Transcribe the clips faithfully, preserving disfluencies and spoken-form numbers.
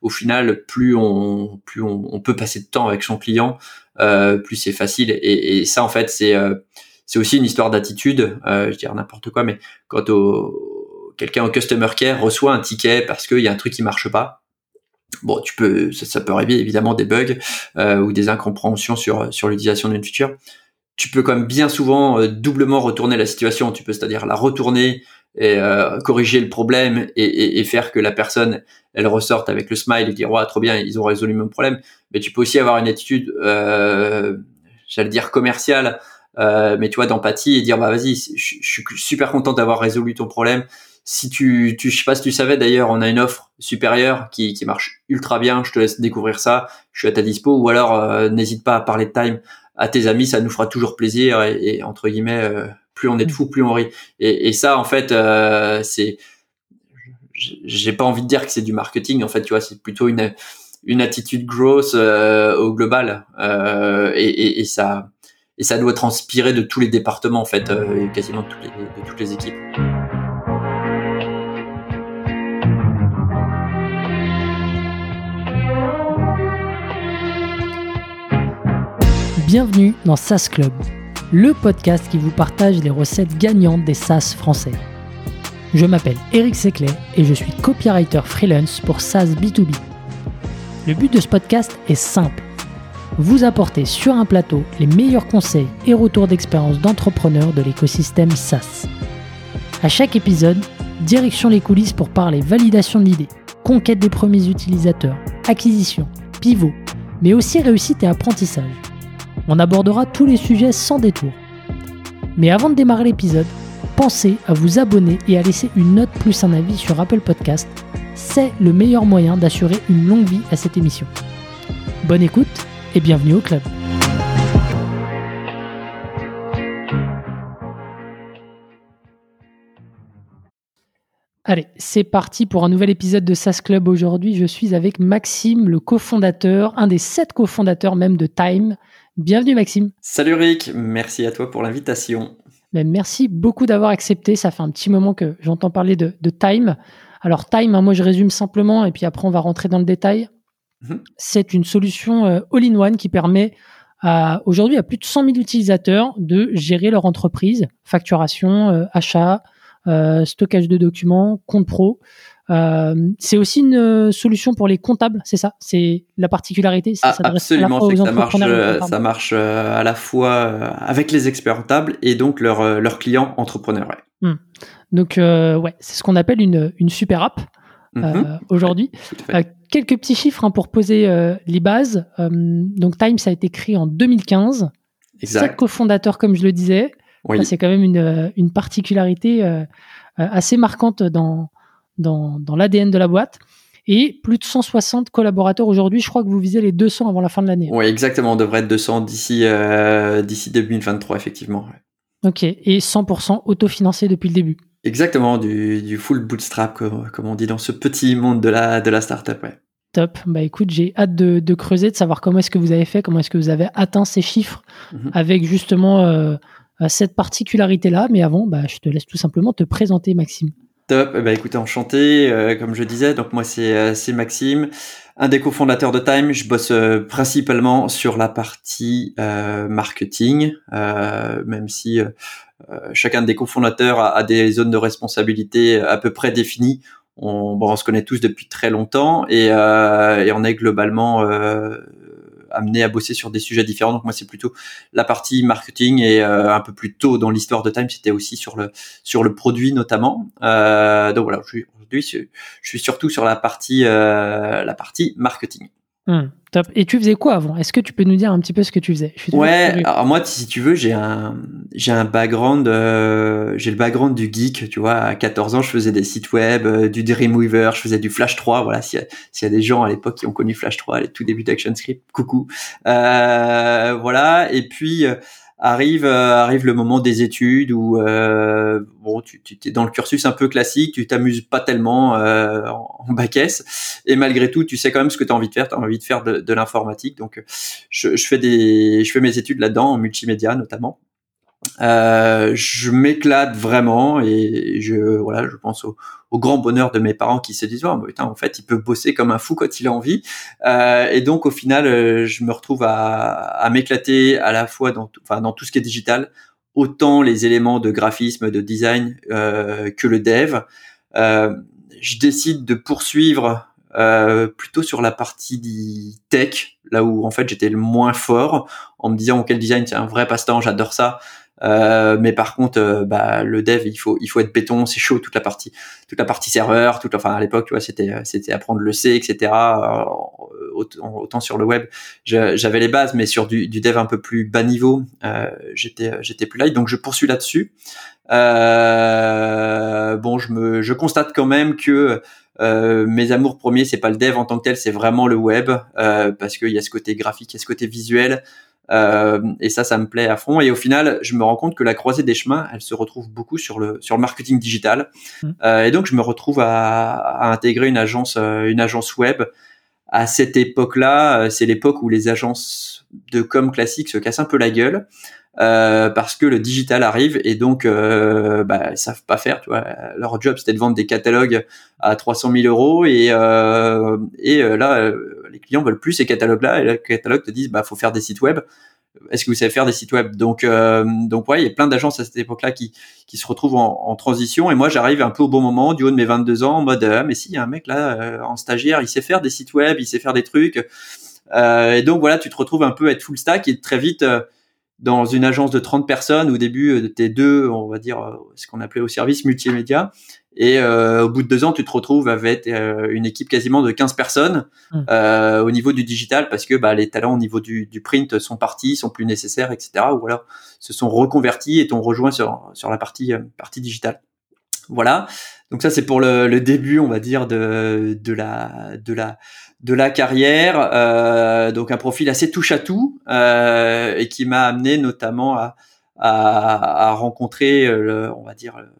au final, plus on, plus on, on peut passer de temps avec son client, euh, plus c'est facile. Et, et ça, en fait, c'est, euh, c'est aussi une histoire d'attitude. Euh, je dirais n'importe quoi, mais quand au, quelqu'un au customer care reçoit un ticket parce qu'il y a un truc qui marche pas, bon, tu peux, ça, ça peut arriver évidemment des bugs euh, ou des incompréhensions sur sur l'utilisation d'une feature. Tu peux quand même bien souvent euh, doublement retourner la situation. Tu peux, c'est-à-dire la retourner et euh, corriger le problème et, et, et faire que la personne, elle ressorte avec le smile et dire ouais, trop bien, ils ont résolu mon problème. Mais tu peux aussi avoir une attitude, euh, j'allais dire commerciale, euh, mais tu vois, d'empathie et dire bah vas-y, je, je suis super content d'avoir résolu ton problème. Si tu, tu, je sais pas si tu savais d'ailleurs, on a une offre supérieure qui, qui marche ultra bien. Je te laisse découvrir ça. Je suis à ta dispo. Ou alors euh, n'hésite pas à parler de Time à tes amis, ça nous fera toujours plaisir. Et, et entre guillemets, euh, plus on est de fous, plus on rit. Et, et ça, en fait, euh, c'est, j'ai pas envie de dire que c'est du marketing. En fait, tu vois, c'est plutôt une une attitude growth euh, au global. Euh, et, et, et ça et ça doit transpirer de tous les départements en fait, euh, quasiment de toutes les, de toutes les équipes. Bienvenue dans SaaS Club, le podcast qui vous partage les recettes gagnantes des SaaS français. Je m'appelle Eric Seclet et je suis copywriter freelance pour SaaS B deux B. Le but de ce podcast est simple, vous apporter sur un plateau les meilleurs conseils et retours d'expérience d'entrepreneurs de l'écosystème SaaS. À chaque épisode, direction les coulisses pour parler validation de l'idée, conquête des premiers utilisateurs, acquisition, pivot, mais aussi réussite et apprentissage. On abordera tous les sujets sans détour. Mais avant de démarrer l'épisode, pensez à vous abonner et à laisser une note plus un avis sur Apple Podcast. C'est le meilleur moyen d'assurer une longue vie à cette émission. Bonne écoute et bienvenue au club. Allez, c'est parti pour un nouvel épisode de SaaS Club. Aujourd'hui, je suis avec Maxime, le cofondateur, un des sept cofondateurs même de Time. Bienvenue Maxime. Salut Rick, merci à toi pour l'invitation. Ben, merci beaucoup d'avoir accepté. Ça fait un petit moment que j'entends parler de, de Time. Alors Time, hein, moi je résume simplement et puis après on va rentrer dans le détail. Mmh. C'est une solution euh, all-in-one qui permet à, aujourd'hui à plus de cent mille utilisateurs de gérer leur entreprise, facturation, euh, achat, euh, stockage de documents, compte pro. Euh, c'est aussi une euh, solution pour les comptables, c'est ça? C'est la particularité? Ah, absolument, c'est que ça marche, euh, ça marche euh, à la fois euh, avec les experts comptables et donc leurs euh, leurs clients entrepreneurs. Ouais. Mmh. Donc, euh, ouais, c'est ce qu'on appelle une, une super app euh, mmh. aujourd'hui. Ouais, euh, quelques petits chiffres hein, pour poser euh, les bases. Euh, donc, Time, ça a été créé en deux mille quinze. Exact. Sept cofondateurs, comme je le disais. Oui. Là, c'est quand même une, une particularité euh, assez marquante dans Dans, dans l'A D N de la boîte, et plus de cent soixante collaborateurs aujourd'hui. Je crois que vous visez les deux cents avant la fin de l'année. Oui, exactement. On devrait être deux cents d'ici, euh, d'ici deux mille vingt-trois, effectivement. Ouais. Ok, et cent pour cent autofinancé depuis le début. Exactement, du, du full bootstrap, comme, comme on dit dans ce petit monde de la, de la startup. Ouais. Top. Bah écoute, j'ai hâte de, de creuser, de savoir comment est-ce que vous avez fait, comment est-ce que vous avez atteint ces chiffres mm-hmm. avec justement euh, cette particularité-là. Mais avant, bah, je te laisse tout simplement te présenter, Maxime. Top, eh ben, écoutez, enchanté, euh, comme je disais, donc moi c'est, euh, c'est Maxime, un des cofondateurs de Time. Je bosse euh, principalement sur la partie euh, marketing, euh, même si euh, euh, chacun des cofondateurs a, a des zones de responsabilité à peu près définies. On, bon, on se connaît tous depuis très longtemps et, euh, et on est globalement euh, amené à bosser sur des sujets différents. Donc moi c'est plutôt la partie marketing et euh, un peu plus tôt dans l'histoire de Time c'était aussi sur le sur le produit notamment. Euh, donc voilà, aujourd'hui je, je suis surtout sur la partie euh, la partie marketing. Mmh, top. Et tu faisais quoi avant? Est-ce que tu peux nous dire un petit peu ce que tu faisais? Je suis ouais, curieux. Alors moi, si tu veux, j'ai un, j'ai un background, euh, j'ai le background du geek, tu vois. À quatorze ans, je faisais des sites web, euh, du Dreamweaver, je faisais du Flash trois. Voilà, s'il y a, s'il y a des gens à l'époque qui ont connu Flash trois, les tout débuts d'ActionScript, coucou. Euh, voilà. Et puis euh, arrive, euh, arrive le moment des études où euh, bon, tu, tu es dans le cursus un peu classique, tu t'amuses pas tellement euh, en, en bac S, et malgré tout, tu sais quand même ce que tu as envie de faire. Tu as envie de faire de, de l'informatique, donc je, je fais des, je fais mes études là-dedans en multimédia notamment. Euh, je m'éclate vraiment et je voilà, je pense au, au grand bonheur de mes parents qui se disent oh, mais putain, en fait, il peut bosser comme un fou quand il a envie. Euh, et donc au final, euh, je me retrouve à, à m'éclater à la fois dans tout, enfin dans tout ce qui est digital, autant les éléments de graphisme, de design euh, que le dev. Euh, je décide de poursuivre euh, plutôt sur la partie tech, là où en fait j'étais le moins fort, en me disant ok, le design c'est un vrai passe-temps, j'adore ça. Euh, mais par contre, euh, bah, le dev, il faut, il faut être béton, c'est chaud, toute la partie, toute la partie serveur, toute, enfin, à l'époque, tu vois, c'était, c'était apprendre le C, et cetera. Euh, autant, autant sur le web, je, j'avais les bases, mais sur du, du dev un peu plus bas niveau, euh, j'étais, j'étais plus light, donc je poursuis là-dessus. Euh, bon, je me, je constate quand même que euh, mes amours premiers, c'est pas le dev en tant que tel, c'est vraiment le web, euh, parce qu'il y a ce côté graphique, il y a ce côté visuel. Euh, et ça, ça me plaît à fond. Et au final, je me rends compte que la croisée des chemins, elle se retrouve beaucoup sur le sur le marketing digital. Mmh. Euh, et donc, je me retrouve à, à intégrer une agence euh, une agence web. À cette époque-là, c'est l'époque où les agences de com classiques se cassent un peu la gueule. Euh, parce que le digital arrive et donc euh, bah, ils savent pas faire, tu vois. Leur job c'était de vendre des catalogues à trois cent mille euros et euh, et euh, là euh, les clients veulent plus ces catalogues-là et les catalogues te disent bah faut faire des sites web. Est-ce que vous savez faire des sites web? Donc euh, donc ouais, il y a plein d'agences à cette époque-là qui qui se retrouvent en, en transition et moi j'arrive un peu au bon moment du haut de mes vingt-deux ans en mode ah, mais si il y a un mec là euh, en stagiaire, il sait faire des sites web, il sait faire des trucs euh, et donc voilà, tu te retrouves un peu à être full stack et très vite euh, dans une agence de trente personnes, au début, t'es deux, on va dire, ce qu'on appelait au service multimédia. Et euh, au bout de deux ans, tu te retrouves avec euh, une équipe quasiment de quinze personnes mmh. euh, au niveau du digital parce que bah, les talents au niveau du, du print sont partis, sont plus nécessaires, et cetera. Ou alors se sont reconvertis et t'ont rejoint sur, sur la partie, euh, partie digitale. Voilà. Donc ça, c'est pour le, le début, on va dire, de, de la, de la, de la carrière. Euh, donc un profil assez touche à tout euh, et qui m'a amené notamment à, à, à rencontrer, le, on va dire, le,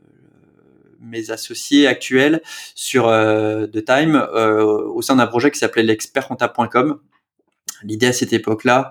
mes associés actuels sur euh, The Time euh, au sein d'un projet qui s'appelait l'expert comptable point com. L'idée à cette époque-là,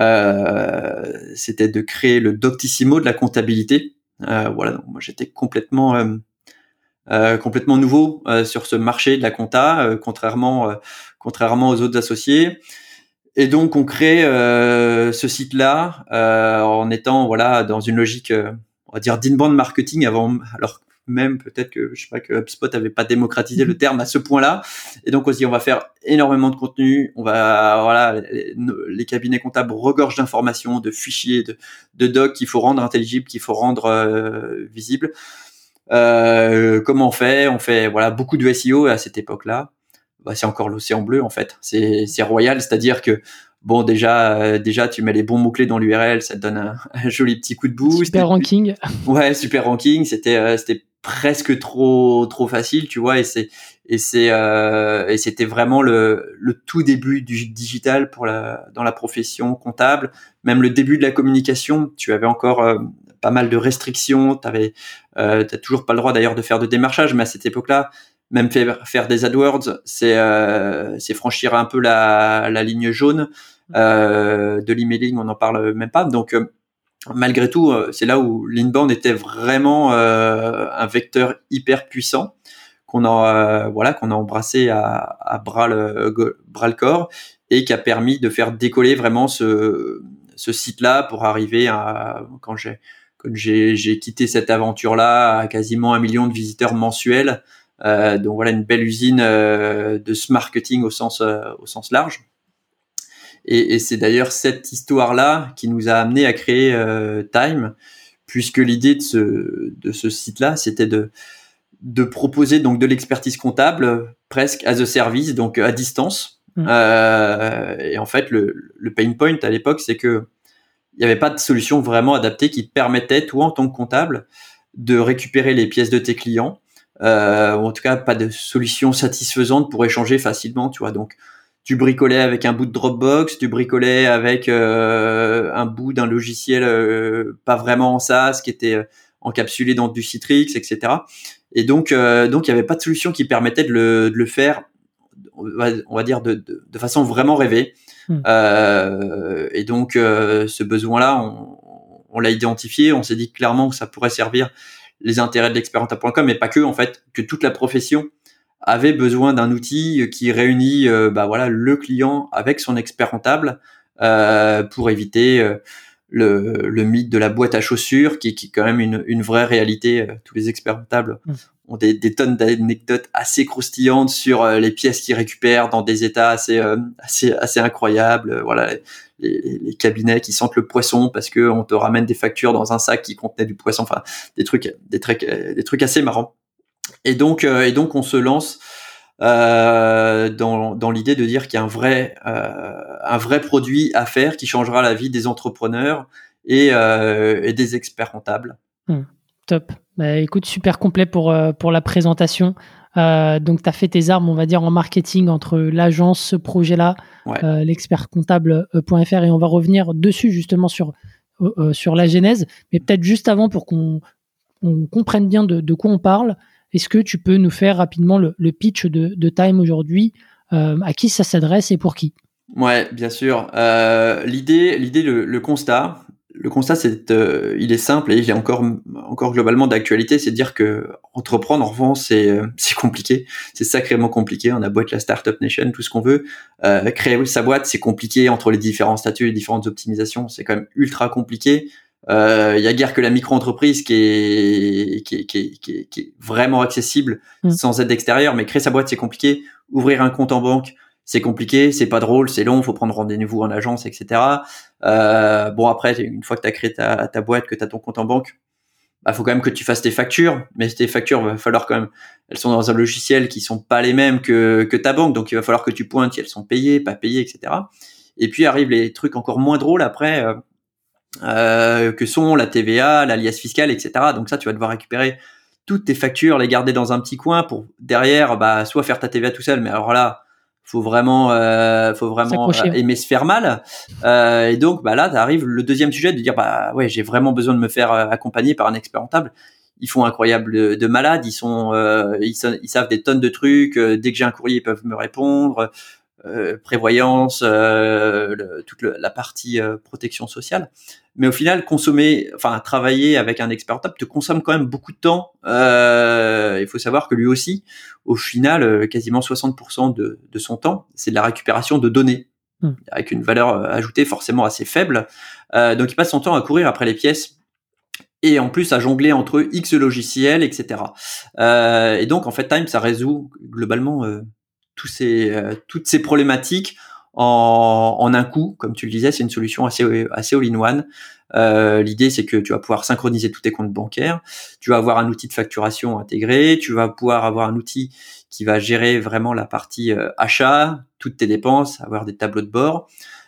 euh, c'était de créer le Doctissimo de la comptabilité. Euh, voilà. Donc moi, j'étais complètement euh, Euh, complètement nouveau euh, sur ce marché de la compta, euh, contrairement euh, contrairement aux autres associés. Et donc on crée euh, ce site-là euh, en étant voilà dans une logique, euh, on va dire d'inbound marketing avant, alors même peut-être que je sais pas que HubSpot avait pas démocratisé le terme à ce point-là. Et donc on se dit on va faire énormément de contenu, on va voilà les, les cabinets comptables regorgent d'informations, de fichiers, de, de docs qu'il faut rendre intelligibles, qu'il faut rendre euh, visibles. Euh, comment on fait? On fait voilà beaucoup de S E O à cette époque-là. Bah, c'est encore l'océan bleu en fait. C'est, c'est royal, c'est-à-dire que bon déjà euh, déjà tu mets les bons mots clés dans l'U R L, ça te donne un, un joli petit coup de boost. Super ranking. Ouais, super ranking. C'était euh, c'était presque trop trop facile, tu vois. Et c'est et c'est euh, et c'était vraiment le le tout début du digital pour la dans la profession comptable. Même le début de la communication, tu avais encore euh, pas mal de restrictions. T'avais, euh, t'as toujours pas le droit d'ailleurs de faire de démarchage, mais à cette époque-là, même faire, faire des AdWords, c'est, euh, c'est franchir un peu la, la ligne jaune. Euh, de l'emailing, on n'en parle même pas. Donc, euh, malgré tout, euh, c'est là où l'inbound était vraiment euh, un vecteur hyper puissant qu'on a, euh, voilà, qu'on a embrassé à, à bras le, bras le corps et qui a permis de faire décoller vraiment ce, ce site-là pour arriver à, quand j'ai Quand j'ai, j'ai quitté cette aventure-là à quasiment un million de visiteurs mensuels. Euh, donc voilà une belle usine euh, de ce marketing au sens, euh, au sens large. Et, et c'est d'ailleurs cette histoire-là qui nous a amené à créer euh, Time, puisque l'idée de ce, de ce site-là, c'était de, de proposer donc de l'expertise comptable presque as a service, donc à distance. Mmh. Euh, et en fait, le, le pain point à l'époque, c'est que il n'y avait pas de solution vraiment adaptée qui te permettait, toi, en tant que comptable, de récupérer les pièces de tes clients, euh, ou en tout cas, pas de solution satisfaisante pour échanger facilement, tu vois. Donc, tu bricolais avec un bout de Dropbox, tu bricolais avec euh, un bout d'un logiciel euh, pas vraiment en SaaS, qui était euh, encapsulé dans du Citrix, et cetera. Et donc, euh, donc, il n'y avait pas de solution qui permettait de le, de le faire, on va, on va dire, de, de, de façon vraiment rêvée. Mmh. Euh, et donc, euh, ce besoin-là, on, on l'a identifié, on s'est dit clairement que ça pourrait servir les intérêts de l'expert comptable point com, mais pas que, en fait, que toute la profession avait besoin d'un outil qui réunit euh, bah voilà le client avec son expert comptable euh, pour éviter euh, le, le mythe de la boîte à chaussures qui, qui est quand même une, une vraie réalité. Tous les experts comptables mmh. ont des, des tonnes d'anecdotes assez croustillantes sur euh, les pièces qu'ils récupèrent dans des états assez euh, assez assez incroyables. Voilà, les, les, les cabinets qui sentent le poisson parce que on te ramène des factures dans un sac qui contenait du poisson. Enfin, des trucs des trucs des trucs assez marrants. Et donc, euh, et donc, on se lance euh, dans, dans l'idée de dire qu'il y a un vrai, euh, un vrai produit à faire qui changera la vie des entrepreneurs et, euh, et des experts comptables. Mmh, top. Bah, écoute, super complet pour euh, pour la présentation. Euh, donc, tu as fait tes armes, on va dire, en marketing entre l'agence, ce projet-là, ouais. euh, l'expert comptable point f r, et on va revenir dessus justement sur euh, sur la genèse. Mais peut-être juste avant pour qu'on on comprenne bien de, de quoi on parle. Est-ce que tu peux nous faire rapidement le, le pitch de, de Time aujourd'hui, euh, à qui ça s'adresse et pour qui? Ouais, bien sûr. Euh, l'idée, l'idée, le, le constat, le constat, c'est, euh, il est simple et il est encore, encore globalement d'actualité, c'est de dire que entreprendre, en revanche, c'est, c'est compliqué, c'est sacrément compliqué. On a beau être la startup nation, tout ce qu'on veut, euh, créer sa boîte, c'est compliqué entre les différents statuts, les différentes optimisations, c'est quand même ultra compliqué. Il euh, y a guère que la micro-entreprise qui est, qui est, qui est, qui est, qui est vraiment accessible mmh. sans aide extérieure, mais créer sa boîte, c'est compliqué. Ouvrir un compte en banque, c'est compliqué, c'est pas drôle, c'est long, faut prendre rendez-vous en agence, et cetera. Euh, bon, après, une fois que tu as créé ta, ta boîte, que tu as ton compte en banque, bah, faut quand même que tu fasses tes factures, mais tes factures, va falloir quand même, elles sont dans un logiciel qui sont pas les mêmes que, que ta banque, donc il va falloir que tu pointes si elles sont payées, pas payées, et cetera. Et puis arrivent les trucs encore moins drôles après, euh, Euh, que sont la T V A, l'alias fiscal, et cetera. Donc ça, tu vas devoir récupérer toutes tes factures, les garder dans un petit coin pour derrière, bah, soit faire ta T V A tout seul, mais alors là, faut vraiment, euh, faut vraiment euh, aimer se faire mal. Euh, et donc, bah là, t'arrives le deuxième sujet de dire, bah ouais, j'ai vraiment besoin de me faire euh, accompagner par un expert comptable. Ils font incroyable de, de malades, ils sont, euh, ils, ils savent des tonnes de trucs. Euh, dès que j'ai un courrier, ils peuvent me répondre. Euh, prévoyance, euh, le, toute le, la partie euh, protection sociale. Mais au final, consommer, enfin travailler avec un expert comptable te consomme quand même beaucoup de temps. Euh, il faut savoir que lui aussi, au final, euh, quasiment soixante pour cent de, de son temps, c'est de la récupération de données, mmh. avec une valeur ajoutée forcément assez faible. Euh, donc il passe son temps à courir après les pièces et en plus à jongler entre X logiciels, et cetera. Euh, et donc en fait, Time, ça résout globalement euh, tous ces, euh, toutes ces problématiques en, en un coup. Comme tu le disais, c'est une solution assez, assez all-in-one. Euh, l'idée, c'est que tu vas pouvoir synchroniser tous tes comptes bancaires, tu vas avoir un outil de facturation intégré, tu vas pouvoir avoir un outil qui va gérer vraiment la partie euh, achat, toutes tes dépenses, avoir des tableaux de bord.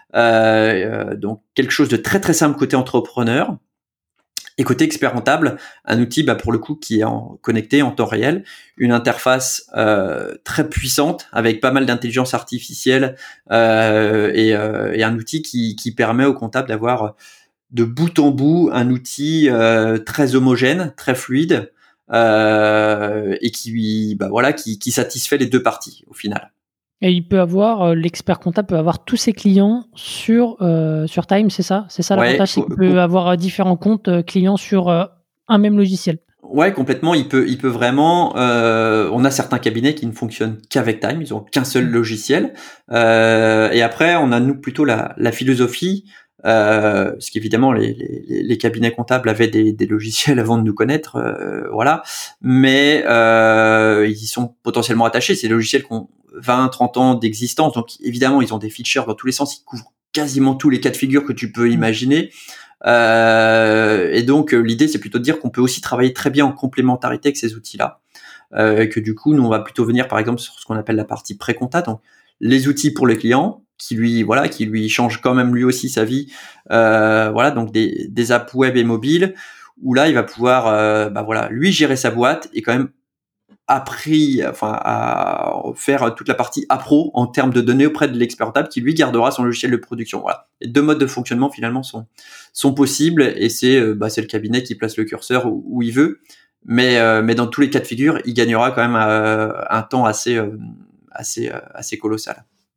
Euh, euh, donc, quelque chose de très très simple côté entrepreneur. Et côté expert comptable, un outil bah, pour le coup qui est en, connecté en temps réel, une interface euh, très puissante avec pas mal d'intelligence artificielle euh, et, euh, et un outil qui, qui permet au comptable d'avoir de bout en bout un outil euh, très homogène, très fluide euh, et qui, bah, voilà, qui, qui satisfait les deux parties au final. Et il peut avoir, euh, l'expert comptable peut avoir tous ses clients sur, euh, sur Time, c'est ça? C'est ça l'avantage, ouais, c'est qu'il peut avoir différents comptes euh, clients sur euh, un même logiciel. Ouais, complètement. Il peut, il peut vraiment. Euh, on a certains cabinets qui ne fonctionnent qu'avec Time. Ils ont qu'un seul logiciel. Euh, et après, on a nous plutôt la, la philosophie. Euh, parce qu'évidemment, les, les, les cabinets comptables avaient des, des logiciels avant de nous connaître, euh, voilà. Mais euh, ils y sont potentiellement attachés. C'est des logiciels qui ont vingt, trente ans d'existence. Donc, évidemment, ils ont des features dans tous les sens. Ils couvrent quasiment tous les cas de figure que tu peux imaginer. Euh, et donc, l'idée, c'est plutôt de dire qu'on peut aussi travailler très bien en complémentarité avec ces outils-là. Euh, et que du coup, nous, on va plutôt venir, par exemple, sur ce qu'on appelle la partie pré-compta. Donc, les outils pour les clients, qui lui, voilà, qui lui changent quand même lui aussi sa vie. Euh, voilà, donc des, des apps web et mobiles, où là, il va pouvoir, euh, bah voilà, lui gérer sa boîte et quand même appris, enfin, à faire toute la partie appro en termes de données auprès de l'expert comptable qui lui gardera son logiciel de production. Voilà. Les deux modes de fonctionnement finalement sont sont possibles et c'est bah c'est le cabinet qui place le curseur où, où il veut, mais euh, mais dans tous les cas de figure, il gagnera quand même euh, un temps assez euh, assez euh, assez colossal.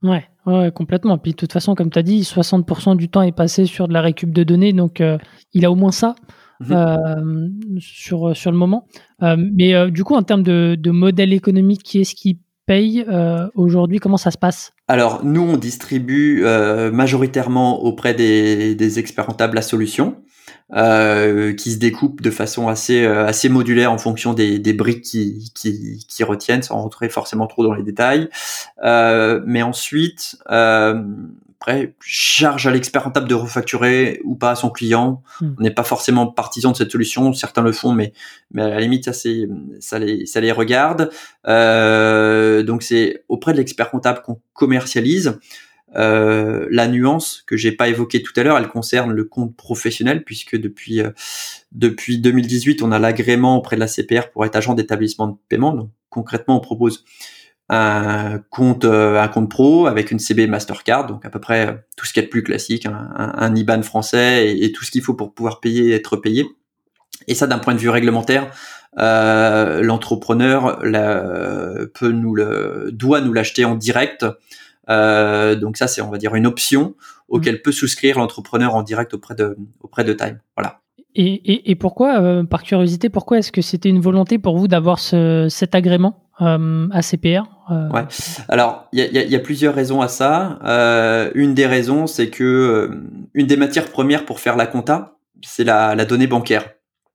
Ouais, ouais, complètement. Puis de toute façon, comme tu as dit, soixante pour cent du temps est passé sur de la récup de données, donc euh, il a au moins ça Mmh. euh, sur, sur le moment. Euh, mais euh, du coup, en termes de, de modèle économique, qui est-ce qui paye euh, aujourd'hui? Comment ça se passe? Alors nous, on distribue euh, majoritairement auprès des, des experts comptables la solution, euh, qui se découpe de façon assez euh, assez modulaire en fonction des, des briques qui, qui qui retiennent, sans rentrer forcément trop dans les détails. Euh, mais ensuite, euh, après, charge à l'expert comptable de refacturer ou pas à son client. Hmm. On n'est pas forcément partisan de cette solution. Certains le font, mais mais à la limite, ça c'est ça les ça les regarde. Euh, donc c'est auprès de l'expert comptable qu'on commercialise. Euh, la nuance que j'ai pas évoquée tout à l'heure, elle concerne le compte professionnel, puisque depuis euh, depuis deux mille dix-huit, on a l'agrément auprès de la C P R pour être agent d'établissement de paiement. Donc concrètement, on propose un compte euh, un compte pro avec une C B Mastercard, donc à peu près euh, tout ce qu'il y a de plus classique, un, un, un I B A N français et, et tout ce qu'il faut pour pouvoir payer et être payé. Et ça, d'un point de vue réglementaire, euh, l'entrepreneur la, peut nous le doit nous l'acheter en direct. Euh, donc ça, c'est, on va dire, une option auquel mmh. peut souscrire l'entrepreneur en direct auprès de auprès de Time. Voilà. Et, et, et pourquoi, euh, par curiosité, pourquoi est-ce que c'était une volonté pour vous d'avoir ce, cet agrément euh, A C P R euh... Ouais. Alors, il y a, y, a, y a plusieurs raisons à ça. Euh, une des raisons, c'est que euh, une des matières premières pour faire la compta, c'est la, la donnée bancaire.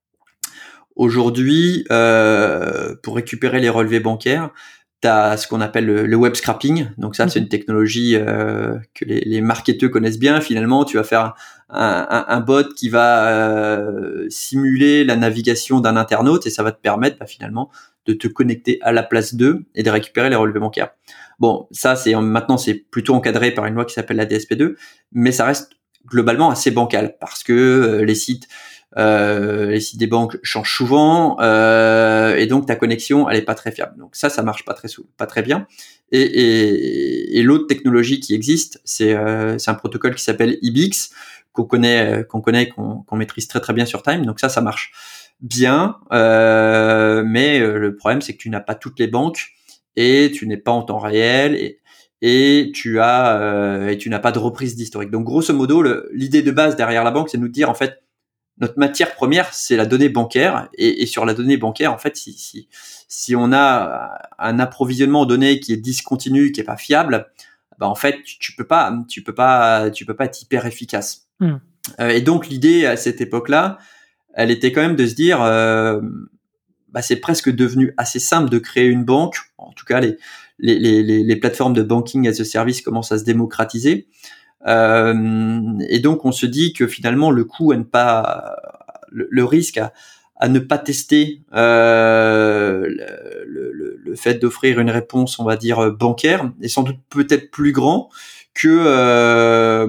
Aujourd'hui, euh, pour récupérer les relevés bancaires, tu as ce qu'on appelle le, le web scrapping. Donc ça, mmh. c'est une technologie euh, que les, les marketeurs connaissent bien. Finalement, tu vas faire un, un, un bot qui va euh, simuler la navigation d'un internaute et ça va te permettre bah, finalement de te connecter à la place d'eux et de récupérer les relevés bancaires. Bon, ça, c'est maintenant, c'est plutôt encadré par une loi qui s'appelle la D S P deux, mais ça reste globalement assez bancal parce que euh, les sites Euh, les sites des banques changent souvent euh, et donc ta connexion elle est pas très fiable. Donc ça, ça marche pas très pas très bien. Et, et, et l'autre technologie qui existe, c'est euh, c'est un protocole qui s'appelle I B X qu'on connaît qu'on connaît qu'on, qu'on maîtrise très très bien sur Time. Donc ça, ça marche bien, euh, mais le problème c'est que tu n'as pas toutes les banques et tu n'es pas en temps réel et et tu as euh, et tu n'as pas de reprise d'historique. Donc grosso modo, le, l'idée de base derrière la banque, c'est de nous dire en fait notre matière première, c'est la donnée bancaire. Et, et sur la donnée bancaire, en fait, si, si, si on a un approvisionnement en données qui est discontinu, qui est pas fiable, bah en fait, tu, tu peux pas, tu peux pas, tu peux pas être hyper efficace. Mmh. Euh, et donc l'idée à cette époque-là, elle était quand même de se dire, euh, bah c'est presque devenu assez simple de créer une banque. En tout cas, les les les, les plateformes de banking as a service commencent à se démocratiser. Euh, et donc on se dit que finalement le coût à ne pas, le, le risque à, à ne pas tester euh, le, le, le fait d'offrir une réponse, on va dire bancaire, est sans doute peut-être plus grand que euh,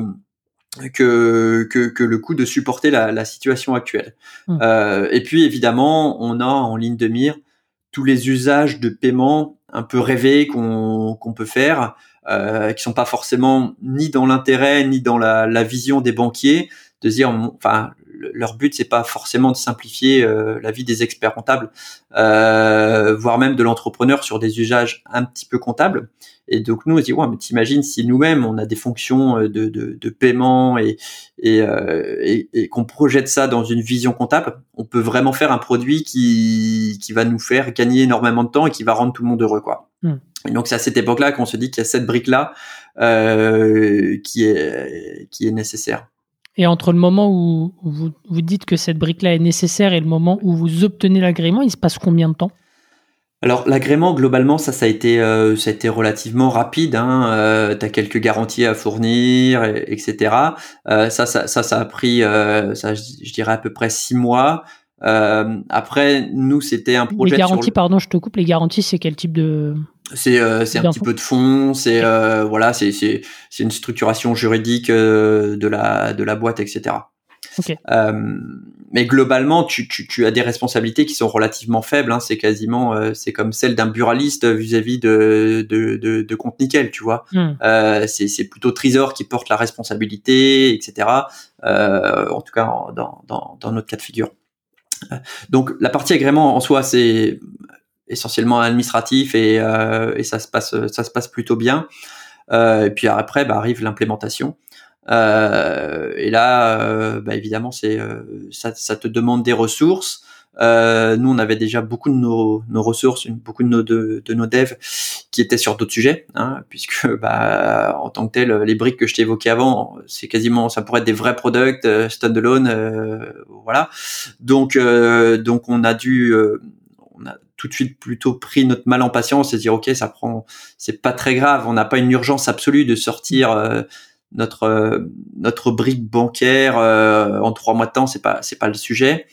que, que que le coût de supporter la, la situation actuelle. Mmh. Euh, et puis évidemment, on a en ligne de mire tous les usages de paiement un peu rêvés qu'on qu'on peut faire. Euh, qui sont pas forcément ni dans l'intérêt ni dans la, la vision des banquiers, de dire, enfin, le, leur but c'est pas forcément de simplifier euh, la vie des experts comptables, euh, voire même de l'entrepreneur sur des usages un petit peu comptables. Et donc nous on se dit ouais, mais t'imagines si nous-mêmes on a des fonctions de, de, de paiement et et, euh, et et qu'on projette ça dans une vision comptable, on peut vraiment faire un produit qui qui va nous faire gagner énormément de temps et qui va rendre tout le monde heureux, quoi. Mmh. Et donc c'est à cette époque-là qu'on se dit qu'il y a cette brique-là euh, qui est qui est nécessaire. Et entre le moment où vous, vous dites que cette brique-là est nécessaire et le moment où vous obtenez l'agrément, il se passe combien de temps ? Alors l'agrément globalement ça ça a été euh, ça a été relativement rapide. Hein. Euh, t'as quelques garanties à fournir, et, etc. Euh, ça ça ça ça a pris euh, ça je, je dirais à peu près six mois. Euh, après nous c'était un projet. Les garanties, sur le... pardon, je te coupe. Les garanties, c'est quel type de C'est euh, c'est un petit peu de fonds, c'est okay. euh, voilà, c'est c'est c'est une structuration juridique euh, de la de la boîte, et cetera. Okay. Euh, mais globalement, tu tu tu as des responsabilités qui sont relativement faibles. Hein, c'est quasiment euh, c'est comme celle d'un buraliste vis-à-vis de de de, de compte nickel, tu vois. Mm. Euh, c'est c'est plutôt Trésor qui porte la responsabilité, et cetera. Euh, en tout cas dans dans dans notre cas de figure. Donc la partie agrément en soi, c'est essentiellement administratif et, euh, et ça se passe ça se passe plutôt bien. Euh, et puis après, bah, arrive l'implémentation. Euh, et là, euh, bah, évidemment, c'est euh, ça, ça te demande des ressources. Euh, nous, on avait déjà beaucoup de nos, nos ressources, une, beaucoup de nos de, de nos devs qui étaient sur d'autres sujets, hein, puisque bah en tant que tel, les briques que je t'ai évoquées avant, c'est quasiment, ça pourrait être des vrais products euh, standalone, euh, voilà. Donc euh, donc on a dû, euh, on a tout de suite plutôt pris notre mal en patience et dire ok, ça prend, c'est pas très grave, on n'a pas une urgence absolue de sortir euh, notre euh, notre brique bancaire euh, en trois mois de temps, c'est pas c'est pas le sujet.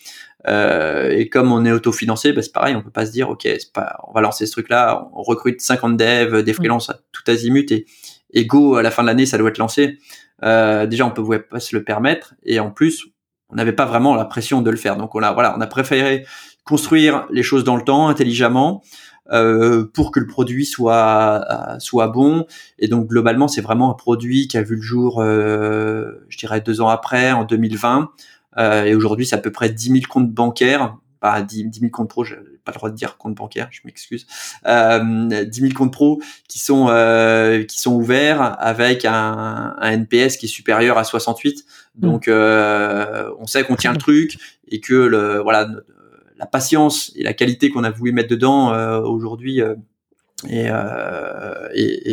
Euh, et comme on est autofinancé, bah c'est pareil, on peut pas se dire ok, c'est pas, on va lancer ce truc-là, on recrute cinquante devs, des freelances à tout azimut et, et go à la fin de l'année ça doit être lancé. Euh, déjà on pouvait pas se le permettre et en plus on n'avait pas vraiment la pression de le faire. Donc on a voilà, on a préféré construire les choses dans le temps, intelligemment, euh, pour que le produit soit soit bon. Et donc globalement c'est vraiment un produit qui a vu le jour, euh, je dirais deux ans après, en deux mille vingt. Euh, et aujourd'hui, c'est à peu près dix mille comptes bancaires, pas dix mille comptes pro, j'ai pas le droit de dire compte bancaire, je m'excuse. Euh, dix mille comptes pro qui sont euh, qui sont ouverts avec un, un N P S qui est supérieur à soixante-huit. Donc, euh, on sait qu'on tient le truc et que le voilà, la patience et la qualité qu'on a voulu mettre dedans euh, aujourd'hui euh, est, euh, est,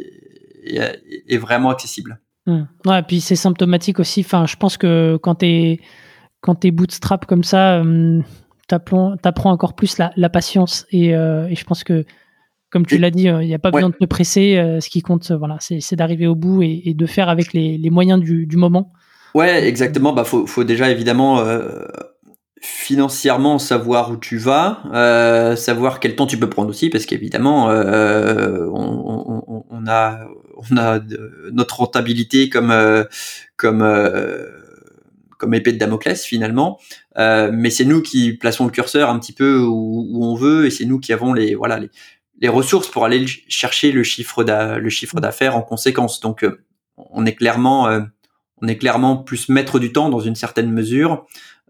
est, est, est vraiment accessible. Mmh. Ouais, et puis c'est symptomatique aussi. Enfin, je pense que quand t'es quand t'es bootstrap comme ça, hum, t'apprends, t'apprends encore plus la, la patience. Et, euh, et je pense que, comme tu et, l'as dit, il euh, n'y a pas ouais. besoin de te presser. Euh, ce qui compte, voilà, c'est, c'est d'arriver au bout et, et de faire avec les, les moyens du, du moment. Ouais, exactement. Bah, faut, faut déjà évidemment euh, financièrement savoir où tu vas, euh, savoir quel temps tu peux prendre aussi, parce qu'évidemment, euh, on, on, on a, on a de, notre rentabilité comme, euh, comme, euh, comme épée de Damoclès finalement. Euh, mais c'est nous qui plaçons le curseur un petit peu où, où on veut, et c'est nous qui avons les, voilà, les, les ressources pour aller chercher le chiffre d'a, le chiffre d'affaires en conséquence. Donc, euh, on est clairement, euh, on est clairement plus maître du temps dans une certaine mesure.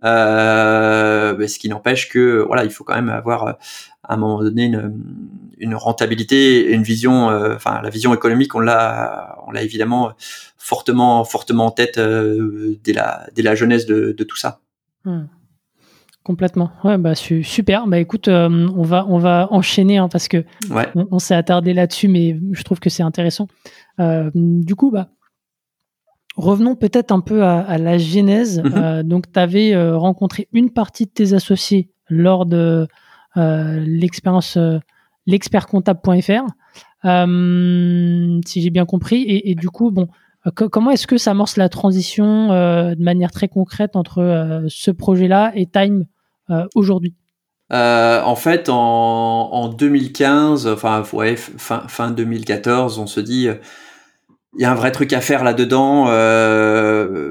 Euh, ce qui n'empêche que voilà, il faut quand même avoir à un moment donné une, une rentabilité, une vision, euh, enfin la vision économique, on l'a, on l'a évidemment fortement, fortement en tête euh, dès la, dès la jeunesse de, de tout ça. Mmh. Complètement. Ouais, bah su- super. Bah écoute, euh, on va on va enchaîner hein, parce que ouais. on, on s'est attardé là-dessus, mais je trouve que c'est intéressant. Euh, du coup, bah. Revenons peut-être un peu à, à la genèse. Mm-hmm. Euh, donc, tu avais euh, rencontré une partie de tes associés lors de euh, l'expérience euh, l'expert comptable point f r, euh, si j'ai bien compris. Et, et du coup, bon, euh, co- comment est-ce que ça amorce la transition euh, de manière très concrète entre euh, ce projet-là et Time euh, aujourd'hui ? Euh, en fait, en, en deux mille quinze, enfin, ouais, fin, fin deux mille quatorze, on se dit... il y a un vrai truc à faire là-dedans. Euh,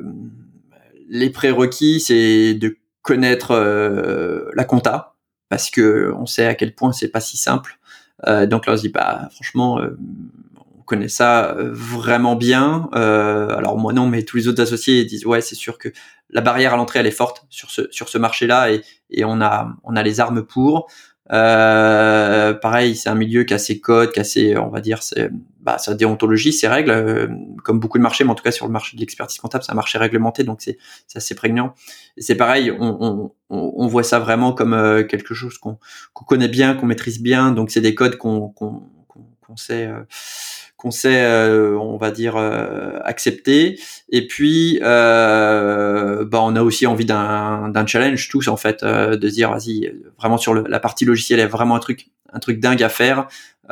les prérequis, c'est de connaître euh, la compta, parce que on sait à quel point c'est pas si simple. Euh, donc là, on se dit, bah, franchement, euh, on connaît ça vraiment bien. Euh, alors moi non, mais tous les autres associés disent, ouais, c'est sûr que la barrière à l'entrée, elle est forte sur ce sur ce marché-là, et, et on a on a les armes pour. Euh, pareil, c'est un milieu qui a ses codes, qui a ses, on va dire, c'est, bah, sa déontologie, ses règles, euh, comme beaucoup de marchés, mais en tout cas sur le marché de l'expertise comptable, c'est un marché réglementé, donc c'est, c'est assez prégnant. Et c'est pareil, on, on, on voit ça vraiment comme euh, quelque chose qu'on, qu'on connaît bien, qu'on maîtrise bien, donc c'est des codes qu'on, qu'on, qu'on, qu'on sait, euh, qu'on sait, euh, on va dire, euh, accepter. Et puis, euh, bah, on a aussi envie d'un, d'un challenge tous en fait, euh, de se dire, vas-y, vraiment sur le, la partie logicielle, il y a vraiment un truc, un truc dingue à faire.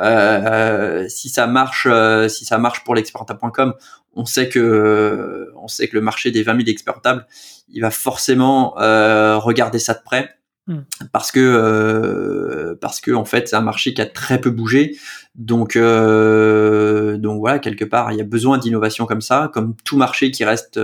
Euh, si ça marche, euh, si ça marche pour l'expert comptable point com, on sait que, euh, on sait que le marché des vingt mille experts comptables, il va forcément euh, regarder ça de près. Mmh. Parce que euh, parce que en fait c'est un marché qui a très peu bougé, donc euh, donc voilà, quelque part il y a besoin d'innovation comme ça, comme tout marché qui reste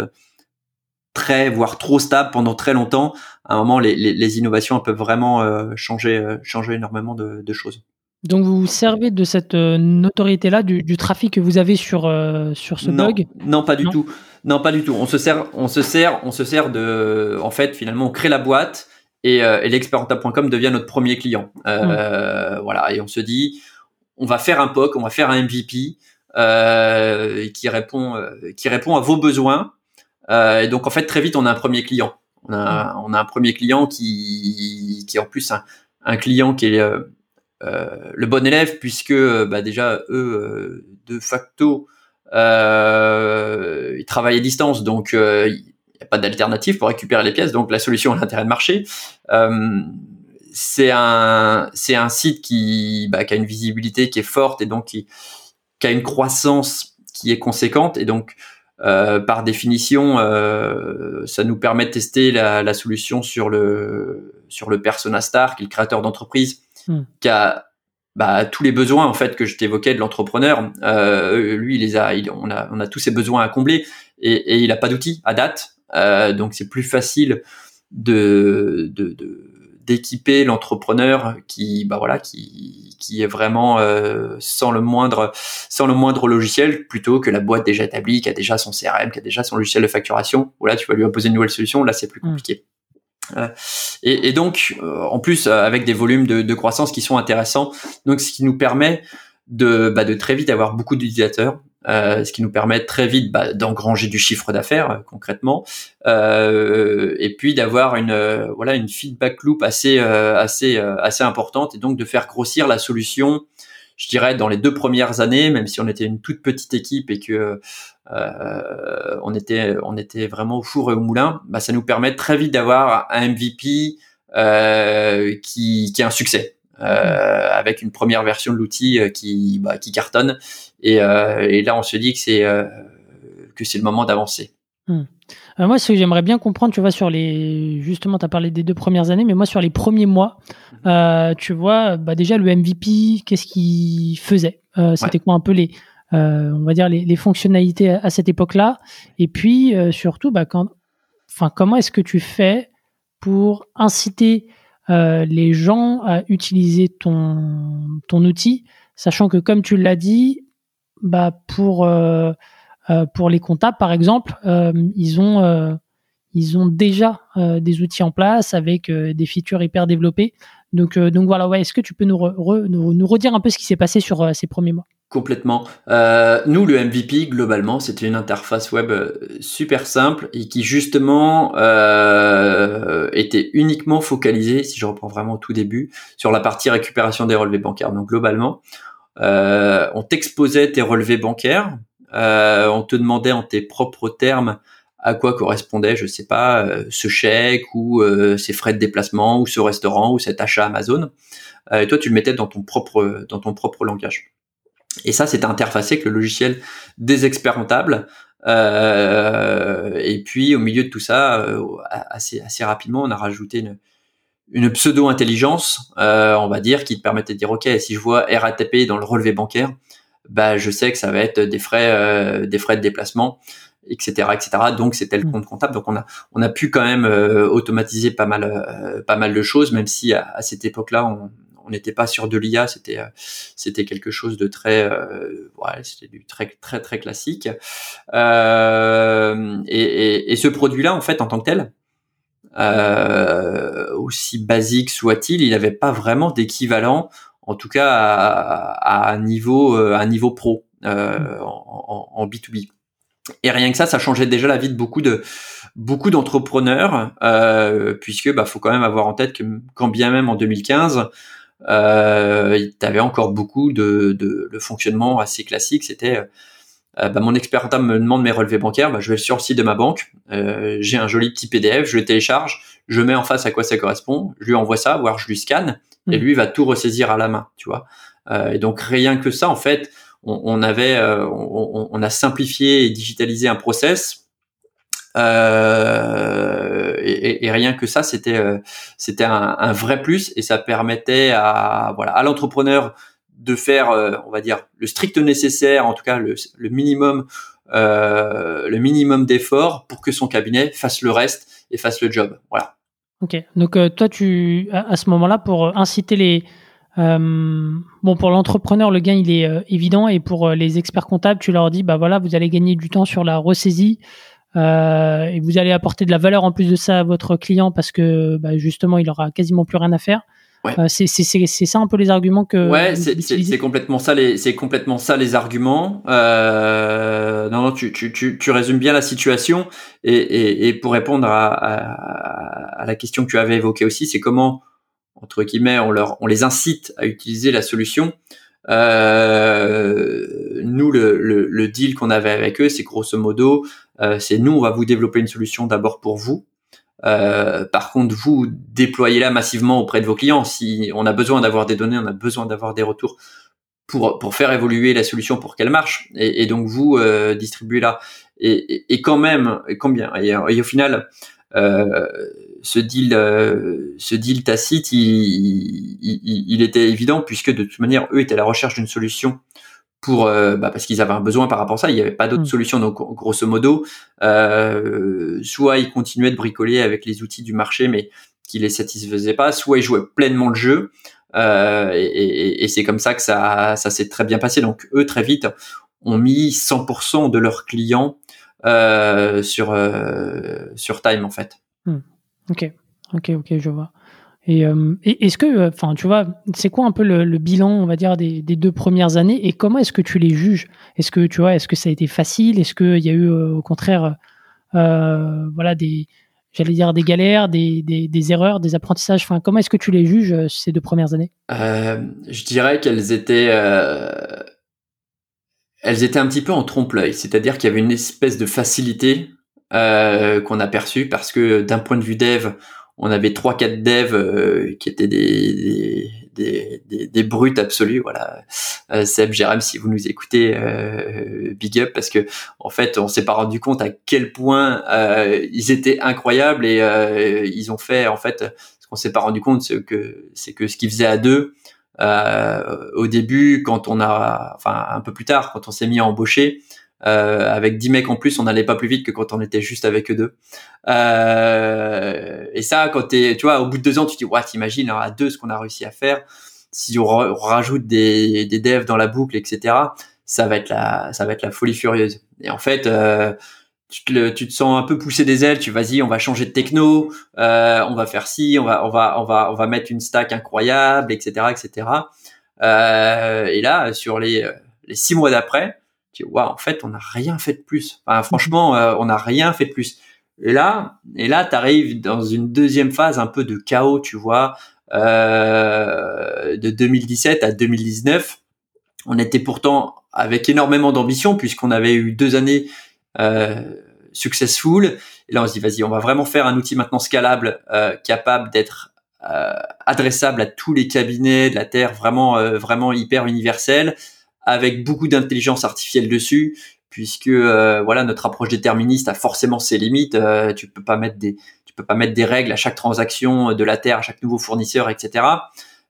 très voire trop stable pendant très longtemps. À un moment les les, les innovations peuvent vraiment euh, changer euh, changer énormément de, de choses. Donc vous vous servez de cette euh, notoriété là, du, du trafic que vous avez sur euh, sur ce non, blog ? Non, pas du non. tout. Non, pas du tout. On se sert on se sert on se sert de, en fait finalement on crée la boîte. Et, euh, et l'expert comptable point com devient notre premier client. Euh, mmh. Voilà, et on se dit, on va faire un P O C, on va faire un M V P, euh, qui répond, euh, qui répond à vos besoins. Euh, et donc en fait très vite on a un premier client. On a, on a un premier client qui, qui est en plus un, un client qui est euh, euh, le bon élève puisque bah déjà eux euh, de facto euh, ils travaillent à distance, donc euh, il n'y a pas d'alternative pour récupérer les pièces, donc la solution a l'intérêt de marcher. Euh, c'est un c'est un site qui bah, qui a une visibilité qui est forte et donc qui, qui a une croissance qui est conséquente, et donc euh, par définition euh, ça nous permet de tester la, la solution sur le sur le persona star, qui est le créateur d'entreprise, mmh. qui a bah, tous les besoins en fait que je t'évoquais de l'entrepreneur. Euh, lui, il les a, il, on a, on a tous ses besoins à combler, et, et il a pas d'outils à date, euh, donc c'est plus facile de, de, de d'équiper l'entrepreneur qui, bah voilà, qui, qui est vraiment euh, sans le moindre, sans le moindre logiciel, plutôt que la boîte déjà établie, qui a déjà son C R M, qui a déjà son logiciel de facturation. Où là, tu vas lui imposer une nouvelle solution. Là, c'est plus compliqué. Mmh. Euh, et, et donc, euh, en plus, euh, avec des volumes de, de croissance qui sont intéressants, donc ce qui nous permet de, bah, de très vite avoir beaucoup d'utilisateurs. Euh, ce qui nous permet très vite bah, d'engranger du chiffre d'affaires euh, concrètement, euh, et puis d'avoir une euh, voilà une feedback loop assez euh, assez euh, assez importante, et donc de faire grossir la solution, je dirais, dans les deux premières années, même si on était une toute petite équipe et que euh, on était on était vraiment au four et au moulin, bah, ça nous permet très vite d'avoir un M V P euh, qui qui est un succès. Euh, avec une première version de l'outil euh, qui bah, qui cartonne, et, euh, et là on se dit que c'est euh, que c'est le moment d'avancer. Hum. Euh, moi, ce que j'aimerais bien comprendre, tu vois, sur les justement, tu as parlé des deux premières années, mais moi sur les premiers mois, euh, tu vois, bah, déjà le M V P, qu'est-ce qu'il faisait, euh, c'était ouais. quoi un peu les euh, on va dire les, les fonctionnalités à, à cette époque-là, et puis euh, surtout, bah, quand, enfin, comment est-ce que tu fais pour inciter Euh, les gens à utiliser ton, ton outil, sachant que, comme tu l'as dit, bah pour, euh, euh, pour les comptables, par exemple, euh, ils, ont, euh, ils ont déjà euh, des outils en place avec euh, des features hyper développées. Donc, euh, donc voilà, ouais, est-ce que tu peux nous, re, re, nous, nous redire un peu ce qui s'est passé sur euh, ces premiers mois ? Complètement. Euh, nous, le M V P, globalement, c'était une interface web super simple et qui, justement, euh, était uniquement focalisée, si je reprends vraiment au tout début, sur la partie récupération des relevés bancaires. Donc, globalement, euh, on t'exposait tes relevés bancaires, euh, on te demandait en tes propres termes à quoi correspondait, je sais pas, euh, ce chèque ou euh, ces frais de déplacement ou ce restaurant ou cet achat Amazon. Euh, et toi, tu le mettais dans ton propre, dans ton propre langage. Et ça, c'était interfacé avec le logiciel des experts comptables. Euh, et puis, au milieu de tout ça, euh, assez, assez rapidement, on a rajouté une, une pseudo-intelligence, euh, on va dire, qui te permettait de dire, OK, si je vois R A T P dans le relevé bancaire, bah, je sais que ça va être des frais, euh, des frais de déplacement, et cetera, et cetera. Donc, c'était le compte comptable. Donc, on a, on a pu quand même euh, automatiser pas mal, euh, pas mal de choses, même si à, à cette époque-là, on on n'était pas sur de l'I A, c'était euh, c'était quelque chose de très euh, ouais, c'était du très très très classique. Euh, et, et, et ce produit-là, en fait, en tant que tel, euh, aussi basique soit-il, il n'avait pas vraiment d'équivalent, en tout cas à, à un niveau à un niveau pro euh, en, en, en B deux B. Et rien que ça, ça changeait déjà la vie de beaucoup de beaucoup d'entrepreneurs, euh, puisque bah faut quand même avoir en tête que quand bien même en deux mille quinze, Euh, tu avais encore beaucoup de, de, de fonctionnement assez classique. C'était euh, bah, mon expert comptable me demande mes relevés bancaires, bah, je vais sur le site de ma banque, euh, j'ai un joli petit P D F, je le télécharge, je mets en face à quoi ça correspond, je lui envoie ça, voire je lui scanne, mmh. et lui va tout ressaisir à la main, tu vois. Euh, et donc rien que ça, en fait, on, on avait, euh, on, on a simplifié et digitalisé un process. Euh, et, et rien que ça, c'était euh, c'était un, un vrai plus, et ça permettait à voilà à l'entrepreneur de faire, euh, on va dire, le strict nécessaire, en tout cas le, le minimum euh, le minimum d'effort pour que son cabinet fasse le reste et fasse le job. Voilà. Ok. Donc euh, toi, tu à, à ce moment-là, pour inciter les euh, bon pour l'entrepreneur, le gain il est euh, évident, et pour euh, les experts comptables, tu leur dis bah voilà, vous allez gagner du temps sur la ressaisie. Euh, et vous allez apporter de la valeur en plus de ça à votre client, parce que bah, justement il aura quasiment plus rien à faire. Ouais. Euh, c'est, c'est, c'est, c'est ça un peu les arguments que ouais, vous c'est, c'est, utilisez. c'est complètement ça les, c'est complètement ça les arguments. Euh, non, non, tu, tu, tu, tu résumes bien la situation. Et, et, et pour répondre à, à, à la question que tu avais évoquée aussi, c'est comment, entre guillemets, on leur, on les incite à utiliser la solution. Euh, nous, le, le, le deal qu'on avait avec eux, c'est grosso modo, euh, c'est nous, on va vous développer une solution d'abord pour vous. Euh, par contre, vous déployez-la massivement auprès de vos clients. Si on a besoin d'avoir des données, on a besoin d'avoir des retours pour pour faire évoluer la solution pour qu'elle marche. Et, et donc vous euh, distribuez-la. Et, et, et quand même, et combien et, et au final, euh, ce deal, euh, ce deal tacite, il, il, il était évident puisque de toute manière, eux étaient à la recherche d'une solution pour euh, bah parce qu'ils avaient un besoin par rapport à ça, il n'y avait pas d'autre Mmh. solution. Donc grosso modo, euh, soit ils continuaient de bricoler avec les outils du marché, mais qui les satisfaisaient pas, soit ils jouaient pleinement le jeu. Euh, et, et, et c'est comme ça que ça, ça s'est très bien passé. Donc eux très vite ont mis cent pour cent de leurs clients euh, sur euh, sur Time en fait. Mmh. Ok, ok, ok, je vois. Et, euh, et est-ce que, enfin, tu vois, c'est quoi un peu le, le bilan, on va dire, des, des deux premières années et comment est-ce que tu les juges? Est-ce que, tu vois, est-ce que ça a été facile? Est-ce qu'il y a eu, euh, au contraire, euh, voilà, des, j'allais dire des galères, des, des, des erreurs, des apprentissages? Enfin, comment est-ce que tu les juges euh, ces deux premières années? Euh, je dirais qu'elles étaient euh, elles étaient un petit peu en trompe-l'œil, c'est-à-dire qu'il y avait une espèce de facilité euh, qu'on a perçue parce que d'un point de vue dev, on avait trois quatre devs euh, qui étaient des des, des des brutes absolues. Voilà, euh, Seb, Jérém, si vous nous écoutez, euh, big up parce que en fait, on s'est pas rendu compte à quel point euh, ils étaient incroyables et euh, ils ont fait en fait ce qu'on s'est pas rendu compte, c'est que c'est que ce qu'ils faisaient à deux. Euh, au début, quand on a, enfin un peu plus tard, quand on s'est mis à embaucher, euh, avec dix mecs en plus, on n'allait pas plus vite que quand on était juste avec eux deux. Euh, et ça, quand t'es, tu vois, au bout de deux ans, tu te dis, ouais, t'imagines hein, à deux ce qu'on a réussi à faire. Si on, on rajoute des, des devs dans la boucle, et cetera, ça va être la, ça va être la folie furieuse. Et en fait, euh, tu te, tu te sens un peu pousser des ailes, tu vas-y, on va changer de techno, euh, on va faire ci, on va, on va, on va, on va mettre une stack incroyable, et cetera, et cetera. Euh, et là, sur les, les six mois d'après, tu dis, waouh, en fait, on n'a rien fait de plus. Enfin, franchement, euh, on n'a rien fait de plus. Et là, et là, t'arrives dans une deuxième phase un peu de chaos, tu vois, euh, de deux mille dix-sept à deux mille dix-neuf. On était pourtant avec énormément d'ambition puisqu'on avait eu deux années euh, successful. Et là, on se dit, vas-y, on va vraiment faire un outil maintenant scalable, euh, capable d'être euh, adressable à tous les cabinets de la Terre, vraiment, euh, vraiment hyper universel, avec beaucoup d'intelligence artificielle dessus, puisque euh, voilà, notre approche déterministe a forcément ses limites. Euh, tu peux pas mettre des, tu peux pas mettre des règles à chaque transaction de la Terre, à chaque nouveau fournisseur, et cetera.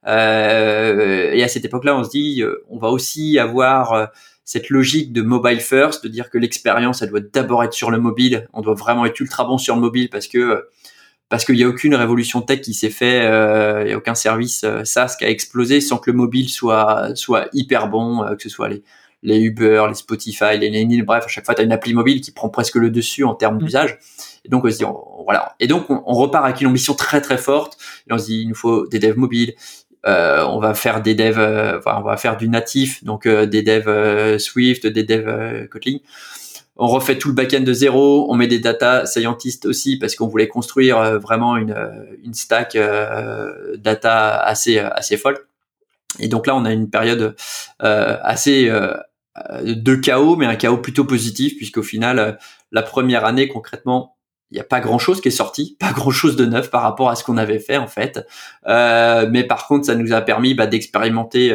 Euh, et à cette époque-là, on se dit, euh, on va aussi avoir euh, cette logique de mobile first, de dire que l'expérience, elle doit d'abord être sur le mobile. On doit vraiment être ultra bon sur le mobile parce que parce qu'il y a aucune révolution tech qui s'est fait, euh, il y a aucun service euh, SaaS qui a explosé sans que le mobile soit soit hyper bon, euh, que ce soit les les Uber, les Spotify, les LinkedIn, bref, à chaque fois tu as une appli mobile qui prend presque le dessus en termes mmh. d'usage. Et donc on se dit on, voilà. Et donc on, on repart avec une ambition très très forte. Et on se dit il nous faut des devs mobiles. Euh, on va faire des devs, euh, enfin, on va faire du natif, donc euh, des devs euh, Swift, des devs euh, Kotlin. On refait tout le back-end de zéro. On met des data scientists aussi parce qu'on voulait construire euh, vraiment une une stack euh, data assez assez folle. Et donc là, on a une période euh, assez euh, de chaos, mais un chaos plutôt positif puisqu'au final, euh, la première année concrètement, il n'y a pas grand-chose qui est sorti, pas grand-chose de neuf par rapport à ce qu'on avait fait en fait. Euh, mais par contre, ça nous a permis bah, d'expérimenter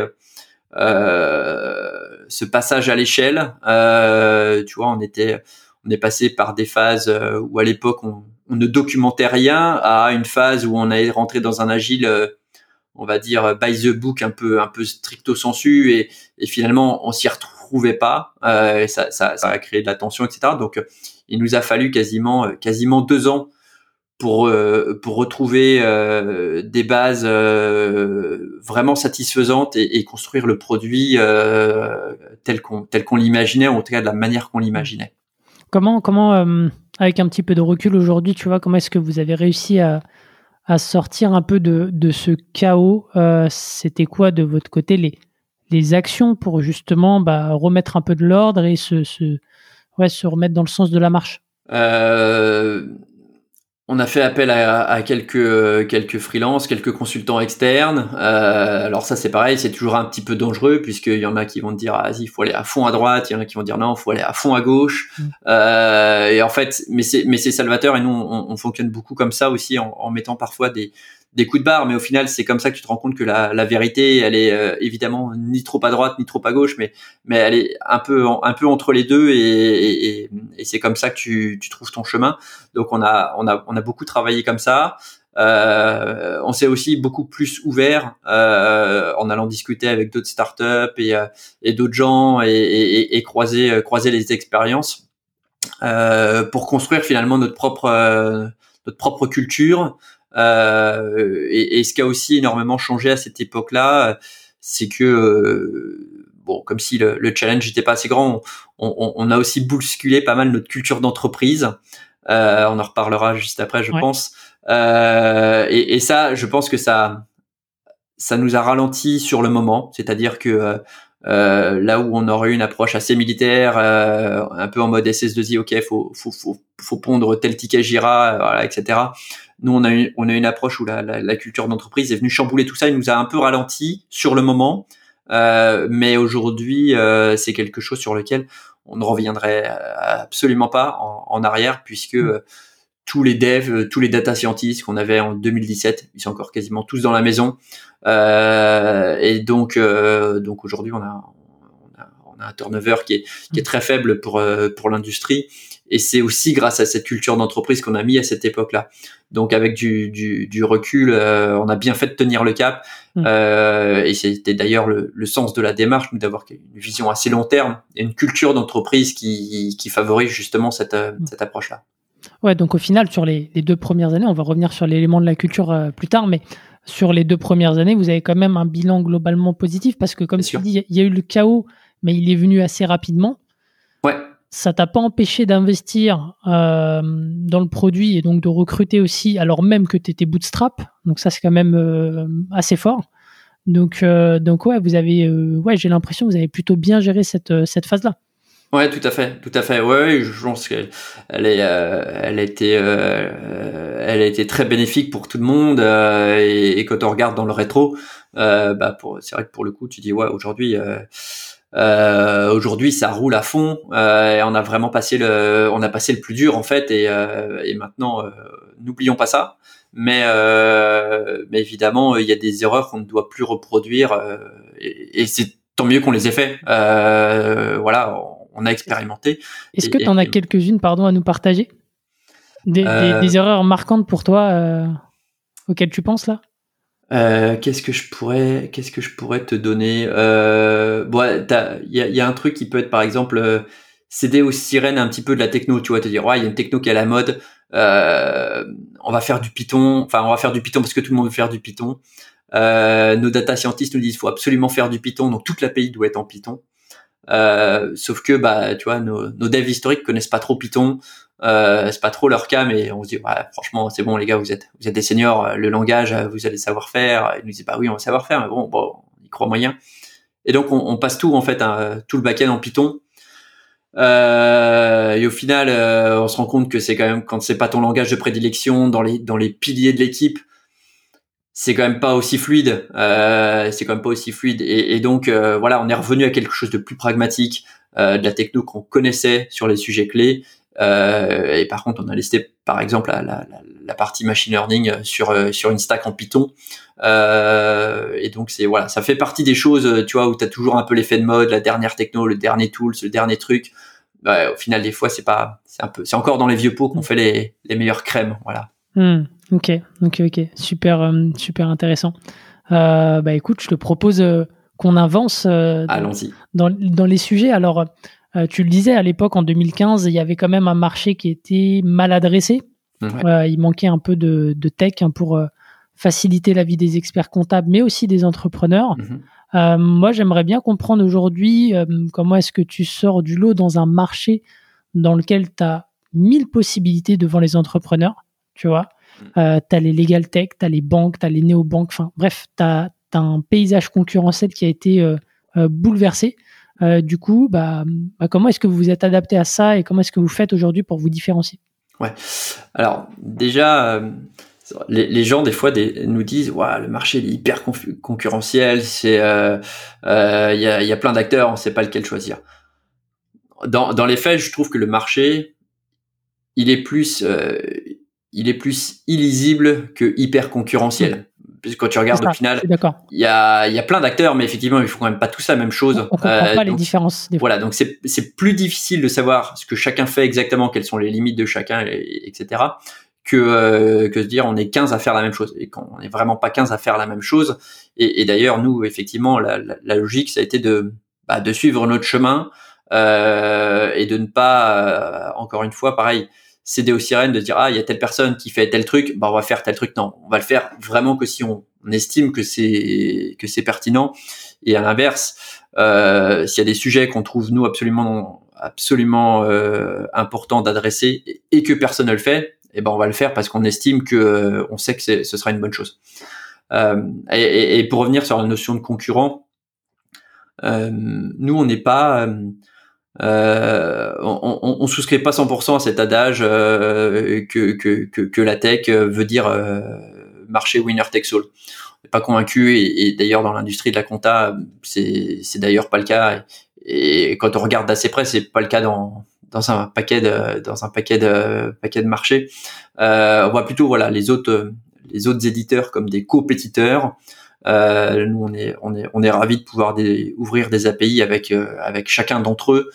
euh, ce passage à l'échelle. Euh, tu vois, on était, on est passé par des phases où à l'époque on, on ne documentait rien, à une phase où on est rentré dans un agile, on va dire by the book, un peu, un peu stricto sensu, et, et finalement on s'y retrouvait pas. Euh, et ça, ça, ça a créé de la tension, et cetera. Donc il nous a fallu quasiment, quasiment deux ans pour euh, pour retrouver euh, des bases euh, vraiment satisfaisantes et, et construire le produit euh, tel qu'on tel qu'on l'imaginait, ou en tout cas de la manière qu'on l'imaginait. Comment comment euh, avec un petit peu de recul aujourd'hui, tu vois, comment est-ce que vous avez réussi à à sortir un peu de, de ce chaos, euh, c'était quoi de votre côté les, les actions pour justement bah, remettre un peu de l'ordre et se, se, ouais, se remettre dans le sens de la marche? euh, On a fait appel à, à quelques quelques freelances, quelques consultants externes. Euh, alors ça c'est pareil, c'est toujours un petit peu dangereux puisqu'il y en a qui vont te dire ah, vas-y, il faut aller à fond à droite, il y en a qui vont dire non, il faut aller à fond à gauche. Mmh. Euh, et en fait, mais c'est mais c'est salvateur et nous on, on fonctionne beaucoup comme ça aussi en, en mettant parfois des des coups de barre, mais au final c'est comme ça que tu te rends compte que la, la vérité elle est euh, évidemment ni trop à droite ni trop à gauche, mais mais elle est un peu un peu entre les deux et, et, et c'est comme ça que tu, tu trouves ton chemin. Donc on a on a on a beaucoup travaillé comme ça. Euh, on s'est aussi beaucoup plus ouvert euh, en allant discuter avec d'autres startups et euh, et d'autres gens et, et, et croiser croiser les expériences euh, pour construire finalement notre propre euh, notre propre culture. Euh, et, et ce qui a aussi énormément changé à cette époque-là, c'est que euh, bon, comme si le, le challenge n'était pas assez grand, on, on, on a aussi bousculé pas mal notre culture d'entreprise. Euh, on en reparlera juste après, je ouais. pense. Euh, et, et ça, je pense que ça, ça nous a ralenti sur le moment. C'est-à-dire que euh, là où on aurait eu une approche assez militaire, euh, un peu en mode S S deux I, ok, faut, faut, faut, faut pondre tel ticket Jira, euh, voilà, et cetera. Nous, on a eu, on a une approche où la, la, la culture d'entreprise est venue chambouler tout ça. Il nous a un peu ralenti sur le moment, euh, mais aujourd'hui, euh, c'est quelque chose sur lequel on ne reviendrait absolument pas en, en arrière, puisque euh, tous les devs, tous les data scientists qu'on avait en deux mille dix-sept, ils sont encore quasiment tous dans la maison. Euh, et donc, euh, donc aujourd'hui, on a, on a, on a un turnover qui est, qui est très faible pour euh, pour l'industrie. Et c'est aussi grâce à cette culture d'entreprise qu'on a mis à cette époque-là. Donc avec du, du, du recul, euh, on a bien fait de tenir le cap. Mmh. Euh, et c'était d'ailleurs le, le sens de la démarche, d'avoir une vision assez long terme et une culture d'entreprise qui, qui favorise justement cette, mmh. cette approche-là. Ouais, donc au final, sur les, les deux premières années, on va revenir sur l'élément de la culture euh, plus tard, mais sur les deux premières années, vous avez quand même un bilan globalement positif parce que, comme bien tu sûr. dis, il y a eu le chaos, mais il est venu assez rapidement. Ouais. Ça t'a pas empêché d'investir euh, dans le produit et donc de recruter aussi, alors même que tu étais bootstrap. Donc ça, c'est quand même euh, assez fort. Donc, euh, donc ouais, vous avez, euh, ouais, j'ai l'impression que vous avez plutôt bien géré cette, cette phase-là. Ouais, tout à fait, tout à fait. Ouais, je pense qu'elle, elle est, euh, elle a été, euh, elle a été très bénéfique pour tout le monde. Euh, et, et quand on regarde dans le rétro, euh, bah, pour, c'est vrai que pour le coup, tu dis ouais, aujourd'hui. Euh, Euh, aujourd'hui, ça roule à fond. Euh, et on a vraiment passé le, on a passé le plus dur en fait, et, euh, et maintenant, euh, n'oublions pas ça. Mais, euh, mais évidemment, il y a des erreurs qu'on ne doit plus reproduire, euh, et, et c'est tant mieux qu'on les ait fait. Euh, voilà, on a expérimenté. Est-ce que tu en as quelques-unes, pardon, à nous partager, des, euh, des, des erreurs marquantes pour toi euh, auxquelles tu penses là? Euh, qu'est-ce que je pourrais, qu'est-ce que je pourrais te donner euh, Bon, il y a, y a un truc qui peut être par exemple euh, céder aux sirènes un petit peu de la techno. Tu vois, te dire ouais, il y a une techno qui est à la mode. Euh, on va faire du Python. Enfin, on va faire du Python parce que tout le monde veut faire du Python. Euh, nos data scientists nous disent il faut absolument faire du Python, donc toute l'A P I doit être en Python. Euh, sauf que bah, tu vois, nos, nos devs historiques connaissent pas trop Python. Euh, c'est pas trop leur cas, mais on se dit ouais, franchement c'est bon les gars, vous êtes vous êtes des seniors, le langage vous allez savoir faire. Ils nous disent bah oui on va savoir faire, mais bon bon on y croit moyen. Et donc on, on passe tout en fait hein, tout le back-end en Python. Euh, et au final euh, on se rend compte que c'est quand même quand c'est pas ton langage de prédilection dans les dans les piliers de l'équipe, c'est quand même pas aussi fluide. Euh, c'est quand même pas aussi fluide. Et, et donc euh, voilà, on est revenu à quelque chose de plus pragmatique, euh, de la techno qu'on connaissait sur les sujets clés. Euh, et par contre, on a listé, par exemple, la, la, la partie machine learning sur sur une stack en Python. Euh, et donc c'est voilà, ça fait partie des choses, tu vois, où t'as toujours un peu l'effet de mode, la dernière techno, le dernier tool, le dernier truc. Bah, au final, des fois, c'est pas, c'est un peu, c'est encore dans les vieux pots qu'on fait les les meilleures crèmes, voilà. Mmh, ok, ok, ok, super, euh, super intéressant. Euh, bah écoute, je te propose euh, qu'on avance euh, Allons-y. Dans, dans les sujets. Alors, euh, tu le disais, à l'époque, en deux mille quinze, il y avait quand même un marché qui était mal adressé. Ouais. Euh, il manquait un peu de, de tech hein, pour euh, faciliter la vie des experts comptables, mais aussi des entrepreneurs. Mmh. Euh, moi, j'aimerais bien comprendre aujourd'hui euh, comment est-ce que tu sors du lot dans un marché dans lequel tu as mille possibilités devant les entrepreneurs, tu vois. euh, tu as les legal tech, tu as les banques, tu as les néobanques, enfin bref, tu as un paysage concurrentiel qui a été euh, euh, bouleversé. Euh, du coup, bah, bah, comment est-ce que vous vous êtes adapté à ça et comment est-ce que vous faites aujourd'hui pour vous différencier? Ouais. Alors déjà, euh, les, les gens des fois des, nous disent, ouais, le marché il est hyper conf- concurrentiel, c'est, il euh, euh, y a, y a plein d'acteurs, on sait pas lequel choisir. Dans, dans les faits, je trouve que le marché, il est plus, euh, il est plus illisible que hyper concurrentiel. Mmh. Puisque quand tu regardes ça, au final, je suis d'accord. Il y a, il y a plein d'acteurs, mais effectivement, ils font quand même pas tous la même chose. On, on comprend euh, pas donc, les différences. Des fois. Voilà, donc c'est, c'est plus difficile de savoir ce que chacun fait exactement, quelles sont les limites de chacun, et, etc. Que, euh, que de dire on est quinze à faire la même chose. Et qu'on n'est vraiment pas quinze à faire la même chose. Et, et d'ailleurs, nous, effectivement, la, la, la logique, ça a été de, bah, de suivre notre chemin euh, et de ne pas, euh, encore une fois, pareil, céder aux sirènes, de dire ah, il y a telle personne qui fait tel truc, bah on va faire tel truc. Non, on va le faire vraiment que si on, on estime que c'est que c'est pertinent. Et à l'inverse, euh, s'il y a des sujets qu'on trouve nous absolument absolument euh, importants d'adresser et, et que personne ne le fait, eh ben on va le faire parce qu'on estime que euh, on sait que c'est, ce sera une bonne chose. Euh, et, et pour revenir sur la notion de concurrent, euh, nous on n'est pas euh, Euh, on, on, on souscrit pas cent pour cent à cet adage euh, que, que, que, que la tech veut dire euh, marché winner takes all. On n'est pas convaincu et, et d'ailleurs dans l'industrie de la compta, c'est, c'est d'ailleurs pas le cas. Et, et quand on regarde d'assez près, c'est pas le cas dans dans un paquet de dans un paquet de paquet de marchés. Euh, on voit plutôt voilà les autres les autres éditeurs comme des compétiteurs. Euh, nous, on est, on est, on est ravis de pouvoir des, ouvrir des A P I avec, euh, avec chacun d'entre eux.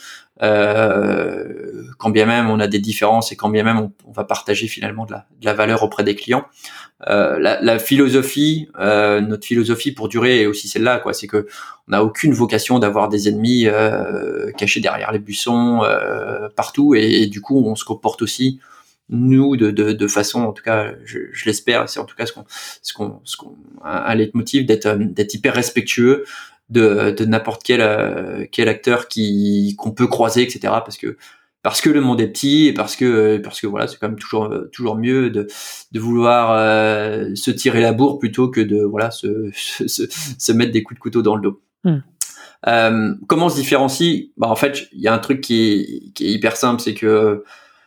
Euh, quand bien même on a des différences et quand bien même on, on va partager finalement de la, de la valeur auprès des clients. Euh, la, la philosophie, euh, notre philosophie pour durer est aussi celle-là, quoi. C'est que on n'a aucune vocation d'avoir des ennemis euh, cachés derrière les buissons euh, partout, et, et du coup on se comporte aussi nous de, de, de façon, en tout cas, je, je l'espère, c'est en tout cas ce qu'on, ce qu'on, ce qu'on, un leitmotiv d'être, d'être hyper respectueux de, de n'importe quel, quel acteur qui, qu'on peut croiser, et cetera. Parce que, parce que le monde est petit et parce que, parce que voilà, c'est quand même toujours, toujours mieux de, de vouloir euh, se tirer la bourre plutôt que de, voilà, se, se, se mettre des coups de couteau dans le dos. Mmh. Euh, comment on se différencie? Bah, en fait, il y a un truc qui est, qui est hyper simple, c'est que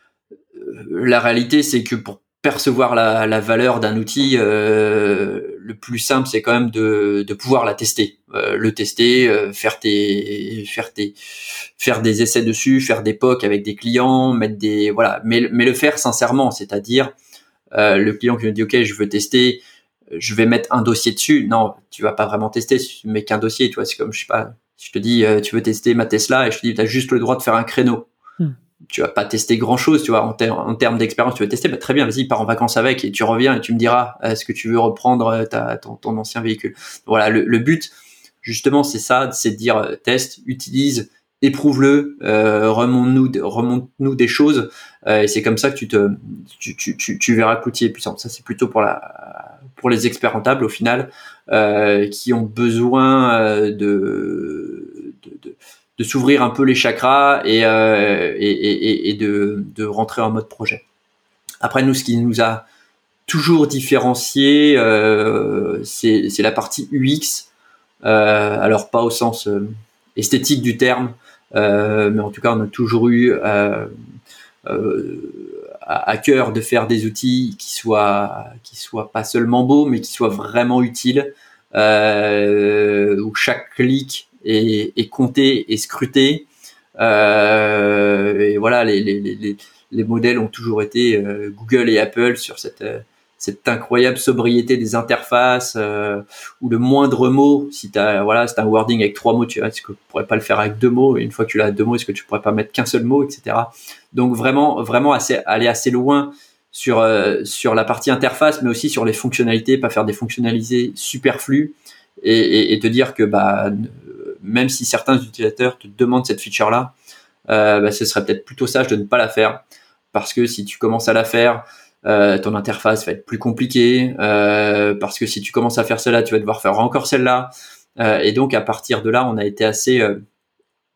la réalité, c'est que pour percevoir la, la valeur d'un outil, euh, le plus simple, c'est quand même de, de pouvoir la tester, euh, le tester, euh, faire tes, faire tes, faire des essais dessus, faire des P O C avec des clients, mettre des, voilà, mais, mais le faire sincèrement, c'est-à-dire euh, le client qui me dit ok, je veux tester, je vais mettre un dossier dessus. Non, tu vas pas vraiment tester, tu mets qu'un dossier, tu vois. C'est comme je sais pas, si je te dis euh, tu veux tester ma Tesla et je te dis tu as juste le droit de faire un créneau. Hmm. Tu vas pas tester grand chose, tu vois, en, ter- en termes d'expérience, tu vas tester, bah, très bien, vas-y, pars en vacances avec et tu reviens et tu me diras, est-ce que tu veux reprendre ta, ton, ton ancien véhicule? Voilà, le, le but, justement, c'est ça, c'est de dire, euh, teste, utilise, éprouve-le, euh, remonte-nous, remonte-nous des choses, euh, et c'est comme ça que tu te, tu, tu, tu, tu verras que l'outil est puissant. Ça, c'est plutôt pour la, pour les experts rentables, au final, euh, qui ont besoin euh, de, de, de de s'ouvrir un peu les chakras et, euh, et, et, et de, de rentrer en mode projet. Après, nous, ce qui nous a toujours différencié, euh, c'est, c'est la partie U X. Euh, alors, pas au sens euh, esthétique du terme, euh, mais en tout cas, on a toujours eu euh, euh, à, à cœur de faire des outils qui soient, qui soient pas seulement beaux, mais qui soient vraiment utiles, euh, où chaque clic Et, et compter et scruter. Euh, et voilà, les, les, les, les modèles ont toujours été euh, Google et Apple sur cette, euh, cette incroyable sobriété des interfaces, euh, où le moindre mot, si t'as, voilà, c'est un wording avec trois mots, tu vois, est-ce que tu pourrais pas le faire avec deux mots? Et une fois que tu l'as à deux mots, est-ce que tu pourrais pas mettre qu'un seul mot, et cetera. Donc vraiment, vraiment assez, aller assez loin sur, euh, sur la partie interface, mais aussi sur les fonctionnalités, pas faire des fonctionnalités superflues. Et, et, et te dire que bah, même si certains utilisateurs te demandent cette feature-là, euh, bah, ce serait peut-être plutôt sage de ne pas la faire, parce que si tu commences à la faire, euh, ton interface va être plus compliquée, euh, parce que si tu commences à faire celle-là, tu vas devoir faire encore celle-là, euh, et donc à partir de là, on a été assez euh,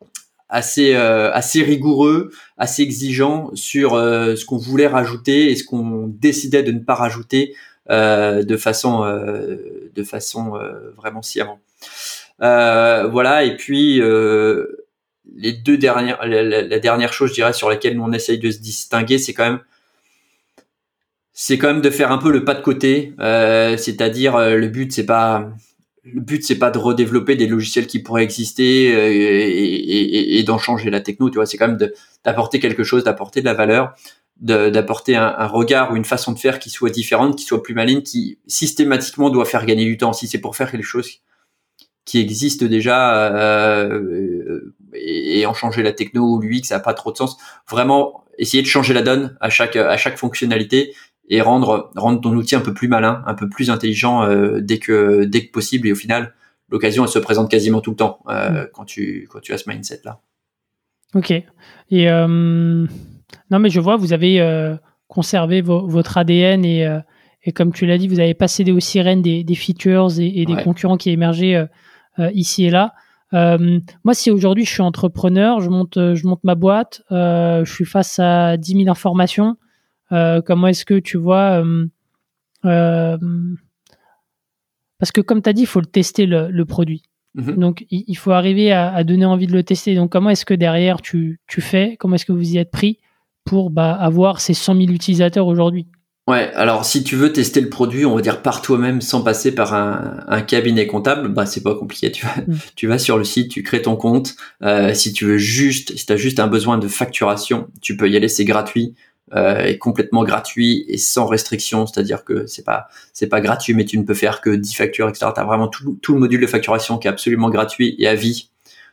assez euh, assez rigoureux, assez exigeant sur euh, ce qu'on voulait rajouter et ce qu'on décidait de ne pas rajouter euh, de façon euh, de façon euh, vraiment sciemment. Euh, voilà, et puis euh, les deux dernières la, la, la dernière chose, je dirais, sur laquelle on essaye de se distinguer, c'est quand même c'est quand même de faire un peu le pas de côté, euh, c'est-à-dire euh, le but c'est pas le but c'est pas de redévelopper des logiciels qui pourraient exister euh, et, et, et d'en changer la techno, tu vois, c'est quand même de, d'apporter quelque chose, d'apporter de la valeur, de, d'apporter un, un regard ou une façon de faire qui soit différente, qui soit plus maligne, qui systématiquement doit faire gagner du temps. Si c'est pour faire quelque chose qui existe déjà euh, et, et en changer la techno ou l'U X, ça n'a pas trop de sens. Vraiment essayer de changer la donne à chaque à chaque fonctionnalité et rendre rendre ton outil un peu plus malin, un peu plus intelligent euh, dès que dès que possible. Et au final, l'occasion elle se présente quasiment tout le temps euh, mmh. quand tu quand tu as ce mindset là. Ok. Et euh, non mais je vois, vous avez euh, conservé vo- votre A D N et euh, et comme tu l'as dit, vous avez pas cédé aux sirènes des, des features et, et des ouais. concurrents qui émergeaient euh, euh, ici et là. Euh, moi, si aujourd'hui je suis entrepreneur, je monte je monte ma boîte, euh, je suis face à dix mille informations. Euh, comment est-ce que tu vois euh, euh, parce que comme tu as dit, il faut le tester le, le produit. Mmh. Donc, il, il faut arriver à, à donner envie de le tester. Donc, comment est-ce que derrière tu, tu fais? Comment est-ce que vous y êtes pris pour bah, avoir ces cent mille utilisateurs aujourd'hui? Ouais, alors si tu veux tester le produit, on va dire par toi-même sans passer par un, un cabinet comptable, bah c'est pas compliqué. Tu vas, mmh. tu vas sur le site, tu crées ton compte. Euh, si tu veux juste, si t'as juste un besoin de facturation, tu peux y aller, c'est gratuit. Euh, est complètement gratuit et sans restriction, c'est-à-dire que c'est pas c'est pas gratuit, mais tu ne peux faire que dix factures, et cetera. T'as vraiment tout tout le module de facturation qui est absolument gratuit et à vie.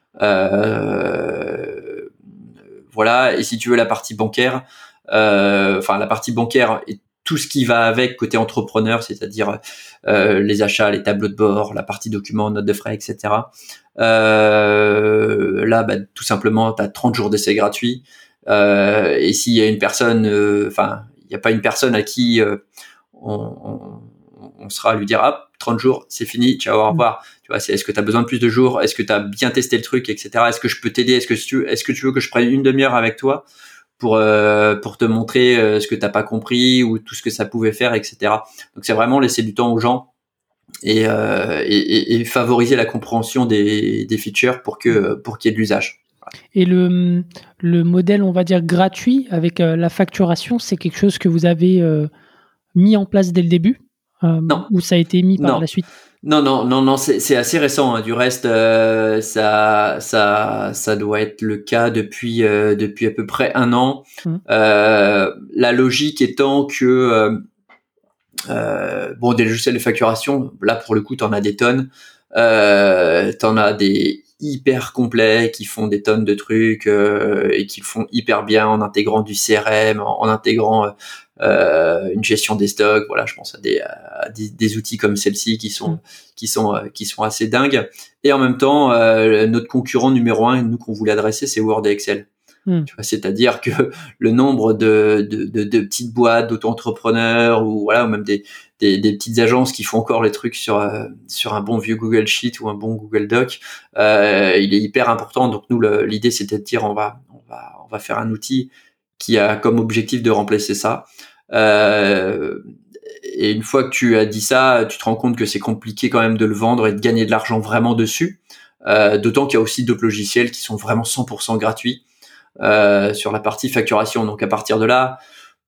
Euh, voilà. Et si tu veux la partie bancaire, euh, enfin la partie bancaire et tout ce qui va avec côté entrepreneur, c'est-à-dire euh, les achats, les tableaux de bord, la partie documents, notes de frais, et cetera. Euh, là, bah, tout simplement, t'as trente jours d'essai gratuits. Euh, et s'il y a une personne, enfin, euh, il n'y a pas une personne à qui euh, on, on, on sera à lui dire, ah, trente jours, c'est fini, ciao, au revoir. Mmh. Tu vois, c'est est-ce que tu as besoin de plus de jours? Est-ce que tu as bien testé le truc, et cetera. Est-ce que je peux t'aider? Est-ce que tu, est-ce que tu veux que je prenne une demi-heure avec toi pour euh, pour te montrer euh, ce que t'as pas compris ou tout ce que ça pouvait faire, et cetera. Donc c'est vraiment laisser du temps aux gens et euh, et, et, et favoriser la compréhension des des features pour que pour qu'il y ait de l'usage. Et le, le modèle, on va dire, gratuit avec euh, la facturation, c'est quelque chose que vous avez euh, mis en place dès le début euh, non. Ou ça a été mis par non. la suite? Non, non, non, non, c'est, c'est assez récent. Hein. Du reste, euh, ça, ça, ça doit être le cas depuis, euh, depuis à peu près un an. Mmh. Euh, la logique étant que, euh, euh, bon, des logiciels de facturation, là pour le coup, t'en as des tonnes. Euh, t'en as des hyper complets qui font des tonnes de trucs euh, et qui le font hyper bien en intégrant du C R M, en, en intégrant euh, une gestion des stocks. Voilà, je pense à des, à des, des outils comme celle-ci qui sont mmh. qui sont euh, qui sont assez dingues. Et en même temps, euh, notre concurrent numéro un, nous qu'on voulait adresser, c'est Word et Excel. Mmh. Tu vois, c'est-à-dire que le nombre de de, de, de petites boîtes d'auto-entrepreneurs ou voilà, ou même des Des, des petites agences qui font encore les trucs sur euh, sur un bon vieux Google Sheet ou un bon Google Doc, euh, il est hyper important. Donc nous, le, l'idée c'était de dire on va on va on va faire un outil qui a comme objectif de remplacer ça. Euh, et une fois que tu as dit ça, tu te rends compte que c'est compliqué quand même de le vendre et de gagner de l'argent vraiment dessus. Euh, d'autant qu'il y a aussi d'autres logiciels qui sont vraiment cent pour cent gratuits euh, sur la partie facturation. Donc à partir de là,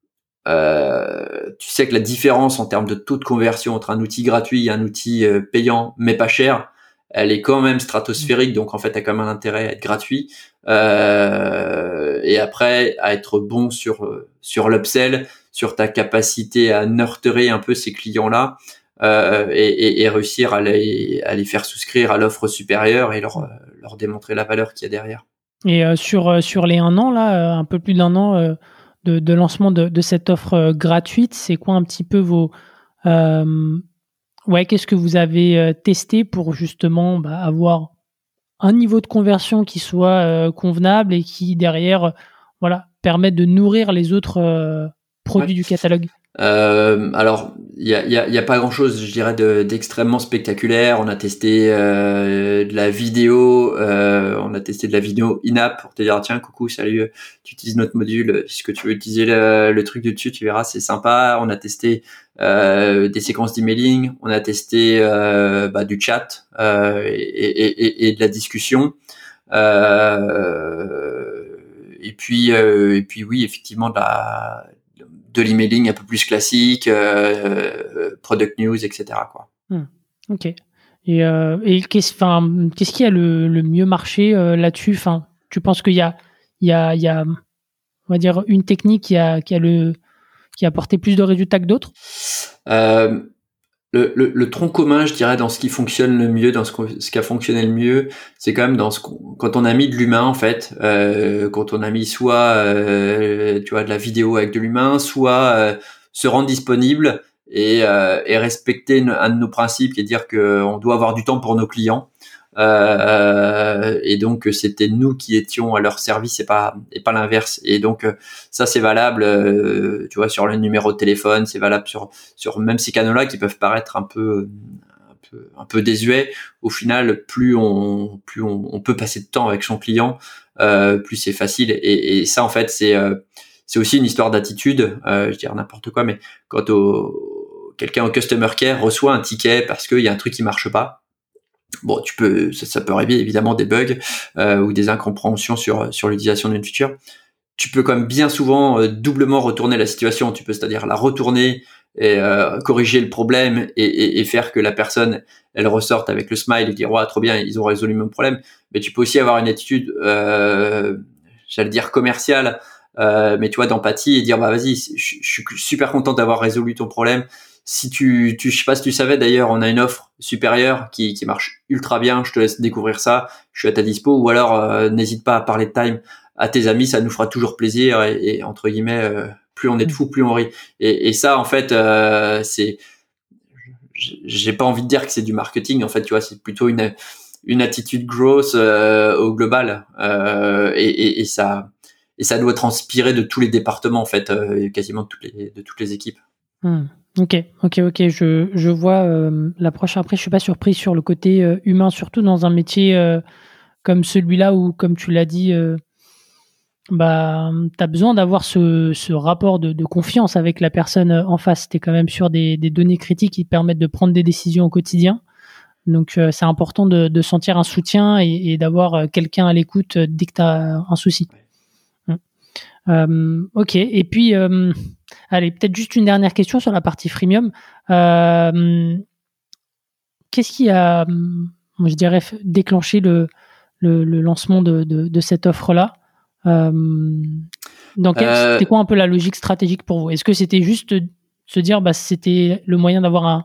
Euh, tu sais que la différence en termes de taux de conversion entre un outil gratuit et un outil euh, payant mais pas cher, elle est quand même stratosphérique. Donc en fait, t'as quand même un intérêt à être gratuit euh, et après à être bon sur sur l'upsell, sur ta capacité à nurturer un peu ces clients-là euh, et, et, et réussir à les à les faire souscrire à l'offre supérieure et leur leur démontrer la valeur qu'il y a derrière. Et euh, sur sur les un an là, un peu plus d'un an. Euh... De, de lancement de, de cette offre euh, gratuite, c'est quoi un petit peu vos... Euh, ouais, qu'est-ce que vous avez euh, testé pour justement bah, avoir un niveau de conversion qui soit euh, convenable et qui derrière euh, voilà, permette de nourrir les autres euh, produits ouais. du catalogue? Euh, alors, il y a, y, a, y a pas grand-chose, je dirais, de, d'extrêmement spectaculaire. On a testé euh, de la vidéo, euh, on a testé de la vidéo in-app pour te dire tiens, coucou, salut, tu utilises notre module, est-ce que tu veux utiliser le, le truc du dessus, tu verras, c'est sympa. On a testé euh, des séquences d'emailing, on a testé euh, bah, du chat euh, et, et, et, et de la discussion. Euh, et puis, euh, et puis oui, effectivement, de la de l'emailing un peu plus classique, euh, product news, et cetera quoi. Mmh. Ok. Et, euh, et qu'est-ce, enfin, qu'est-ce qui a le, le mieux marché euh, là-dessus? Enfin, tu penses qu'il y a, il y a, il y a, on va dire, une technique qui a, qui a le, qui a apporté plus de résultats que d'autres? euh, le, le, le tronc commun, je dirais, dans ce qui fonctionne le mieux, dans ce, ce qui a fonctionné le mieux, c'est quand même dans ce quand on a mis de l'humain en fait, euh, quand on a mis soit euh, tu vois de la vidéo avec de l'humain, soit euh, se rendre disponible et, euh, et respecter une, un de nos principes, qui est de dire que on doit avoir du temps pour nos clients. Euh, et donc c'était nous qui étions à leur service et pas et pas l'inverse. Et donc ça c'est valable, euh, tu vois, sur le numéro de téléphone, c'est valable sur sur même ces canaux-là qui peuvent paraître un peu un peu un peu désuets. Au final, plus on plus on, on peut passer de temps avec son client, euh, plus c'est facile. Et, et ça en fait c'est euh, c'est aussi une histoire d'attitude. Euh, je dirais n'importe quoi, mais quand au, quelqu'un au customer care reçoit un ticket parce qu'il y a un truc qui marche pas. Bon, tu peux, ça, ça peut arriver évidemment des bugs euh, ou des incompréhensions sur sur l'utilisation d'une feature. Tu peux quand même bien souvent euh, doublement retourner la situation. Tu peux, c'est-à-dire la retourner et euh, corriger le problème et, et, et faire que la personne elle ressorte avec le smile et dire ouais trop bien, ils ont résolu mon problème. Mais tu peux aussi avoir une attitude, euh, j'allais dire commerciale, euh, mais tu vois d'empathie et dire bah vas-y, je, je suis super content d'avoir résolu ton problème. Si tu, tu, je sais pas si tu savais d'ailleurs, on a une offre supérieure qui, qui marche ultra bien. Je te laisse découvrir ça. Je suis à ta dispo. Ou alors, euh, n'hésite pas à parler de Time à tes amis. Ça nous fera toujours plaisir. Et, et entre guillemets, euh, plus on est de fous, plus on rit. Et, et ça, en fait, euh, c'est, j'ai pas envie de dire que c'est du marketing. En fait, tu vois, c'est plutôt une, une attitude growth euh, au global. Euh, et, et, et ça, et ça doit transpirer de tous les départements, en fait, euh, quasiment de toutes les, de toutes les équipes. Mmh. Ok, ok, ok. Je, je vois euh, l'approche. Après, je suis pas surpris sur le côté euh, humain, surtout dans un métier euh, comme celui-là où, comme tu l'as dit, euh, bah, tu as besoin d'avoir ce, ce rapport de, de confiance avec la personne en face. Tu es quand même sur des, des données critiques qui te permettent de prendre des décisions au quotidien. Donc, euh, c'est important de, de sentir un soutien et, et d'avoir euh, quelqu'un à l'écoute euh, dès que tu as un souci. Mmh. Euh, ok, et puis, euh, allez, peut-être juste une dernière question sur la partie freemium. Euh, qu'est-ce qui a, je dirais, déclenché le, le, le lancement de, de, de cette offre-là? euh, donc, Euh, c'était quoi un peu la logique stratégique pour vous? Est-ce que c'était juste se dire, bah, c'était le moyen d'avoir un,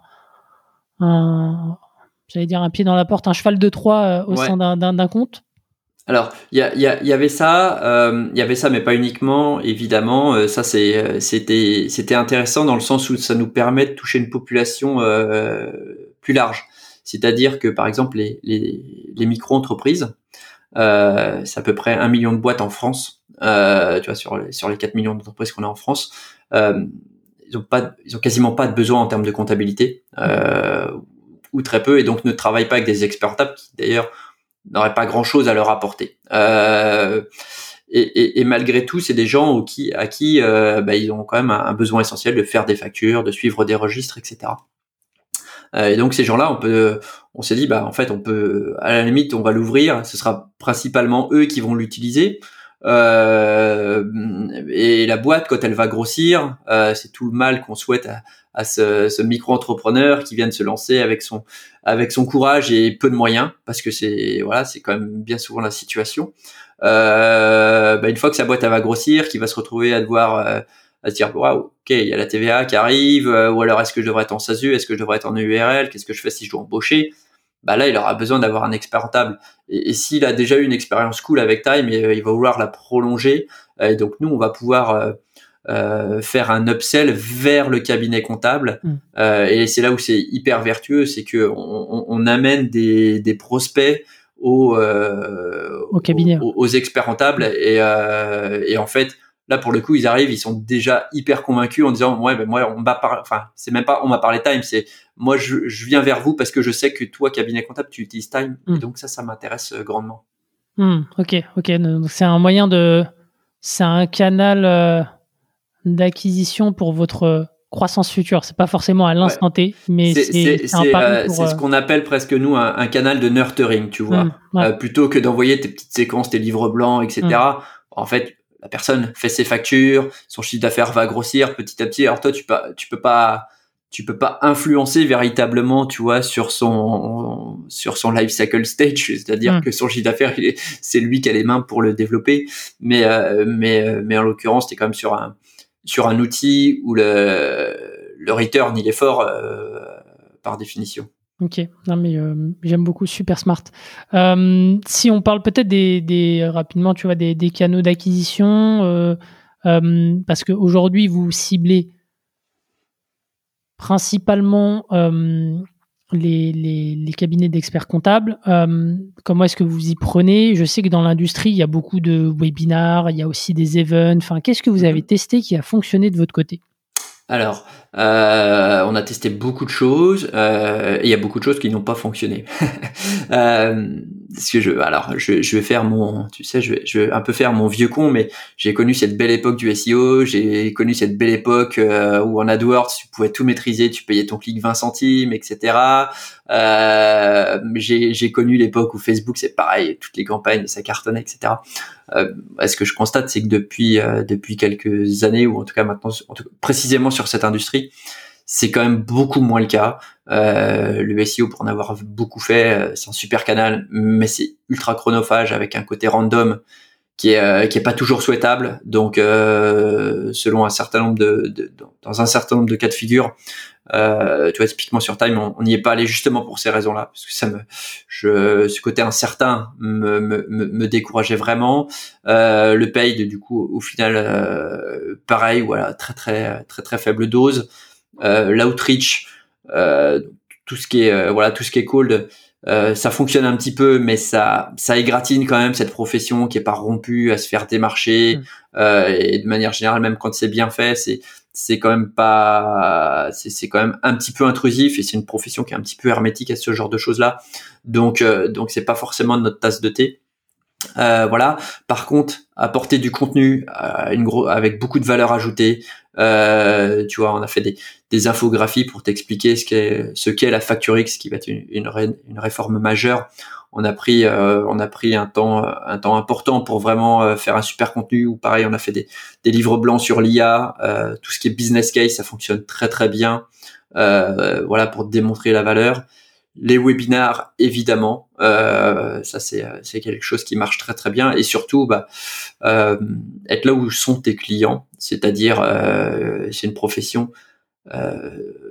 un, j'allais dire un pied dans la porte, un cheval de Troie euh, au ouais. sein d'un, d'un, d'un compte? Alors, il y, a, y, a, y avait ça, il euh, y avait ça, mais pas uniquement, évidemment. Euh, ça, c'est, c'était, c'était intéressant dans le sens où ça nous permet de toucher une population euh, plus large. C'est-à-dire que, par exemple, les, les, les micro-entreprises, euh, c'est à peu près un million de boîtes en France. Euh, tu vois, sur les, sur les quatre millions d'entreprises qu'on a en France, euh, ils ont pas, ils ont quasiment pas de besoin en termes de comptabilité, euh, ou très peu, et donc ne travaillent pas avec des experts comptables qui, d'ailleurs, n'aurait pas grand-chose à leur apporter. Euh, et, et, et malgré tout, c'est des gens qui, à qui euh, bah, ils ont quand même un, un besoin essentiel de faire des factures, de suivre des registres, et cetera. Euh, et donc ces gens-là, on peut, on s'est dit, bah en fait, on peut, à la limite, on va l'ouvrir. Ce sera principalement eux qui vont l'utiliser. Euh, et la boîte, quand elle va grossir, euh, c'est tout le mal qu'on souhaite à, à ce, ce micro-entrepreneur qui vient de se lancer avec son avec son courage et peu de moyens, parce que c'est voilà, c'est quand même bien souvent la situation. Euh, bah, une fois que sa boîte elle va grossir, qui va se retrouver à devoir euh, à se dire waouh, ok, il y a la T V A qui arrive, euh, ou alors est-ce que je devrais être en S A S U, est-ce que je devrais être en U R L, qu'est-ce que je fais si je dois embaucher? Bah là, il aura besoin d'avoir un expert comptable. Et, et s'il a déjà eu une expérience cool avec Time, et, euh, il va vouloir la prolonger. Euh, et donc nous, on va pouvoir euh, euh, faire un upsell vers le cabinet comptable. Mmh. Euh, et c'est là où c'est hyper vertueux, c'est que on, on amène des, des prospects aux, euh, au cabinet, aux, aux experts comptables. Mmh. Et, euh, et en fait, Là, pour le coup, ils arrivent, ils sont déjà hyper convaincus en disant, ouais, ben moi, on m'a parlé, enfin, c'est même pas, on m'a parlé Time, c'est, moi, je, je viens vers vous parce que je sais que toi, cabinet comptable, tu utilises Time. Mm. Et donc, ça, ça m'intéresse euh, grandement. Mm, ok, ok. Donc, c'est un moyen de, c'est un canal euh, d'acquisition pour votre croissance future. C'est pas forcément à l'instant ouais. T, mais c'est, c'est, c'est, c'est un pari euh, pour. C'est ce qu'on appelle presque nous un, un canal de nurturing, tu vois. Mm, ouais. euh, plutôt que d'envoyer tes petites séquences, tes livres blancs, et cetera. Mm. En fait, la personne fait ses factures, son chiffre d'affaires va grossir petit à petit. Alors toi, tu peux, tu peux pas, tu peux pas influencer véritablement, tu vois, sur son, sur son life cycle stage, c'est-à-dire mmh. que son chiffre d'affaires, il est, c'est lui qui a les mains pour le développer. Mais, euh, mais, mais en l'occurrence, t'es quand même sur un, sur un outil où le, le return, il est fort euh, par définition. Ok, non mais euh, j'aime beaucoup, super smart. Euh, si on parle peut-être des, des rapidement, tu vois, des, des canaux d'acquisition, euh, euh, parce qu'aujourd'hui vous ciblez principalement euh, les, les, les cabinets d'experts comptables. Euh, comment est-ce que vous y prenez ? Je sais que dans l'industrie il y a beaucoup de webinars, il y a aussi des events. Enfin, qu'est-ce que vous avez testé qui a fonctionné de votre côté ? Alors, euh, on a testé beaucoup de choses euh, et il y a beaucoup de choses qui n'ont pas fonctionné. euh, ce que je, alors, je, je vais faire mon, tu sais, je vais, je vais un peu faire mon vieux con, mais j'ai connu cette belle époque du S E O, j'ai connu cette belle époque euh, où en AdWords tu pouvais tout maîtriser, tu payais ton clic vingt centimes, et cetera. Euh, j'ai, j'ai connu l'époque où Facebook c'est pareil, toutes les campagnes ça cartonnait, et cetera. Euh, ce que je constate, c'est que depuis euh, depuis quelques années, ou en tout cas maintenant, en tout cas, précisément sur cette industrie, c'est quand même beaucoup moins le cas. Euh, le S E O, pour en avoir beaucoup fait, c'est un super canal, mais c'est ultra chronophage avec un côté random qui est euh, qui est pas toujours souhaitable. Donc, euh, selon un certain nombre de, de dans un certain nombre de cas de figure, euh, tu vois, typiquement sur Time, on n'y est pas allé justement pour ces raisons-là, parce que ça me, je, ce côté incertain me, me, me décourageait vraiment. Euh, le paid, du coup, au final, euh, pareil, voilà, très très très très faible dose. Euh, l'outreach, euh, tout ce qui est, euh, voilà, tout ce qui est cold, euh, ça fonctionne un petit peu, mais ça, ça égratigne quand même cette profession qui est pas rompue à se faire démarcher. Mmh. Euh, et de manière générale, même quand c'est bien fait, c'est c'est quand même pas, c'est, c'est quand même un petit peu intrusif et c'est une profession qui est un petit peu hermétique à ce genre de choses-là. Donc, euh, donc c'est pas forcément notre tasse de thé. Euh, voilà. Par contre, apporter du contenu euh, une gros, avec beaucoup de valeur ajoutée. Euh, tu vois, on a fait des, des infographies pour t'expliquer ce qu'est, ce qu'est la Facture X, qui va être une, une, ré, une réforme majeure. On a pris, euh, on a pris un temps, un temps important pour vraiment euh, faire un super contenu. Ou pareil, on a fait des, des livres blancs sur l'I A, euh, tout ce qui est business case, ça fonctionne très très bien. Euh, voilà, pour démontrer la valeur. Les webinars, évidemment, euh, ça c'est c'est quelque chose qui marche très très bien. Et surtout, bah, euh, être là où sont tes clients, c'est-à-dire euh, c'est une profession euh,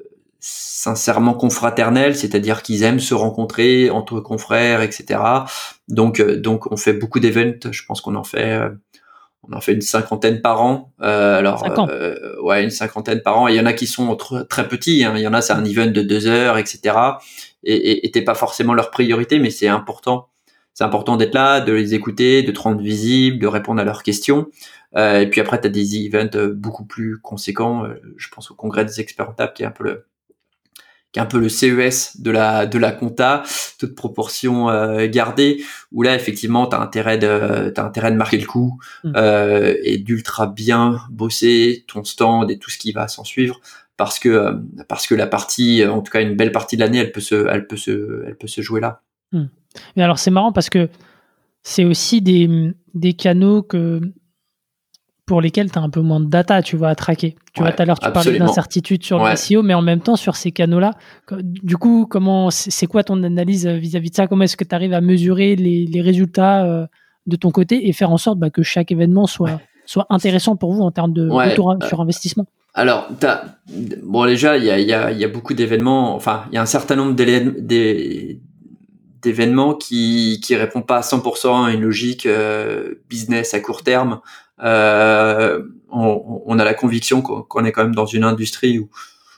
sincèrement confraternelle, c'est-à-dire qu'ils aiment se rencontrer entre confrères, et cetera. Donc donc on fait beaucoup d'events. Je pense qu'on en fait euh, on en fait une cinquantaine par an. Euh, alors euh, ouais, une cinquantaine par an. Et il y en a qui sont très, très petits. Hein. Il y en a c'est un event de deux heures, et cetera. Et, et t'es pas forcément leur priorité, mais c'est important. C'est important d'être là, de les écouter, de te rendre visible, de répondre à leurs questions. Euh, et puis après, t'as des events beaucoup plus conséquents. Je pense au congrès des experts comptables, qui est un peu le, qui est un peu le C E S de la de la compta, toute proportion euh, gardée. Où là, effectivement, t'as intérêt de t'as intérêt de marquer le coup mmh. euh, et d'ultra bien bosser ton stand et tout ce qui va s'en suivre. Parce que parce que la partie, en tout cas une belle partie de l'année, elle peut se elle peut se elle peut se jouer là. Mmh. Mais alors c'est marrant parce que c'est aussi des des canaux que pour lesquels tu as un peu moins de data, tu vois, à traquer. Tu ouais, vois, tout à l'heure tu absolument. parlais d'incertitude sur ouais. le S E O, mais en même temps sur ces canaux-là, du coup, comment c'est quoi ton analyse vis-à-vis de ça ? Comment est-ce que tu arrives à mesurer les les résultats de ton côté et faire en sorte bah, que chaque événement soit ouais. soit intéressant pour vous en termes de ouais. retour sur investissement ? Alors, t'as, bon, déjà, il y a, il y a, il y a beaucoup d'événements. Enfin, il y a un certain nombre des, d'événements qui, qui répondent pas à cent pour cent à une logique euh, business à court terme. Euh, on, on a la conviction qu'on, qu'on est quand même dans une industrie où,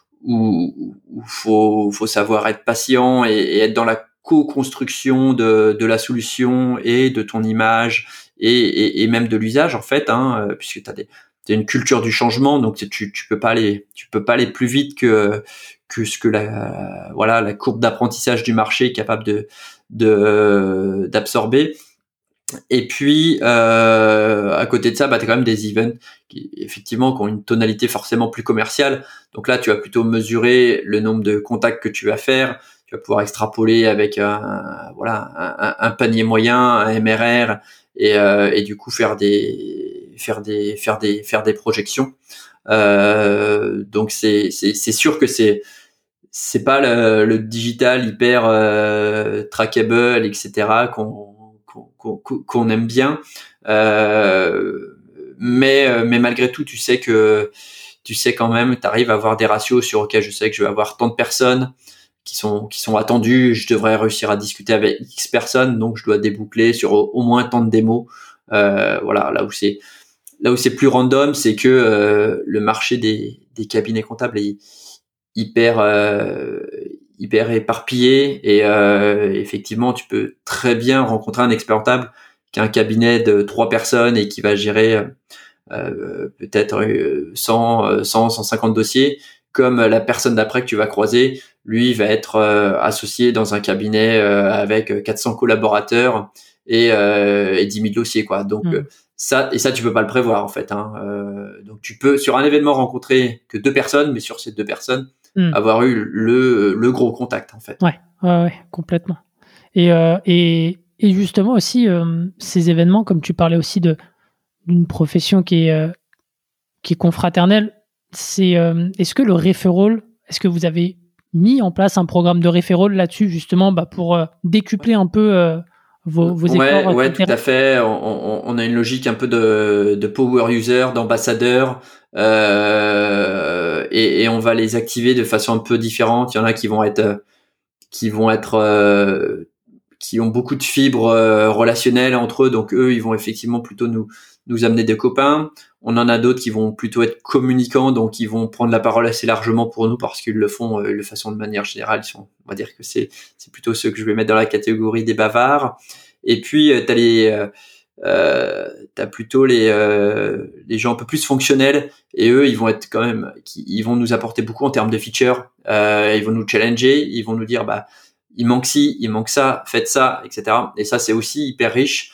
où, où faut, faut savoir être patient et, et être dans la co-construction de, de la solution et de ton image et, et, et même de l'usage en fait, hein, puisque tu as des t'as une culture du changement, donc tu tu peux pas aller tu peux pas aller plus vite que que ce que la voilà la courbe d'apprentissage du marché est capable de de d'absorber. Et puis euh, à côté de ça, bah t'as quand même des events qui effectivement qui ont une tonalité forcément plus commerciale. Donc là, tu vas plutôt mesurer le nombre de contacts que tu vas faire. Tu vas pouvoir extrapoler avec un voilà un, un panier moyen, un M R R, et, euh, et du coup faire des faire des faire des faire des projections. Euh, donc c'est c'est c'est sûr que c'est c'est pas le, le digital hyper euh, trackable, et cetera qu'on qu'on, qu'on, qu'on aime bien, euh, mais mais malgré tout, tu sais que tu sais quand même, tu arrives à avoir des ratios sur ok, je sais que je vais avoir tant de personnes qui sont qui sont attendues, je devrais réussir à discuter avec X personnes, donc je dois déboucler sur au, au moins tant de démos. Euh, voilà, là où c'est là où c'est plus random, c'est que euh, le marché des des cabinets comptables est hyper euh, hyper éparpillé, et euh, effectivement tu peux très bien rencontrer un expert comptable qui a un cabinet de trois personnes et qui va gérer euh, peut-être cent, cent, cent cinquante dossiers, comme la personne d'après que tu vas croiser, lui va être euh, associé dans un cabinet euh, avec quatre cents collaborateurs et, euh, et dix mille dossiers, quoi. Donc mmh. ça et ça tu peux pas le prévoir en fait, hein. Euh, donc tu peux sur un événement rencontrer que deux personnes, mais sur ces deux personnes mmh. avoir eu le le gros contact en fait. Ouais, ouais, ouais, complètement. Et euh, et et justement aussi euh, ces événements, comme tu parlais aussi de d'une profession qui est euh, qui est confraternelle, c'est euh, est-ce que le referral, est-ce que vous avez mis en place un programme de referral là-dessus justement, bah, pour euh, décupler un peu euh, vos, vos efforts? Ouais, ouais, tout à fait. On, on, on a une logique un peu de, de power user, d'ambassadeur, euh, et, et on va les activer de façon un peu différente. Il y en a qui vont être, qui vont être, euh, qui ont beaucoup de fibres euh, relationnelles entre eux, donc eux, ils vont effectivement plutôt nous nous amener des copains. On en a d'autres qui vont plutôt être communicants, donc ils vont prendre la parole assez largement pour nous parce qu'ils le font, euh, ils le font de manière générale. Ils sont, on va dire que c'est c'est plutôt ceux que je vais mettre dans la catégorie des bavards. Et puis euh, t'as les euh, euh, t'as plutôt les euh, les gens un peu plus fonctionnels, et eux ils vont être quand même, ils vont nous apporter beaucoup en termes de features. Euh, ils vont nous challenger, ils vont nous dire bah il manque ci, il manque ça, faites ça, et cetera. Et ça c'est aussi hyper riche.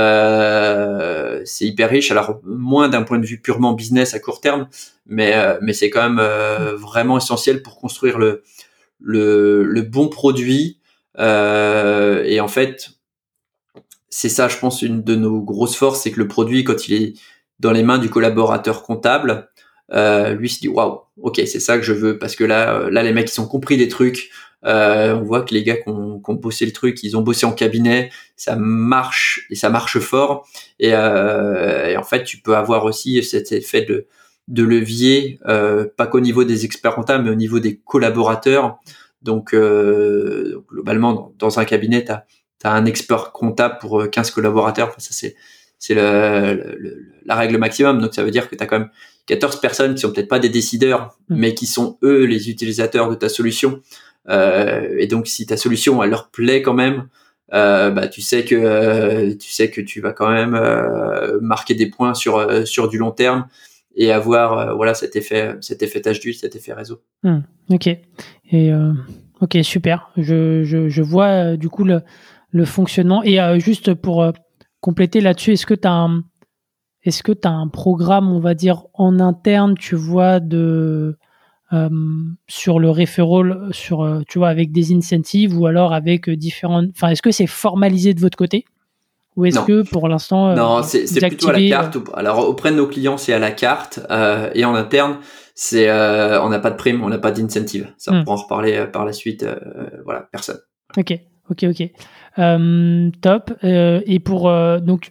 Euh, c'est hyper riche, alors moins d'un point de vue purement business à court terme, mais euh, mais c'est quand même euh, vraiment essentiel pour construire le le, le bon produit. Euh, et en fait, c'est ça, je pense, une de nos grosses forces, c'est que le produit, quand il est dans les mains du collaborateur comptable, euh, lui se dit waouh, ok, c'est ça que je veux, parce que là, là, les mecs ils ont compris des trucs. Euh, on voit que les gars qui ont, qui ont bossé le truc, ils ont bossé en cabinet, ça marche et ça marche fort. Et, euh, et en fait, tu peux avoir aussi cet effet de, de levier, euh, pas qu'au niveau des experts comptables, mais au niveau des collaborateurs. Donc, euh, globalement, dans, dans un cabinet, t'as t'as un expert comptable pour quinze collaborateurs. Enfin, ça c'est c'est le, le, la règle maximum. Donc ça veut dire que t'as quand même quatorze personnes qui sont peut-être pas des décideurs, mmh. mais qui sont eux les utilisateurs de ta solution. Euh, et donc si ta solution elle leur plaît quand même, euh, bah tu sais que euh, tu sais que tu vas quand même euh, marquer des points sur euh, sur du long terme et avoir euh, voilà cet effet cet effet tache d'huile, cet effet réseau. Mmh, ok. Et euh, ok, super. Je je je vois euh, du coup le le fonctionnement. Et euh, juste pour euh, compléter là-dessus, est-ce que tu as un est-ce que tu as un programme, on va dire en interne, tu vois, de Euh, sur le referral, sur, euh, tu vois, avec des incentives, ou alors avec euh, différentes... Enfin, est-ce que c'est formalisé de votre côté, ou est-ce non. que pour l'instant... Euh, non, c'est, c'est plutôt à la carte. Euh... Alors, auprès de nos clients, c'est à la carte. Euh, et en interne, c'est, euh, on n'a pas de prime, on n'a pas d'incentive. Ça, on hmm. pourra en reparler euh, par la suite. Euh, voilà, personne. Ok, ok, ok. Euh, top. Euh, et pour... Euh, donc,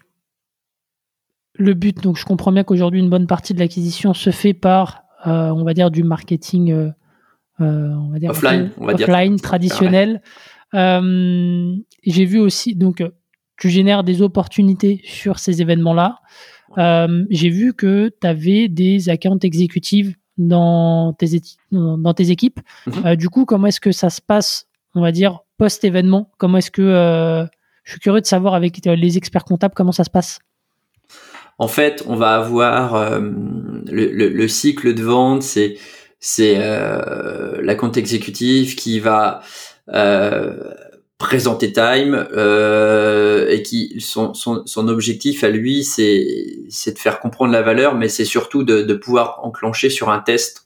le but, donc je comprends bien qu'aujourd'hui, une bonne partie de l'acquisition se fait par... Euh, on va dire du marketing euh, euh, on va dire offline, on va offline dire. traditionnel. Euh, j'ai vu aussi, donc tu génères des opportunités sur ces événements-là. Euh, j'ai vu que tu avais des account exécutives dans tes, éti- dans tes équipes. Mm-hmm. Euh, du coup, comment est-ce que ça se passe, on va dire, post-événement? Comment est-ce que... Euh, je suis curieux de savoir avec les experts comptables comment ça se passe. en fait, on va avoir euh, le, le, le cycle de vente, c'est c'est euh, la compte exécutive qui va euh, présenter Time euh, et qui son, son son objectif à lui, c'est c'est de faire comprendre la valeur, mais c'est surtout de, de pouvoir enclencher sur un test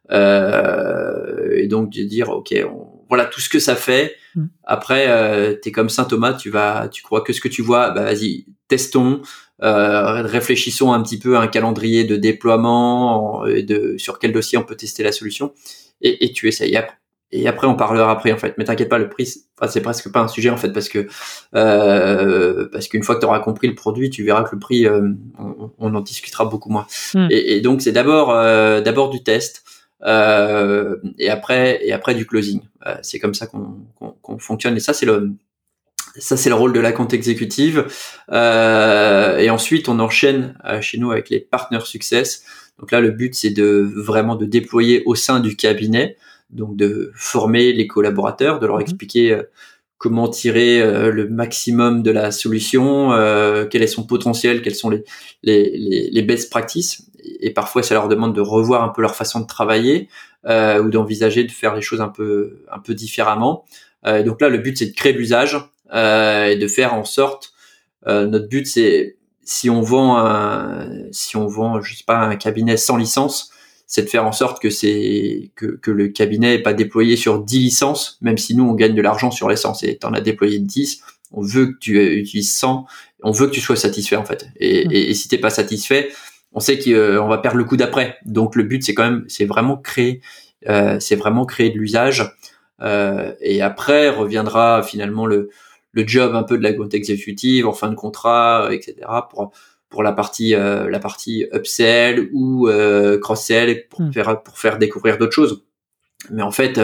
euh, et donc de dire ok, on, voilà tout ce que ça fait. Mmh. Après, euh, t'es comme Saint Thomas, tu vas, tu crois que ce que tu vois, bah vas-y, testons. Euh, réfléchissons un petit peu à un calendrier de déploiement et de sur quel dossier on peut tester la solution et, et tu essayes après, et après on parlera après en fait, mais t'inquiète pas, le prix enfin, c'est presque pas un sujet en fait parce que euh, parce qu'une fois que tu auras compris le produit, tu verras que le prix euh, on, on en discutera beaucoup moins. Mm. Et, et donc c'est d'abord euh, d'abord du test euh, et après et après du closing. Euh, c'est comme ça qu'on, qu'on, qu'on fonctionne et ça c'est le Ça, c'est le rôle de la compte exécutive. Euh, et ensuite, on enchaîne euh, chez nous avec les partners success. Donc là, le but, c'est de vraiment de déployer au sein du cabinet, donc de former les collaborateurs, de leur expliquer euh, comment tirer euh, le maximum de la solution, euh, quel est son potentiel, quels sont les, les, les, les best practices. Et parfois, ça leur demande de revoir un peu leur façon de travailler euh, ou d'envisager de faire les choses un peu, un peu différemment. Euh, donc là, le but, c'est de créer de l'usage. Euh, et de faire en sorte euh, notre but c'est si on vend un, si on vend je sais pas un cabinet sans licence, c'est de faire en sorte que c'est que, que le cabinet est pas déployé sur dix licences, même si nous on gagne de l'argent sur l'essence et t'en as déployé dix, on veut que tu utilises cent, on veut que tu sois satisfait en fait et, mmh. et, et si t'es pas satisfait, on sait qu'on va perdre le coup d'après. Donc le but c'est quand même c'est vraiment créer euh, c'est vraiment créer de l'usage euh, et après reviendra finalement le le job un peu de la compte exécutive en fin de contrat, et cetera pour pour la partie euh, la partie upsell ou euh, cross-sell pour mmh. faire pour faire découvrir d'autres choses. Mais en fait,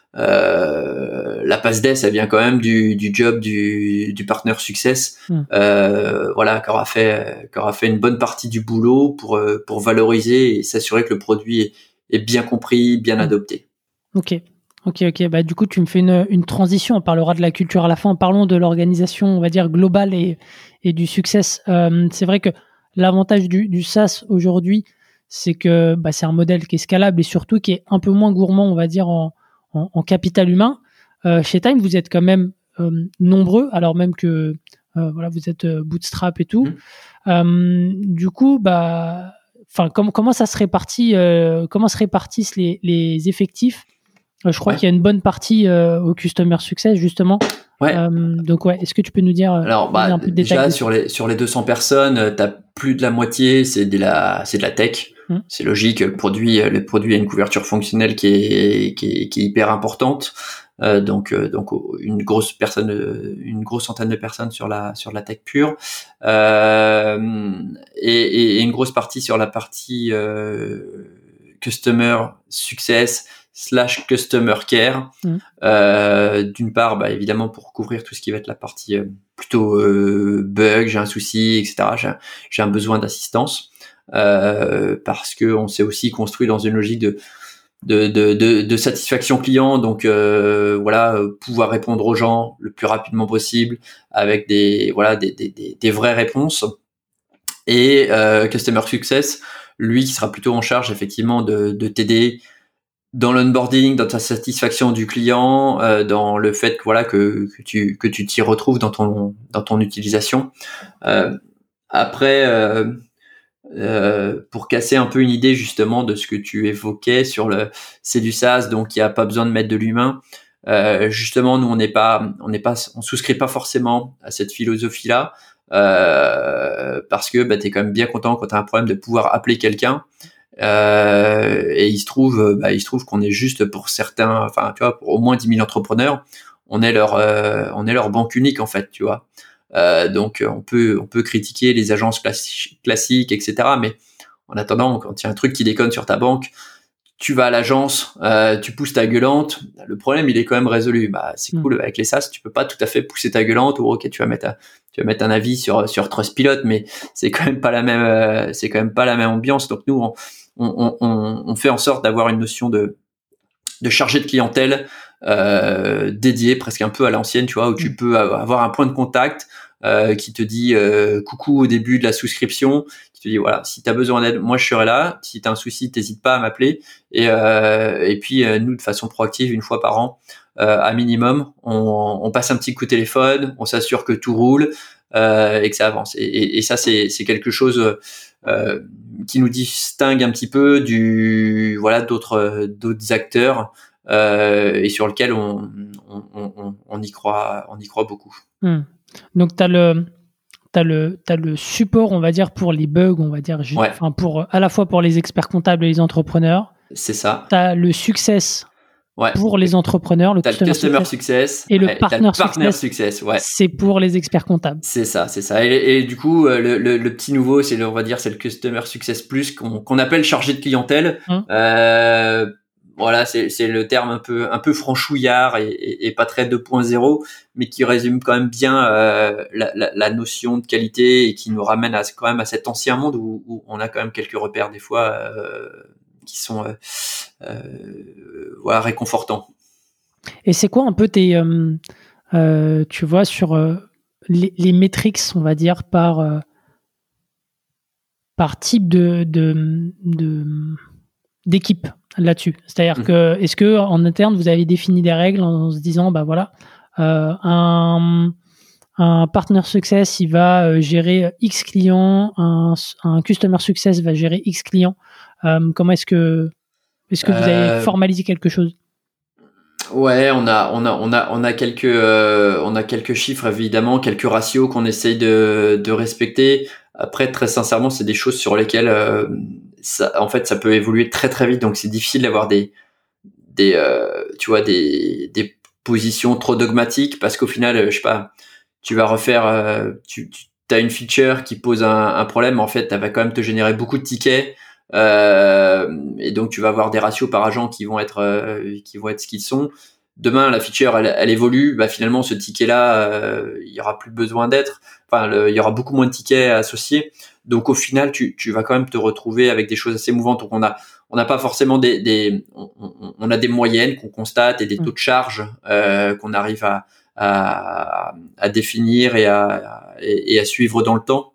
euh, la passe D, ça vient quand même du du job du du partner success, mmh. euh, voilà, qui aura fait qui aura fait une bonne partie du boulot pour pour valoriser et s'assurer que le produit est, est bien compris, bien mmh. adopté. Ok. Ok, ok. Bah, du coup, tu me fais une, une transition. On parlera de la culture à la fin. Parlons de l'organisation, on va dire, globale et, et du success. Euh, c'est vrai que l'avantage du, du SaaS aujourd'hui, c'est que bah, c'est un modèle qui est scalable et surtout qui est un peu moins gourmand, on va dire, en, en, en capital humain. Euh, chez Time, vous êtes quand même euh, nombreux, alors même que euh, voilà, vous êtes euh, bootstrap et tout. Mmh. Euh, du coup, bah, enfin, com- comment ça se répartit euh, Comment se répartissent les, les effectifs? Je crois ouais. qu'il y a une bonne partie euh, au Customer Success, justement. Ouais. Euh, donc, ouais, est-ce que tu peux nous dire, Alors, bah, un peu de déjà, détails sur les, sur les deux cents personnes, tu as plus de la moitié, c'est de la, c'est de la tech. Hum. C'est logique. Le produit, le produit a une couverture fonctionnelle qui est, qui est, qui est hyper importante. Euh, donc, euh, donc, une grosse personne, une grosse centaine de personnes sur la, sur la tech pure. Euh, et, et une grosse partie sur la partie euh, Customer Success slash customer care. Mmh. Euh, d'une part, bah, évidemment, pour couvrir tout ce qui va être la partie euh, plutôt euh, bug, j'ai un souci, et cetera. J'ai, j'ai un besoin d'assistance euh, parce que on s'est aussi construit dans une logique de de de, de, de satisfaction client. Donc euh, voilà, pouvoir répondre aux gens le plus rapidement possible avec des voilà des des des, des vraies réponses. Et euh, customer success, lui, qui sera plutôt en charge effectivement de de t'aider dans l'onboarding, dans ta satisfaction du client, euh, dans le fait que voilà que, que tu que tu t'y retrouves dans ton dans ton utilisation. Euh, après, euh, euh, pour casser un peu une idée justement de ce que tu évoquais sur le c'est du SaaS, donc il y a pas besoin de mettre de l'humain. Euh, justement, nous on n'est pas on n'est pas on souscrit pas forcément à cette philosophie là euh, parce que bah, t'es quand même bien content quand t'as un problème de pouvoir appeler quelqu'un. Euh, et il se trouve, bah, il se trouve qu'on est juste pour certains, enfin, tu vois, pour au moins dix mille entrepreneurs, on est leur, euh, on est leur banque unique en fait, tu vois. Euh, donc on peut, on peut critiquer les agences classi- classiques, et cetera. Mais en attendant, quand il y a un truc qui déconne sur ta banque, tu vas à l'agence, euh, tu pousses ta gueulante, le problème il est quand même résolu. Bah c'est mmh. cool avec les SaaS, tu peux pas tout à fait pousser ta gueulante ou ok tu vas mettre, un, tu vas mettre un avis sur sur Trustpilot, mais c'est quand même pas la même, euh, c'est quand même pas la même ambiance. Donc nous on On, on, on fait en sorte d'avoir une notion de, de chargé de clientèle euh, dédié presque un peu à l'ancienne, tu vois, où tu peux avoir un point de contact euh, qui te dit euh, coucou au début de la souscription, qui te dit voilà, si tu as besoin d'aide, moi je serai là. Si tu as un souci, t'hésites pas à m'appeler. Et, euh, et puis euh, nous, de façon proactive, une fois par an, euh, à minimum, on, on passe un petit coup de téléphone, on s'assure que tout roule euh, et que ça avance. Et, et, et ça, c'est, c'est quelque chose euh, qui nous distingue un petit peu du voilà d'autres d'autres acteurs euh, et sur lequel on on, on on y croit on y croit beaucoup. Mmh. Donc tu as le T'as le, t'as le support, on va dire, pour les bugs, on va dire, Ouais. enfin pour, à la fois pour les experts comptables et les entrepreneurs. C'est ça. T'as le success ouais. pour les entrepreneurs, le t'as customer, le customer success, success et le ouais, partner, le partner success, success ouais. c'est pour les experts comptables. C'est ça, c'est ça. Et, et du coup, le, le, le petit nouveau, c'est le, on va dire, c'est le customer success plus qu'on, qu'on appelle chargé de clientèle. Hum. Euh, Voilà, c'est, c'est le terme un peu, un peu franchouillard et, et, et pas très deux point zéro, mais qui résume quand même bien euh, la, la, la notion de qualité et qui nous ramène à, quand même à cet ancien monde où, où on a quand même quelques repères des fois euh, qui sont euh, euh, voilà, réconfortants. Et c'est quoi un peu tes, euh, euh, tu vois, sur euh, les, les métriques, on va dire, par, euh, par type de, de, de, d'équipe là-dessus. C'est-à-dire mmh. que, est-ce que en interne, vous avez défini des règles en se disant, bah voilà, euh, un, un partner success, il va gérer X clients, un, un customer success va gérer X clients. Euh, comment est-ce que, est-ce que vous avez euh... formalisé quelque chose? Ouais, on a, on a, on a, on a quelques, euh, on a quelques chiffres évidemment, quelques ratios qu'on essaye de, de respecter. Après, très sincèrement, c'est des choses sur lesquelles, euh, ça, en fait, ça peut évoluer très très vite, donc c'est difficile d'avoir des, des, euh, tu vois, des, des positions trop dogmatiques parce qu'au final, je sais pas, tu vas refaire, euh, tu, tu as une feature qui pose un, un problème, en fait, elle va quand même te générer beaucoup de tickets. Euh, et donc tu vas avoir des ratios par agent qui vont être euh, qui vont être ce qu'ils sont. Demain la feature elle, elle évolue, bah finalement ce ticket là euh, il y aura plus besoin d'être. Enfin le, il y aura beaucoup moins de tickets associés. Donc au final tu tu vas quand même te retrouver avec des choses assez mouvantes. Donc on a on n'a pas forcément des des on, on, on a des moyennes qu'on constate et des taux de charge euh, qu'on arrive à à, à définir et à et, et à suivre dans le temps.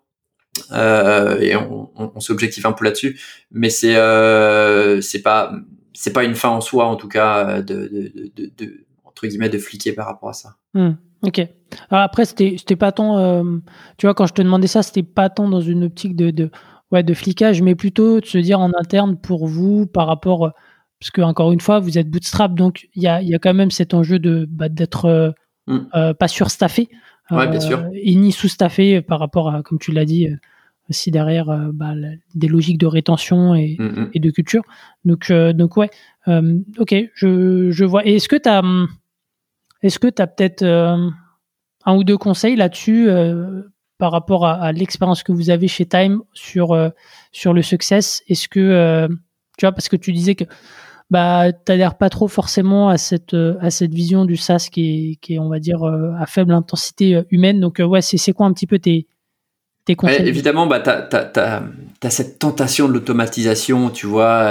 Euh, et on, on, on s'objective un peu là-dessus, mais c'est euh, c'est pas c'est pas une fin en soi en tout cas de, de, de, de entre guillemets de fliquer par rapport à ça. Mmh, ok. Alors après c'était c'était pas tant euh, tu vois quand je te demandais ça c'était pas tant dans une optique de de ouais de flicage mais plutôt de se dire en interne pour vous par rapport parce que encore une fois vous êtes bootstrap donc il y a il y a quand même cet enjeu de bah, d'être euh, mmh. euh, pas surstaffé. Ouais, bien sûr. Euh, et ni sous-staffé par rapport à, comme tu l'as dit, euh, aussi derrière euh, bah, la, des logiques de rétention et, mm-hmm. et de culture. Donc, euh, donc ouais, euh, ok, je, je vois. Et est-ce que tu as est-ce que tu as peut-être euh, un ou deux conseils là-dessus euh, par rapport à, à l'expérience que vous avez chez Time sur, euh, sur le success? Est-ce que, euh, tu vois, parce que tu disais que bah, t'adhères pas trop forcément à cette à cette vision du SaaS qui est qui est on va dire à faible intensité humaine. Donc ouais, c'est c'est quoi un petit peu tes tes conseils? Ouais, évidemment, bah t'as t'as t'as t'as cette tentation de l'automatisation, tu vois,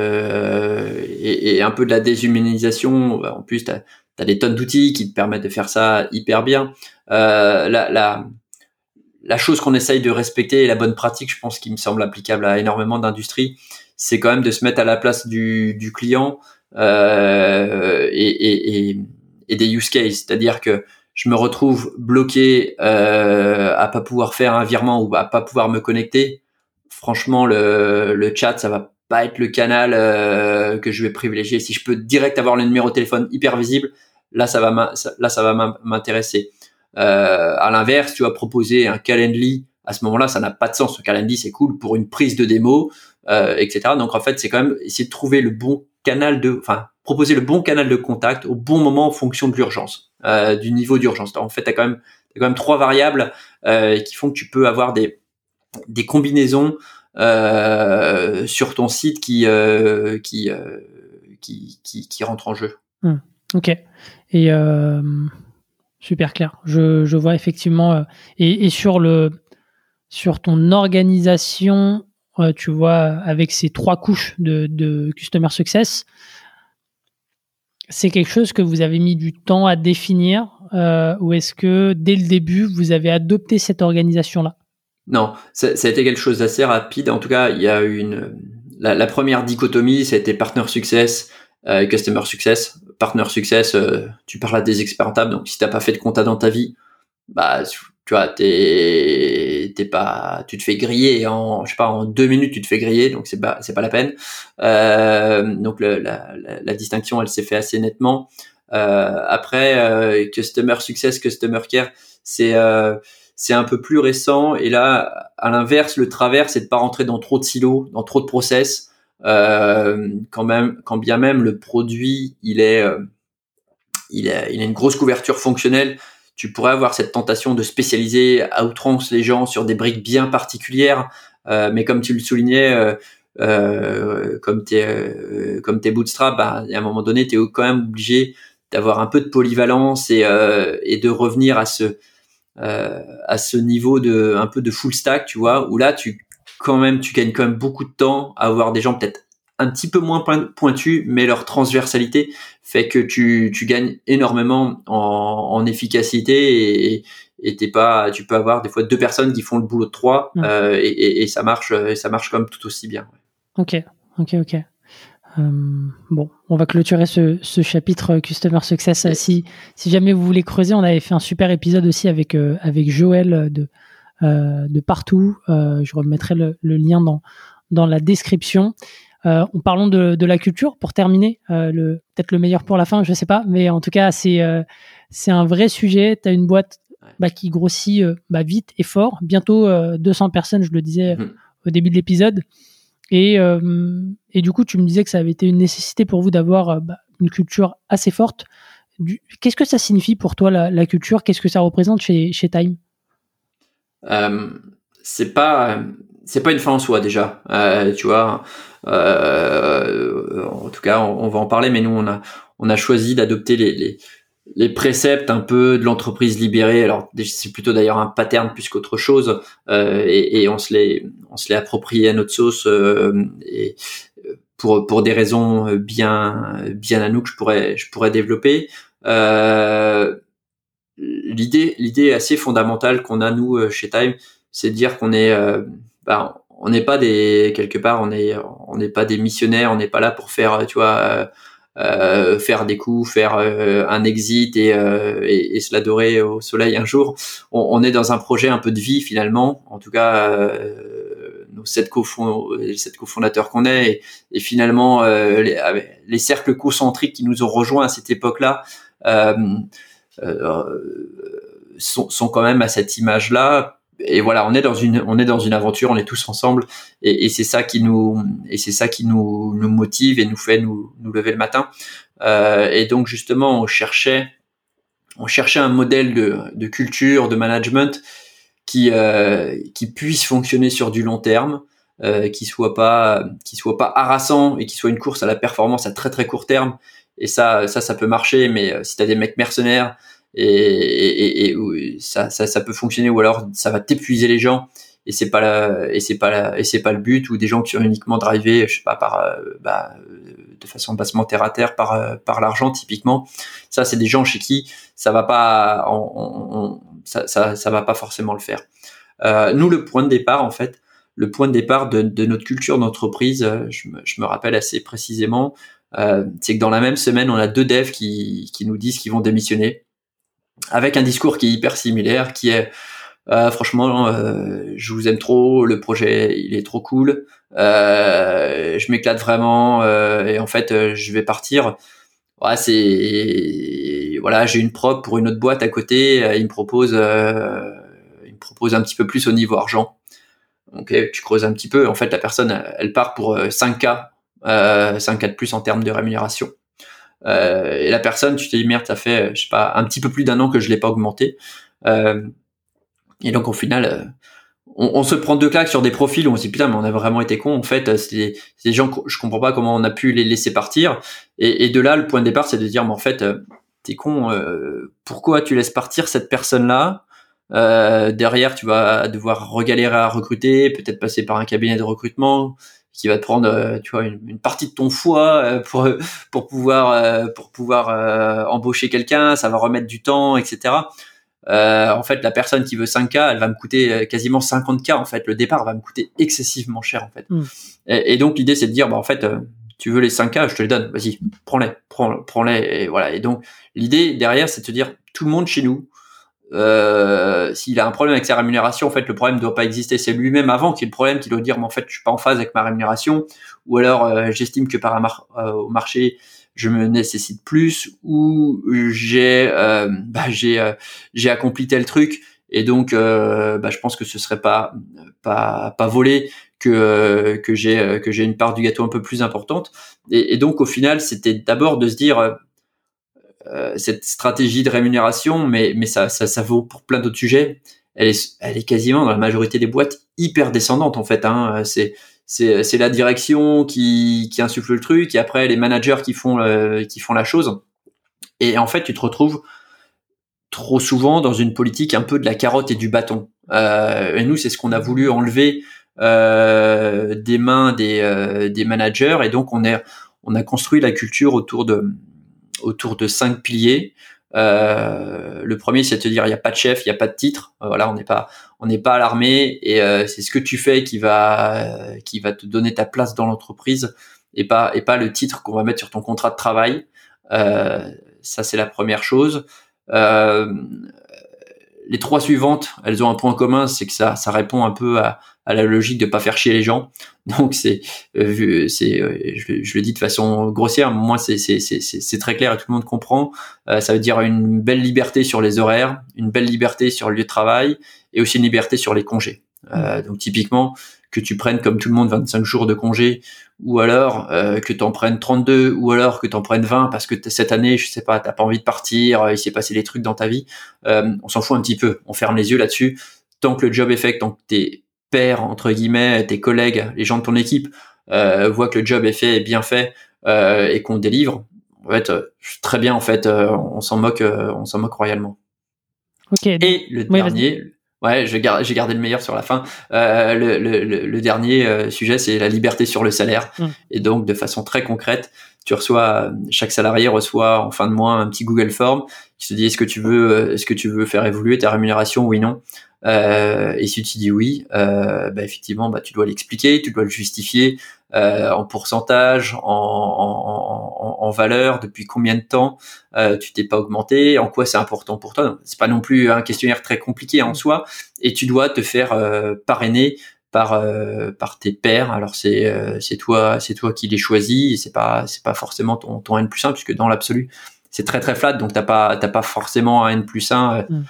euh, et, et un peu de la déshumanisation. En plus, t'as t'as des tonnes d'outils qui te permettent de faire ça hyper bien. Euh, la la la chose qu'on essaye de respecter et la bonne pratique, je pense, qui me semble applicable à énormément d'industries, c'est quand même de se mettre à la place du, du client euh, et, et, et, et des use cases. C'est-à-dire que je me retrouve bloqué euh, à pas pouvoir faire un virement ou à pas pouvoir me connecter. Franchement, le, le chat, ça va pas être le canal euh, que je vais privilégier. Si je peux direct avoir le numéro de téléphone hyper visible, là, ça va, là, ça va m'intéresser. Euh, à l'inverse, tu vas proposer un Calendly. À ce moment-là, ça n'a pas de sens. Le Calendly, c'est cool pour une prise de démo, euh, et cetera. Donc, en fait, c'est quand même essayer de trouver le bon canal de, enfin, proposer le bon canal de contact au bon moment en fonction de l'urgence, euh, du niveau d'urgence. En fait, t'as quand même, t'as quand même trois variables euh, qui font que tu peux avoir des des combinaisons euh, sur ton site qui euh, qui, euh, qui qui qui rentrent en jeu. Mmh, ok. Et euh... super clair. Je, je vois effectivement. Euh, et, et sur le sur ton organisation, euh, tu vois, avec ces trois couches de, de customer success, c'est quelque chose que vous avez mis du temps à définir euh, ou est-ce que dès le début, vous avez adopté cette organisation-là? Non, ça, ça a été quelque chose d'assez rapide. En tout cas, il y a eu une la, la première dichotomie, c'était partner success, euh, customer success. Partner success, euh, tu parles à des experts comptables, donc si t'as pas fait de compta dans ta vie, bah tu vois, t'es t'es pas, tu te fais griller en, je sais pas, en deux minutes, tu te fais griller, donc c'est pas c'est pas la peine. Euh, donc le, la, la, la distinction, elle s'est fait assez nettement. Euh, après, euh, customer success, customer care, c'est euh, c'est un peu plus récent. Et là, à l'inverse, le travers, c'est de pas rentrer dans trop de silos, dans trop de process. Euh, quand même, quand bien même le produit, il est, euh, il a, il a une grosse couverture fonctionnelle. Tu pourrais avoir cette tentation de spécialiser à outrance les gens sur des briques bien particulières. Euh, mais comme tu le soulignais, euh, euh, comme t'es, euh, comme t'es bootstrap, bah, à un moment donné, t'es quand même obligé d'avoir un peu de polyvalence et, euh, et de revenir à ce, euh, à ce niveau de un peu de full stack, tu vois, où là tu quand même tu gagnes quand même beaucoup de temps à avoir des gens peut-être un petit peu moins pointus, mais leur transversalité fait que tu tu gagnes énormément en, en efficacité et et t'es pas, tu peux avoir des fois deux personnes qui font le boulot de trois, mmh. euh, et, et, et ça marche et ça marche comme tout aussi bien. Ok, ok, ok. Euh, bon, on va clôturer ce, ce chapitre Customer Success. Yes. Si, si jamais vous voulez creuser, on avait fait un super épisode aussi avec, euh, avec Joël de, euh, de Partout. Euh, je remettrai le, le lien dans, dans la description. Euh, en parlant de, de la culture, pour terminer, euh, le, peut-être le meilleur pour la fin, je sais pas, mais en tout cas, c'est, euh, c'est un vrai sujet. Tu as une boîte bah, qui grossit euh, bah, vite et fort. Bientôt euh, deux cents personnes, je le disais mm-hmm. au début de l'épisode. Et, euh, et du coup, tu me disais que ça avait été une nécessité pour vous d'avoir euh, bah, une culture assez forte. Du, qu'est-ce que ça signifie pour toi, la, la culture? Qu'est-ce que ça représente chez, chez Time? euh, C'est pas, c'est pas une fin en soi déjà. Euh, tu vois, euh, en tout cas, on, on va en parler, mais nous, on a, on a choisi d'adopter les, les, les préceptes un peu de l'entreprise libérée. Alors, c'est plutôt d'ailleurs un pattern plus qu'autre chose, euh, et, et on se l'est, on se l'est approprié à notre sauce, euh, et pour pour des raisons bien bien à nous que je pourrais je pourrais développer. Euh, l'idée l'idée assez fondamentale qu'on a nous chez Time, c'est de dire qu'on est, euh, bah, on n'est pas des, quelque part, on est on n'est pas des missionnaires, on n'est pas là pour faire, tu vois, euh, euh, faire des coups, faire euh, un exit et, euh, et, et se l'adorer au soleil un jour. On, on est dans un projet un peu de vie finalement, en tout cas euh, nos sept cofond- les sept cofondateurs qu'on est, et, et finalement euh, les, les cercles concentriques qui nous ont rejoints à cette époque-là euh, euh, sont, sont quand même à cette image-là. Et voilà, on est dans une, on est dans une aventure, on est tous ensemble, et, et c'est ça qui nous, et c'est ça qui nous, nous motive et nous fait nous, nous lever le matin. Euh, et donc justement, on cherchait, on cherchait un modèle de, de culture, de management qui, euh, qui puisse fonctionner sur du long terme, euh, qui soit pas, qui soit pas harassant et qui soit une course à la performance à très très court terme. Et ça, ça, ça peut marcher, mais si t'as des mecs mercenaires, et, et, et, et ça, ça, ça peut fonctionner, ou alors ça va t'épuiser les gens, et c'est pas la, et c'est pas la, et c'est pas le but, ou des gens qui sont uniquement drivés, je sais pas, par, bah, de façon bassement terre à terre, par, par l'argent typiquement. Ça, c'est des gens chez qui ça va pas, on, on, ça, ça, ça va pas forcément le faire. Euh, nous, le point de départ, en fait, le point de départ de, de notre culture d'entreprise, je me, je me rappelle assez précisément, euh, c'est que dans la même semaine, on a deux devs qui, qui nous disent qu'ils vont démissionner, avec un discours qui est hyper similaire, qui est euh, franchement, euh, je vous aime trop, le projet il est trop cool, euh, je m'éclate vraiment, euh, et en fait euh, je vais partir. Ouais, c'est, voilà, j'ai une prop pour une autre boîte à côté, euh, il me propose, euh, il me propose un petit peu plus au niveau argent. Donc okay, tu creuses un petit peu, en fait la personne elle part pour cinq K, euh, cinq K de plus en termes de rémunération. Euh, et la personne, tu te dis merde, ça fait, je sais pas, un petit peu plus d'un an que je l'ai pas augmenté. Euh, et donc au final, euh, on, on se prend deux claques sur des profils où on se dit putain, mais on a vraiment été con. En fait, c'est des, c'est des gens que je comprends pas comment on a pu les laisser partir. Et, et de là, le point de départ, c'est de dire mais en fait, euh, t'es con. Euh, pourquoi tu laisses partir cette personne-là? Euh, derrière, tu vas devoir regalérer à recruter, peut-être passer par un cabinet de recrutement qui va te prendre, euh, tu vois, une, une partie de ton foie euh, pour pour pouvoir euh, pour pouvoir euh, embaucher quelqu'un, ça va remettre du temps, et cetera. Euh, en fait, la personne qui veut cinq K, elle va me coûter quasiment cinquante K. En fait, le départ va me coûter excessivement cher. En fait, mm. et, et donc l'idée c'est de dire, bah en fait, euh, tu veux les cinq K, je te les donne. Vas-y, prends-les, prends, prends-les. Et voilà. Et donc l'idée derrière, c'est de te dire, tout le monde chez nous. Euh, s'il a un problème avec sa rémunération, en fait, le problème ne doit pas exister. C'est lui-même avant qui est le problème, qui doit dire, mais en fait, je suis pas en phase avec ma rémunération, ou alors euh, j'estime que par un mar- euh, au marché, je me nécessite plus, ou j'ai euh, bah, j'ai euh, j'ai accompli tel truc, et donc euh, bah, je pense que ce serait pas pas pas volé que euh, que j'ai que j'ai une part du gâteau un peu plus importante. Et, et donc au final, c'était d'abord de se dire euh, Euh, cette stratégie de rémunération, mais mais ça ça ça vaut pour plein d'autres sujets. Elle est elle est quasiment dans la majorité des boîtes hyper descendante en fait. Hein. C'est c'est c'est la direction qui qui insuffle le truc, et après les managers qui font le, qui font la chose. Et en fait, tu te retrouves trop souvent dans une politique un peu de la carotte et du bâton. Euh, et nous, c'est ce qu'on a voulu enlever euh, des mains des euh, des managers. Et donc on est on a construit la culture autour de autour de cinq piliers. Euh, le premier, c'est de te dire, il n'y a pas de chef, il n'y a pas de titre. Euh, voilà, on n'est pas, on n'est pas à l'armée, et euh, c'est ce que tu fais qui va, euh, qui va te donner ta place dans l'entreprise, et pas, et pas le titre qu'on va mettre sur ton contrat de travail. Euh, ça, c'est la première chose. Euh, les trois suivantes, elles ont un point commun, c'est que ça, ça répond un peu à, à la logique de pas faire chier les gens. Donc c'est, euh, c'est, euh, je, je le dis de façon grossière, mais moi c'est, c'est, c'est, c'est très clair et tout le monde comprend. Euh, ça veut dire une belle liberté sur les horaires, une belle liberté sur le lieu de travail, et aussi une liberté sur les congés. Euh, donc typiquement, que tu prennes comme tout le monde vingt-cinq jours de congé, ou alors euh, que tu en prennes trente-deux, ou alors que tu en prennes vingt parce que cette année, je sais pas, t'as pas envie de partir, il s'est passé des trucs dans ta vie. Euh, on s'en fout un petit peu, on ferme les yeux là-dessus. Tant que le job est fait, tant que tes pairs, entre guillemets, tes collègues, les gens de ton équipe euh, voient que le job est fait, est bien fait, euh, et qu'on délivre, en fait, euh, très bien, en fait, euh, on s'en moque, euh, on s'en moque royalement. Ok. Et le oui, dernier... Vas-y. Ouais, j'ai gardé, j'ai gardé le meilleur sur la fin. Euh, le, le, le dernier euh, sujet, c'est la liberté sur le salaire. Mmh. Et donc, de façon très concrète, tu reçois, chaque salarié reçoit en fin de mois un petit Google Form qui te dit est-ce que tu veux, est-ce que tu veux faire évoluer ta rémunération, oui, non. Euh, et si tu dis oui, euh, bah effectivement, bah tu dois l'expliquer, tu dois le justifier euh, en pourcentage, en, en, en, en valeur, depuis combien de temps euh, tu t'es pas augmenté, en quoi c'est important pour toi. Donc, c'est pas non plus un questionnaire très compliqué en soi, et tu dois te faire euh, parrainer par euh, par tes pairs. Alors c'est euh, c'est toi c'est toi qui les choisis, et c'est pas c'est pas forcément ton ton N plus un, puisque dans l'absolu c'est très très flat, donc t'as pas t'as pas forcément un N plus un euh, mm.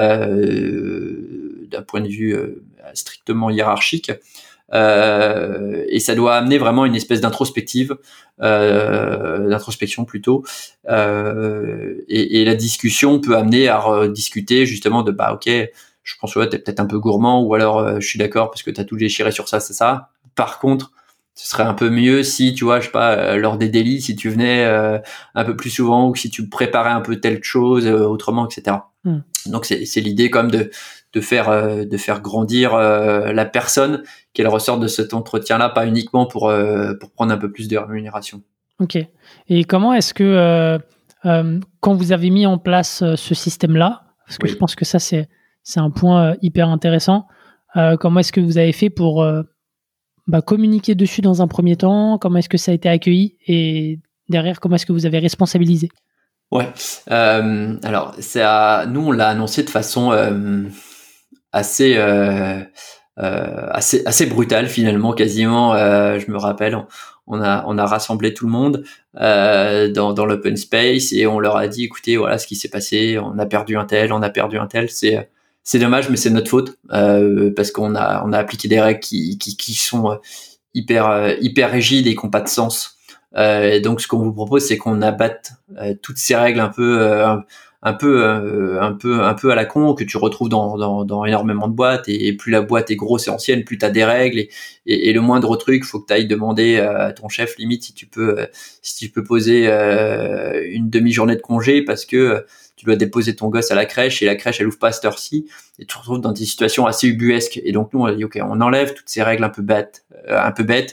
euh, d'un point de vue euh, strictement hiérarchique, euh, et ça doit amener vraiment une espèce d'introspective, euh, d'introspection plutôt, euh, et, et la discussion peut amener à discuter justement de bah ok, je pense que ouais, t'es peut-être un peu gourmand, ou alors euh, je suis d'accord parce que t'as tout déchiré sur ça, c'est ça. Par contre, ce serait un peu mieux si, tu vois, je sais pas, euh, lors des délits, si tu venais euh, un peu plus souvent, ou si tu préparais un peu telle chose euh, autrement, et cetera. Mm. Donc c'est, c'est l'idée quand même de de faire euh, de faire grandir euh, la personne, qu'elle ressorte de cet entretien-là, pas uniquement pour euh, pour prendre un peu plus de rémunération. Ok. Et comment est-ce que euh, euh, quand vous avez mis en place euh, ce système-là, parce que oui. je pense que ça c'est c'est un point euh, hyper intéressant, euh, comment est-ce que vous avez fait pour euh, bah, communiquer dessus dans un premier temps? Comment est-ce que ça a été accueilli? Et derrière, comment est-ce que vous avez responsabilisé? Ouais. Euh, alors, c'est à, nous, on l'a annoncé de façon euh, assez, euh, euh, assez, assez brutale finalement, quasiment. Euh, je me rappelle, on, on a, on a rassemblé tout le monde euh, dans, dans l'open space, et on leur a dit, écoutez, voilà ce qui s'est passé. On a perdu un tel, on a perdu un tel. C'est C'est dommage, mais c'est notre faute euh, parce qu'on a on a appliqué des règles qui qui, qui sont hyper euh, hyper rigides et qui n'ont pas de sens. Euh, et donc ce qu'on vous propose, c'est qu'on abatte euh, toutes ces règles un peu euh, un, un peu euh, un peu un peu à la con, que tu retrouves dans dans, dans énormément de boîtes. Et, et plus la boîte est grosse et ancienne, plus t'as des règles, et, et, et le moindre truc, faut que t'ailles demander à ton chef limite si tu peux euh, si tu peux poser euh, une demi-journée de congé parce que euh, tu dois déposer ton gosse à la crèche, et la crèche elle ouvre pas à cette heure-ci, et tu te retrouves dans des situations assez ubuesques. Et donc nous on a dit ok, on enlève toutes ces règles un peu bêtes, euh, un peu bêtes.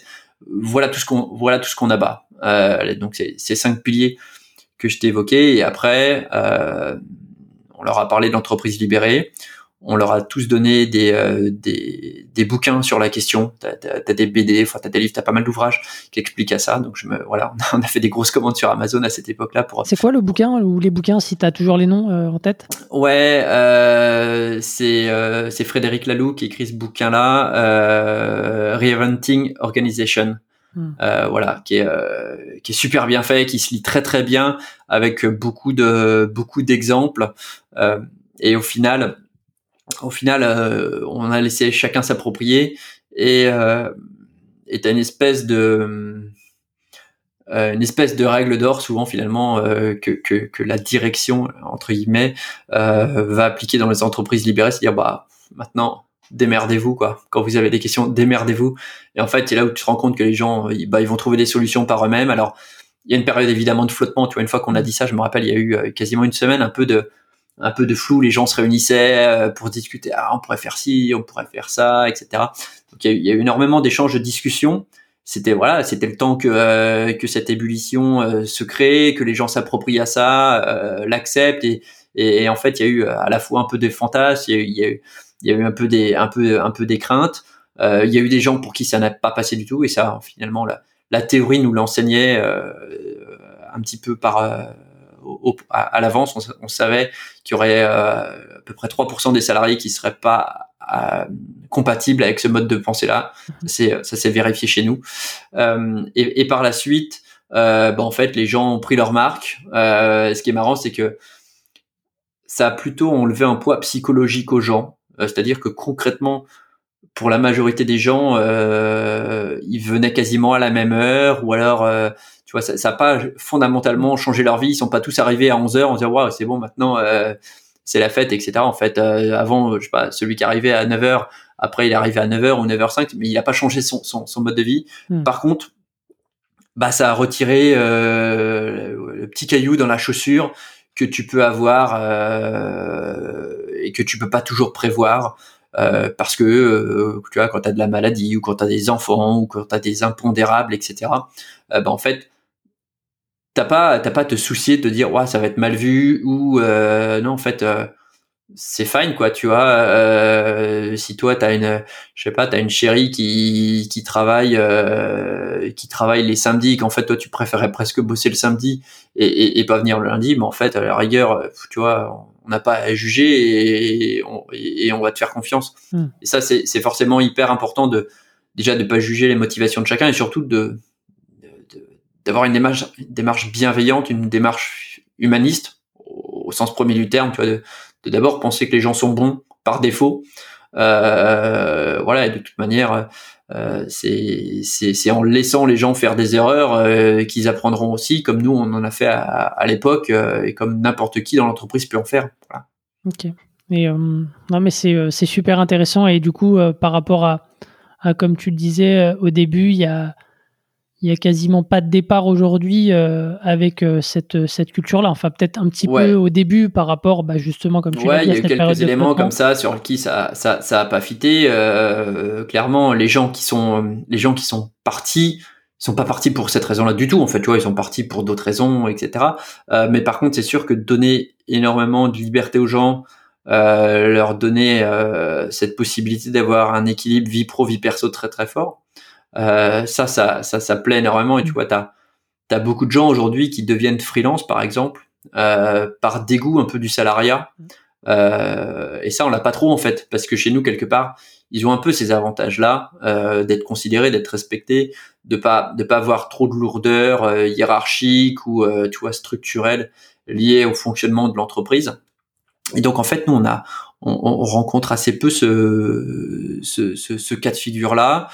voilà tout ce qu'on voilà tout ce qu'on abat. Euh, donc c'est ces cinq piliers que je t'ai évoqués. Et après, euh, on leur a parlé de l'entreprise libérée. On leur a tous donné des euh, des, des bouquins sur la question. T'as, t'as, t'as des B D, enfin t'as des livres, t'as pas mal d'ouvrages qui expliquent à ça. Donc je me voilà, on a fait des grosses commandes sur Amazon à cette époque-là pour. C'est quoi le bouquin ou les bouquins si t'as toujours les noms euh, en tête? Ouais, euh, c'est euh, c'est Frédéric Laloux qui écrit ce bouquin-là, euh, Reinventing Organization. Hmm. Euh, voilà, qui est euh, qui est super bien fait, qui se lit très très bien avec beaucoup de beaucoup d'exemples. Euh, et au final. Au final, euh, on a laissé chacun s'approprier et euh, et t'as une espèce de euh, une espèce de règle d'or souvent finalement euh, que que que la direction entre guillemets euh, va appliquer dans les entreprises libérées, c'est-à-dire bah maintenant démerdez-vous quoi. Quand vous avez des questions, démerdez-vous. Et en fait, c'est là où tu te rends compte que les gens ils, bah ils vont trouver des solutions par eux-mêmes. Alors il y a une période évidemment de flottement. Tu vois, une fois qu'on a dit ça, je me rappelle, il y a eu euh, quasiment une semaine un peu de un peu de flou, les gens se réunissaient pour discuter, ah on pourrait faire ci, on pourrait faire ça, et cetera. Donc il y a eu, il y a eu énormément d'échanges, de discussions. C'était voilà, c'était le temps que euh, que cette ébullition euh, se crée, que les gens s'approprient à ça, euh, l'acceptent et, et et en fait il y a eu à la fois un peu des fantasmes, il y a eu il y a eu, il y a eu un peu des un peu un peu des craintes. Euh, il y a eu des gens pour qui ça n'a pas passé du tout et ça finalement la la théorie nous l'enseignait euh, un petit peu par euh, Au, à, à l'avance, on, on savait qu'il y aurait euh, à peu près trois pour cent des salariés qui seraient pas euh, compatibles avec ce mode de pensée-là. Ça, c'est, ça s'est vérifié chez nous. Euh, et, et par la suite, euh, bah, en fait, les gens ont pris leur marque. Euh, ce qui est marrant, c'est que ça a plutôt enlevé un poids psychologique aux gens. Euh, c'est-à-dire que concrètement, pour la majorité des gens, euh, ils venaient quasiment à la même heure, ou alors, euh, tu vois, ça, ça a pas fondamentalement changé leur vie. Ils sont pas tous arrivés à onze heures en disant waouh, c'est bon, maintenant euh, c'est la fête, et cetera. En fait, euh, avant, je sais pas, celui qui arrivait à neuf heures, après il est arrivé à neuf heures ou neuf heures cinq, mais il a pas changé son son, son mode de vie. Mmh. Par contre, bah ça a retiré euh, le petit caillou dans la chaussure que tu peux avoir euh, et que tu peux pas toujours prévoir. Euh, parce que euh, tu vois, quand t'as de la maladie ou quand t'as des enfants ou quand t'as des impondérables, et cetera. Euh, ben en fait, t'as pas t'as pas à te soucier de te dire ouais ça va être mal vu ou euh, non en fait euh, c'est fine quoi, tu vois. Euh, si toi t'as une je sais pas t'as une chérie qui qui travaille euh, qui travaille les samedis et qu'en fait toi tu préférais presque bosser le samedi et, et, et pas venir le lundi, mais en fait à la rigueur tu vois on n'a pas à juger et on, et on va te faire confiance. Mmh. Et ça c'est c'est forcément hyper important de déjà de pas juger les motivations de chacun et surtout de, de, de d'avoir une démarche une démarche bienveillante, une démarche humaniste au, au sens premier du terme, tu vois, de de d'abord penser que les gens sont bons par défaut, euh, voilà, et de toute manière, euh, c'est, c'est, c'est en laissant les gens faire des erreurs euh, qu'ils apprendront aussi, comme nous on en a fait à, à l'époque euh, et comme n'importe qui dans l'entreprise peut en faire. Voilà. Ok. Et euh, non mais c'est c'est super intéressant et du coup euh, par rapport à, à comme tu le disais euh, au début, il y a Il y a quasiment pas de départ aujourd'hui euh, avec euh, cette cette culture-là. Enfin, peut-être un petit ouais. peu au début par rapport, bah, justement, comme tu ouais, l'as dit, il y a eu quelques éléments comme ça sur qui ça ça ça a pas fité. Euh, clairement, les gens qui sont les gens qui sont partis, ils sont pas partis pour cette raison-là du tout. En fait, tu vois, ils sont partis pour d'autres raisons, et cetera. Euh, mais par contre, c'est sûr que donner énormément de liberté aux gens, euh, leur donner euh, cette possibilité d'avoir un équilibre vie pro vie perso très très fort. Euh, ça, ça, ça, ça plaît énormément. Et tu vois, t'as, t'as beaucoup de gens aujourd'hui qui deviennent freelance, par exemple, euh, par dégoût un peu du salariat. Euh, et ça, on l'a pas trop en fait, parce que chez nous, quelque part, ils ont un peu ces avantages-là, euh, d'être considérés, d'être respectés, de pas, de pas avoir trop de lourdeur euh, hiérarchique ou, euh, tu vois, structurelle liée au fonctionnement de l'entreprise. Et donc, en fait, nous, on a, on, on rencontre assez peu ce, ce, ce, ce cas de figure-là.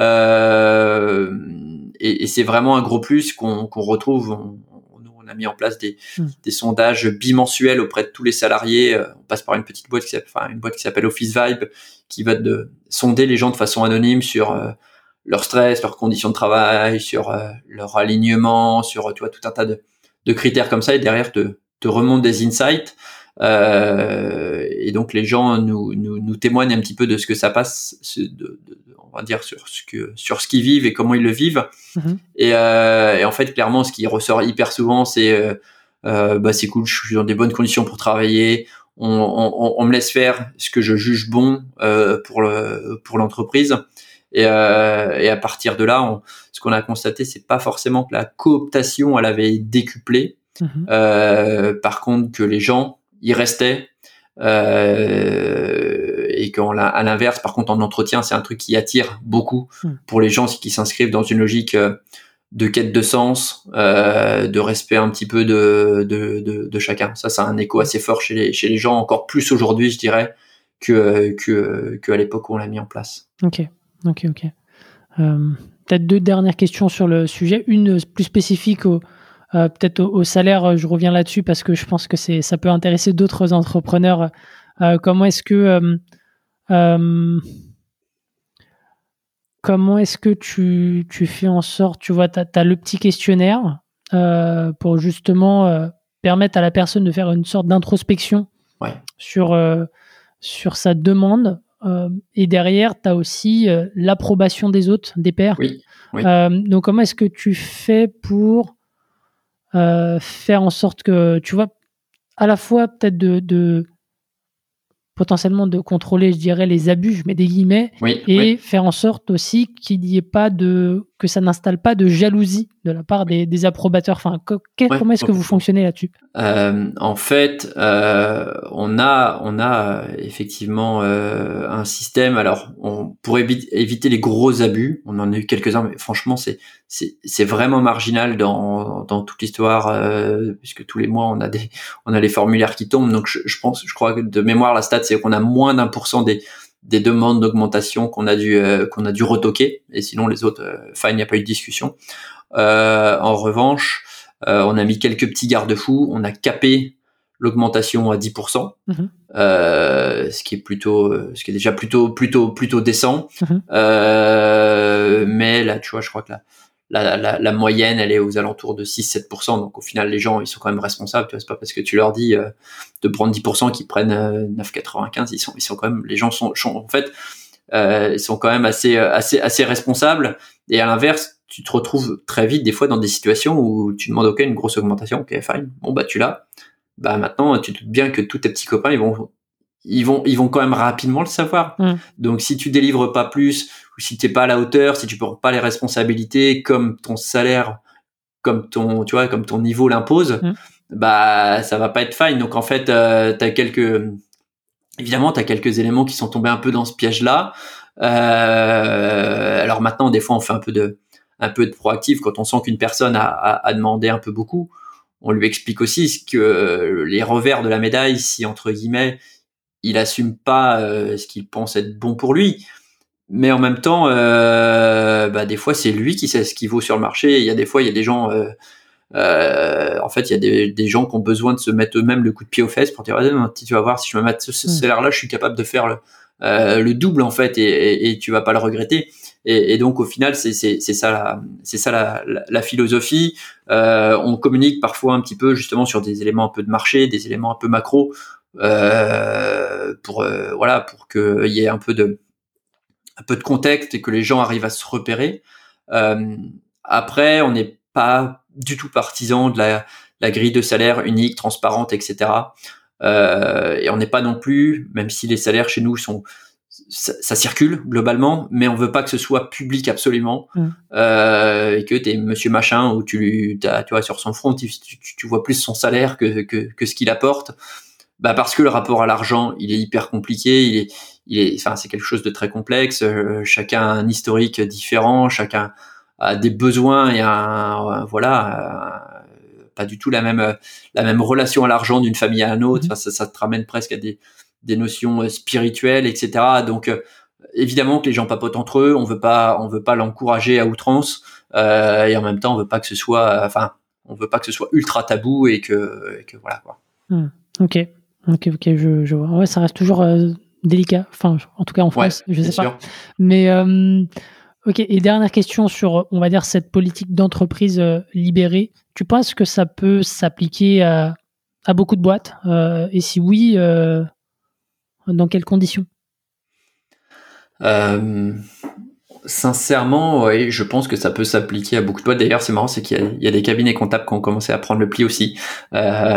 Euh, et, et c'est vraiment un gros plus qu'on, qu'on retrouve. On, nous, on a mis en place des, mmh. des sondages bimensuels auprès de tous les salariés. On passe par une petite boîte qui s'appelle, enfin, une boîte qui s'appelle Office Vibe, qui va de sonder les gens de façon anonyme sur euh, leur stress, leurs conditions de travail, sur euh, leur alignement, sur tu vois tout un tas de, de critères comme ça. Et derrière, te, te remonte des insights. Euh, et donc les gens nous, nous, nous témoignent un petit peu de ce que ça passe, de, de, on va dire sur ce que sur ce qu'ils vivent et comment ils le vivent. Mmh. Et, euh, et en fait, clairement, ce qui ressort hyper souvent, c'est euh, euh, bah c'est cool, je suis dans des bonnes conditions pour travailler. On, on, on me laisse faire ce que je juge bon euh, pour le pour l'entreprise. Et, euh, et à partir de là, on, ce qu'on a constaté, c'est pas forcément que la cooptation elle avait décuplé. Mmh. Euh, par contre, que les gens y restaient. Euh, et qu'à à l'inverse, par contre, en entretien, c'est un truc qui attire beaucoup mmh. pour les gens qui s'inscrivent dans une logique de quête de sens, euh, de respect un petit peu de, de, de, de chacun. Ça, ça a un écho assez fort chez les, chez les gens, encore plus aujourd'hui, je dirais, que, que, que à l'époque où on l'a mis en place. Ok, ok, ok. Euh, peut-être deux dernières questions sur le sujet. Une plus spécifique au, Euh, peut-être au, au salaire, je reviens là-dessus parce que je pense que c'est, ça peut intéresser d'autres entrepreneurs. Euh, comment est-ce que euh, euh, comment est-ce que tu, tu fais en sorte, tu vois, tu as le petit questionnaire euh, pour justement euh, permettre à la personne de faire une sorte d'introspection ouais. sur, euh, sur sa demande. Euh, et derrière, tu as aussi euh, l'approbation des autres, des pairs. Oui, oui. Euh, donc, comment est-ce que tu fais pour Euh, faire en sorte que, tu vois, à la fois peut-être de, de potentiellement de contrôler, je dirais, les abus, je mets des guillemets, oui, et oui. faire en sorte aussi qu'il n'y ait pas de, que ça n'installe pas de jalousie de la part des, des approbateurs. Enfin, que, que, ouais, comment est-ce que vous fonctionnez là-dessus ? euh, En fait, euh, on a, on a effectivement euh, un système. Alors, on pour évi- éviter les gros abus, on en a eu quelques-uns, mais franchement, c'est c'est, c'est vraiment marginal dans dans toute l'histoire, euh, puisque tous les mois on a des, on a les formulaires qui tombent. Donc, je, je pense, je crois que de mémoire, la stat, c'est qu'on a moins d'un pour cent des des demandes d'augmentation qu'on a dû euh, qu'on a dû retoquer, et sinon les autres, euh, enfin, il n'y a pas eu de discussion. Euh, en revanche, euh, on a mis quelques petits garde-fous, on a capé l'augmentation à dix pour cent, mmh. euh, ce qui est plutôt, ce qui est déjà plutôt, plutôt, plutôt décent. Mmh. Euh, mais là, tu vois, je crois que la, la, la, la moyenne, elle est aux alentours de six à sept pour cent. Donc, au final, les gens, ils sont quand même responsables. Tu vois, c'est pas parce que tu leur dis euh, de prendre dix pour cent qu'ils prennent euh, neuf virgule quatre-vingt-quinze. Ils sont, ils sont quand même, les gens sont, sont en fait, euh, ils sont quand même assez, assez, assez responsables. Et à l'inverse, tu te retrouves très vite des fois dans des situations où tu demandes ok une grosse augmentation, ok fine, bon bah tu l'as, bah maintenant tu te doutes bien que tous tes petits copains ils vont ils vont ils vont quand même rapidement le savoir. Mmh. Donc si tu délivres pas plus, ou si t'es pas à la hauteur, si tu prends pas les responsabilités comme ton salaire, comme ton tu vois comme ton niveau l'impose, mmh. bah ça va pas être fine. Donc en fait euh, t'as quelques évidemment t'as quelques éléments qui sont tombés un peu dans ce piège là. Euh, alors maintenant des fois on fait un peu de un peu de proactif quand on sent qu'une personne a, a, a demandé un peu beaucoup. On lui explique aussi ce que les revers de la médaille, si entre guillemets il assume pas euh, ce qu'il pense être bon pour lui, mais en même temps, euh, bah des fois c'est lui qui sait ce qu'il vaut sur le marché. Il y a des fois il y a des gens, euh, euh, en fait il y a des, des gens qui ont besoin de se mettre eux-mêmes le coup de pied aux fesses pour dire ah, tu vas voir si je me mets ce, ce salaire-là, je suis capable de faire le, euh, le double en fait, et, et, et tu vas pas le regretter. Et, et donc au final c'est c'est c'est ça la c'est ça la la, la philosophie. Euh, on communique parfois un petit peu justement sur des éléments un peu de marché, des éléments un peu macro, euh, pour euh, voilà pour que il y ait un peu de un peu de contexte et que les gens arrivent à se repérer. Euh, après on n'est pas du tout partisan de la la grille de salaire unique, transparente, et cetera. Euh, et on n'est pas non plus, même si les salaires chez nous sont Ça, ça circule globalement, mais on veut pas que ce soit public absolument, mmh. euh, et que t'es Monsieur Machin où tu, t'as, tu vois, sur son front, tu, tu, tu vois plus son salaire que que, que ce qu'il apporte. Bah parce que le rapport à l'argent, il est hyper compliqué, il est, il est, enfin c'est quelque chose de très complexe. Euh, chacun a un historique différent, chacun a des besoins et un, voilà, un, pas du tout la même la même relation à l'argent d'une famille à une autre. Mmh. Enfin, ça, ça te ramène presque à des des notions spirituelles, et cetera. Donc euh, évidemment que les gens papotent entre eux, on veut pas, on veut pas l'encourager à outrance, euh, et en même temps on veut pas que ce soit, enfin, on veut pas que ce soit ultra tabou et que, et que voilà quoi. Mmh. Ok, ok, ok, je, je vois. Ouais, ça reste toujours euh, délicat. Enfin, en tout cas en France, ouais, je sais pas. Sûr. Mais euh, ok. Et dernière question sur, on va dire, cette politique d'entreprise euh, libérée. Tu penses que ça peut s'appliquer à à beaucoup de boîtes euh, et si oui, euh, dans quelles conditions? Euh, sincèrement, oui, je pense que ça peut s'appliquer à beaucoup de boîtes. D'ailleurs, c'est marrant, c'est qu'il y a, il y a des cabinets comptables qui ont commencé à prendre le pli aussi, euh,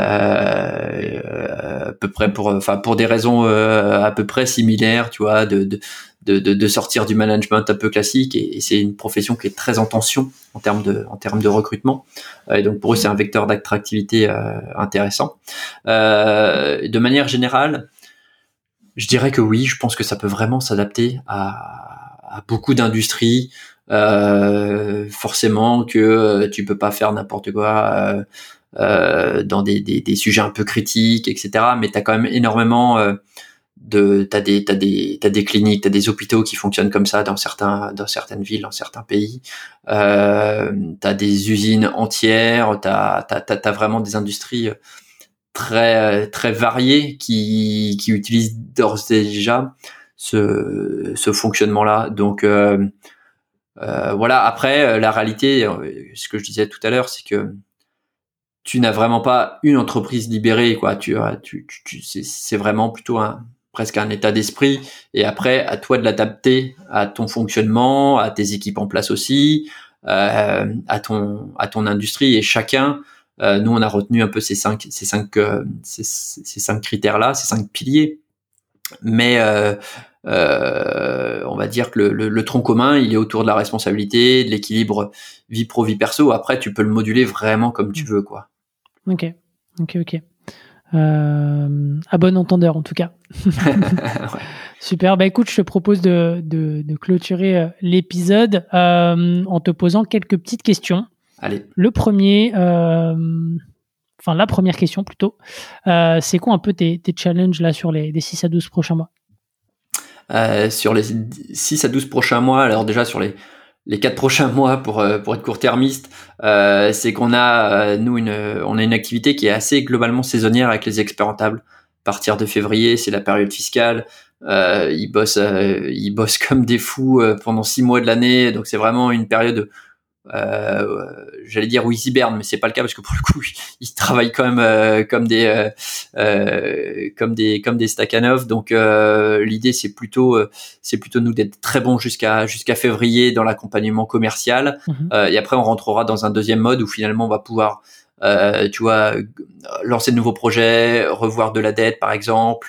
à peu près pour, enfin, pour des raisons euh, à peu près similaires, tu vois, de, de de, de, de sortir du management un peu classique et, et c'est une profession qui est très en tension en termes de, en termes de recrutement. Et donc pour eux, c'est un vecteur d'attractivité euh, intéressant. Euh, de manière générale, je dirais que oui, je pense que ça peut vraiment s'adapter à, à beaucoup d'industries. Euh, forcément que euh, tu peux pas faire n'importe quoi euh, euh, dans des, des, des sujets un peu critiques, et cetera. Mais tu as quand même énormément euh, de, t'as des, t'as des, t'as des cliniques, t'as des hôpitaux qui fonctionnent comme ça dans certains, dans certaines villes, dans certains pays. Euh, t'as des usines entières, t'as, t'as, t'as, t'as vraiment des industries très, très variées qui, qui utilisent d'ores et déjà ce, ce fonctionnement-là. Donc, euh, euh, voilà. Après, la réalité, ce que je disais tout à l'heure, c'est que tu n'as vraiment pas une entreprise libérée, quoi. Tu, tu, tu, tu c'est, c'est vraiment plutôt un, presque un état d'esprit. Et après, à toi de l'adapter à ton fonctionnement, à tes équipes en place aussi, euh, à ton, à ton industrie. Et chacun, euh, nous, on a retenu un peu ces cinq, ces cinq, euh, ces, ces cinq critères-là, ces cinq piliers. Mais euh, euh, on va dire que le, le, le tronc commun, il est autour de la responsabilité, de l'équilibre vie pro, vie perso. Après, tu peux le moduler vraiment comme tu veux, quoi. Ok, ok, ok. Euh, à bon entendeur, en tout cas. Ouais. Super. Bah écoute, je te propose de, de, de clôturer euh, l'épisode euh, en te posant quelques petites questions. Allez. Le premier, euh, enfin la première question plutôt, euh, c'est quoi un peu tes, tes challenges là sur les, les six à douze prochains mois? Euh, sur les six à douze prochains mois, alors déjà sur les les quatre prochains mois pour euh, pour être court-termiste, euh, c'est qu'on a euh, nous une on a une activité qui est assez globalement saisonnière avec les experts rentables. À partir de février, c'est la période fiscale. Euh, ils bossent euh, ils bossent comme des fous euh, pendant six mois de l'année, donc c'est vraiment une période euh, j'allais dire où ils hibernent, mais c'est pas le cas parce que pour le coup ils travaillent quand même euh, comme des euh, euh, comme des comme des Stakhanov. Donc euh, l'idée c'est plutôt euh, c'est plutôt nous d'être très bons jusqu'à jusqu'à février dans l'accompagnement commercial. Mmh. Euh, et après on rentrera dans un deuxième mode où finalement on va pouvoir euh, tu vois lancer de nouveaux projets, revoir de la dette par exemple,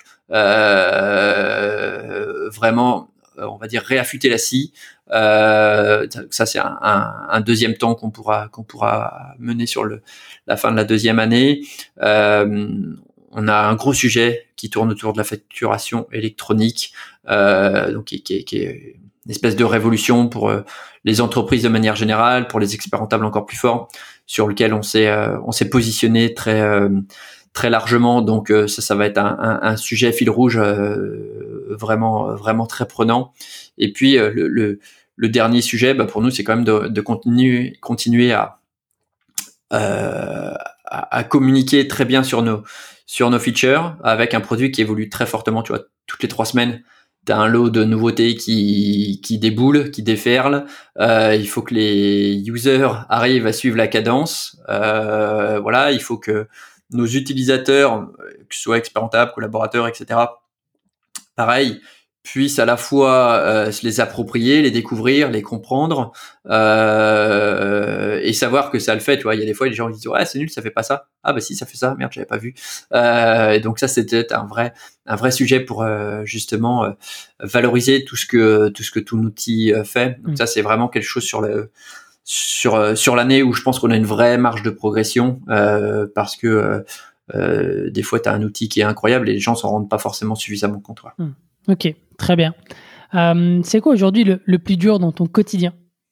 euh, vraiment on va dire réaffûter la scie. Euh, ça c'est un, un, un deuxième temps qu'on pourra qu'on pourra mener sur le la fin de la deuxième année. Euh, on a un gros sujet qui tourne autour de la facturation électronique, euh, donc qui, qui, qui est une espèce de révolution pour euh, les entreprises de manière générale, pour les experts rentables encore plus forts, sur lequel on s'est euh, on s'est positionné très euh, très largement. Donc euh, ça ça va être un, un, un sujet fil rouge euh, vraiment vraiment très prenant. Et puis euh, le, le le dernier sujet, bah, pour nous, c'est quand même de, de continuer, continuer à, euh, à, à communiquer très bien sur nos, sur nos features avec un produit qui évolue très fortement. Tu vois, toutes les trois semaines, tu as un lot de nouveautés qui, qui déboulent, qui déferlent. Euh, il faut que les users arrivent à suivre la cadence. Euh, voilà, il faut que nos utilisateurs, que ce soit experts rentables, collaborateurs, et cetera, pareil, puissent à la fois euh, se les approprier, les découvrir, les comprendre euh, et savoir que ça le fait. Tu vois, il y a des fois les gens qui disent ouais c'est nul, ça fait pas ça. Ah bah si ça fait ça, merde j'avais pas vu. Euh, et donc ça c'était un vrai un vrai sujet pour euh, justement euh, valoriser tout ce que tout ce que tout outil euh, fait. Donc mmh. ça c'est vraiment quelque chose sur le sur sur l'année où je pense qu'on a une vraie marge de progression euh, parce que euh, Euh, des fois, tu as un outil qui est incroyable et les gens s'en rendent pas forcément suffisamment compte. Ouais. Mmh. Ok, très bien. Euh, c'est quoi aujourd'hui le, le plus dur dans ton quotidien?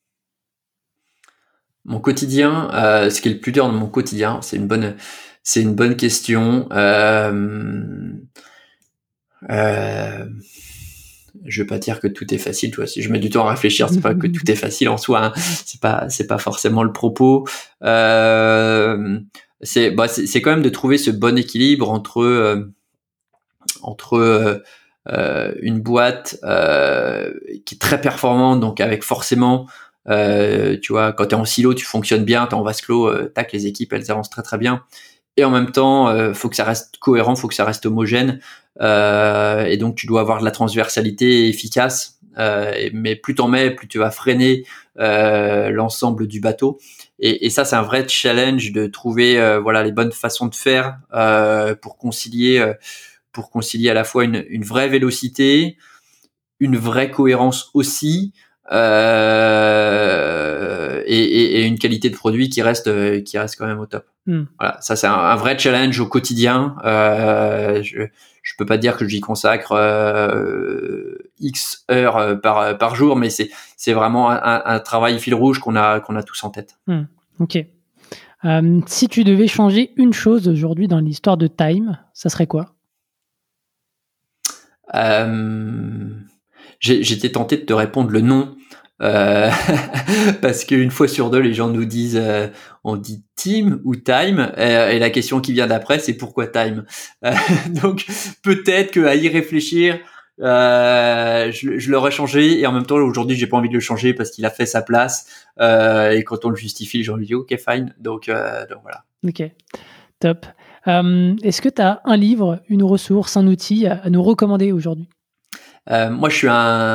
Mon quotidien, euh, ce qui est le plus dur dans mon quotidien, c'est une bonne, c'est une bonne question. Euh, euh, je vais pas dire que tout est facile. Tu vois, si je mets du temps à réfléchir, c'est pas que tout est facile en soi. Hein. C'est pas, c'est pas forcément le propos. Euh, c'est, bah, c'est, c'est quand même de trouver ce bon équilibre entre euh, entre euh, euh, une boîte euh, qui est très performante, donc avec forcément, euh, tu vois, quand t'es en silo, tu fonctionnes bien, t'es en vase clos, euh, tac, les équipes, elles avancent très très bien. et en même temps, euh, faut que ça reste cohérent, faut que ça reste homogène, euh, et donc tu dois avoir de la transversalité efficace. Euh, mais plus t'en mets, plus tu vas freiner euh, l'ensemble du bateau. Et, et ça, c'est un vrai challenge de trouver euh, voilà les bonnes façons de faire euh, pour concilier, euh, pour concilier à la fois une, une vraie vélocité, une vraie cohérence aussi. Euh, et, et, et une qualité de produit qui reste euh, qui reste quand même au top. Mm. Voilà, ça c'est un, un vrai challenge au quotidien. Euh, je je peux pas dire que j'y consacre euh, X heures par par jour, mais c'est c'est vraiment un, un travail fil rouge qu'on a qu'on a tous en tête. Mm. Ok. Euh, si tu devais changer une chose aujourd'hui dans l'histoire de Time, ça serait quoi? Euh, j'ai, j'étais tenté de te répondre le non. Euh, parce qu'une fois sur deux, les gens nous disent, euh, on dit team ou time, euh, et la question qui vient d'après, c'est pourquoi time. Euh, donc peut-être qu'à y réfléchir, euh, je, je l'aurais changé, et en même temps aujourd'hui, j'ai pas envie de le changer parce qu'il a fait sa place. Euh, et quand on le justifie, les gens lui disent ok fine. Donc, euh, donc voilà. Ok, top. Euh, est-ce que tu as un livre, une ressource, un outil à, à nous recommander aujourd'hui? Euh, moi, je suis un,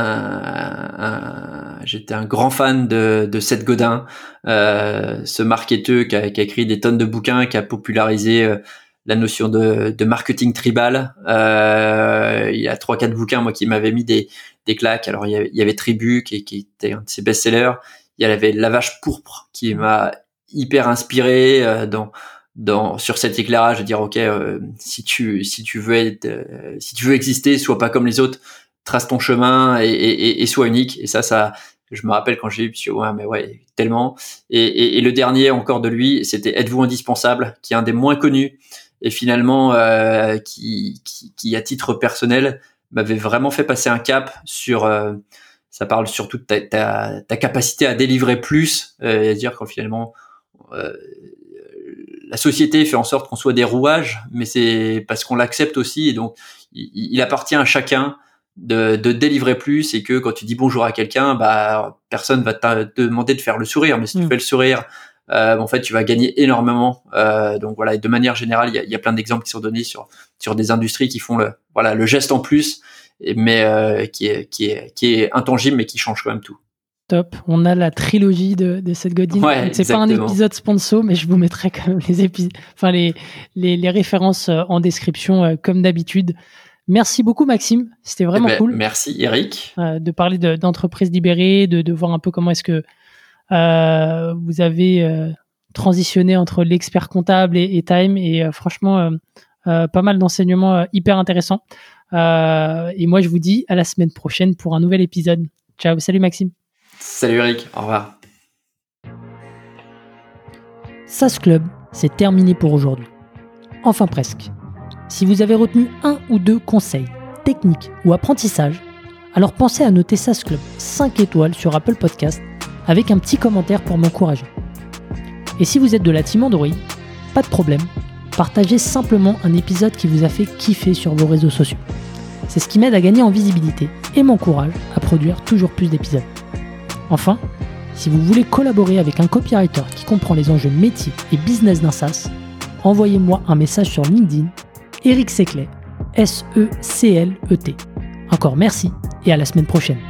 un j'étais un grand fan de, de Seth Godin, euh, ce marketeur qui a, qui a écrit des tonnes de bouquins, qui a popularisé euh, la notion de, de marketing tribal. Euh, il y a trois, quatre bouquins, moi, qui m'avaient mis des, des claques. Alors, il y avait, il y avait Tribu, qui, qui était un de ses best-sellers. Il y avait La Vache pourpre, qui m'a hyper inspiré euh, dans dans sur cet éclairage, de dire ok, euh, si tu si tu veux être, euh, si tu veux exister, sois pas comme les autres. Trace ton chemin et, et, et sois unique. Et ça, ça, je me rappelle quand j'ai eu, puis ouais, mais ouais, tellement. Et, et, et le dernier encore de lui, c'était Êtes-vous indispensable, qui est un des moins connus et finalement euh, qui, qui, qui, à titre personnel, m'avait vraiment fait passer un cap sur. Euh, ça parle surtout de ta, ta, ta capacité à délivrer plus, euh, et à dire quand finalement. Euh, la société fait en sorte qu'on soit des rouages, mais c'est parce qu'on l'accepte aussi. Et donc, il, il appartient à chacun de, de délivrer plus, et que quand tu dis bonjour à quelqu'un, bah personne va te demander de faire le sourire, mais si mmh. tu fais le sourire, euh, en fait tu vas gagner énormément. Euh, donc voilà, et de manière générale, il y a, il y a plein d'exemples qui sont donnés sur sur des industries qui font le voilà le geste en plus, mais euh, qui est qui est qui est intangible, mais qui change quand même tout. Top. On a la trilogie de, de Seth Godin. Ouais, c'est exactement. Pas un épisode sponsor, mais je vous mettrai quand même les épisodes, enfin les, les les références en description euh, comme d'habitude. Merci beaucoup Maxime, c'était vraiment eh ben, cool. Merci Eric. Euh, de parler de, d'entreprises libérées, de, de voir un peu comment est-ce que euh, vous avez euh, transitionné entre l'expert comptable et, et Time, et euh, franchement euh, euh, pas mal d'enseignements euh, hyper intéressants. Euh, et moi je vous dis à la semaine prochaine pour un nouvel épisode. Ciao, salut Maxime. Salut Eric, au revoir. SaaS Club, c'est terminé pour aujourd'hui. Enfin presque. Si vous avez retenu un ou deux conseils, techniques ou apprentissages, alors pensez à noter SaaS Club cinq étoiles sur Apple Podcast avec un petit commentaire pour m'encourager. Et si vous êtes de la team Android, pas de problème, partagez simplement un épisode qui vous a fait kiffer sur vos réseaux sociaux. C'est ce qui m'aide à gagner en visibilité et m'encourage à produire toujours plus d'épisodes. Enfin, si vous voulez collaborer avec un copywriter qui comprend les enjeux métiers et business d'un SaaS, envoyez-moi un message sur LinkedIn, Eric Seclet, S E C L E T. Encore merci et à la semaine prochaine.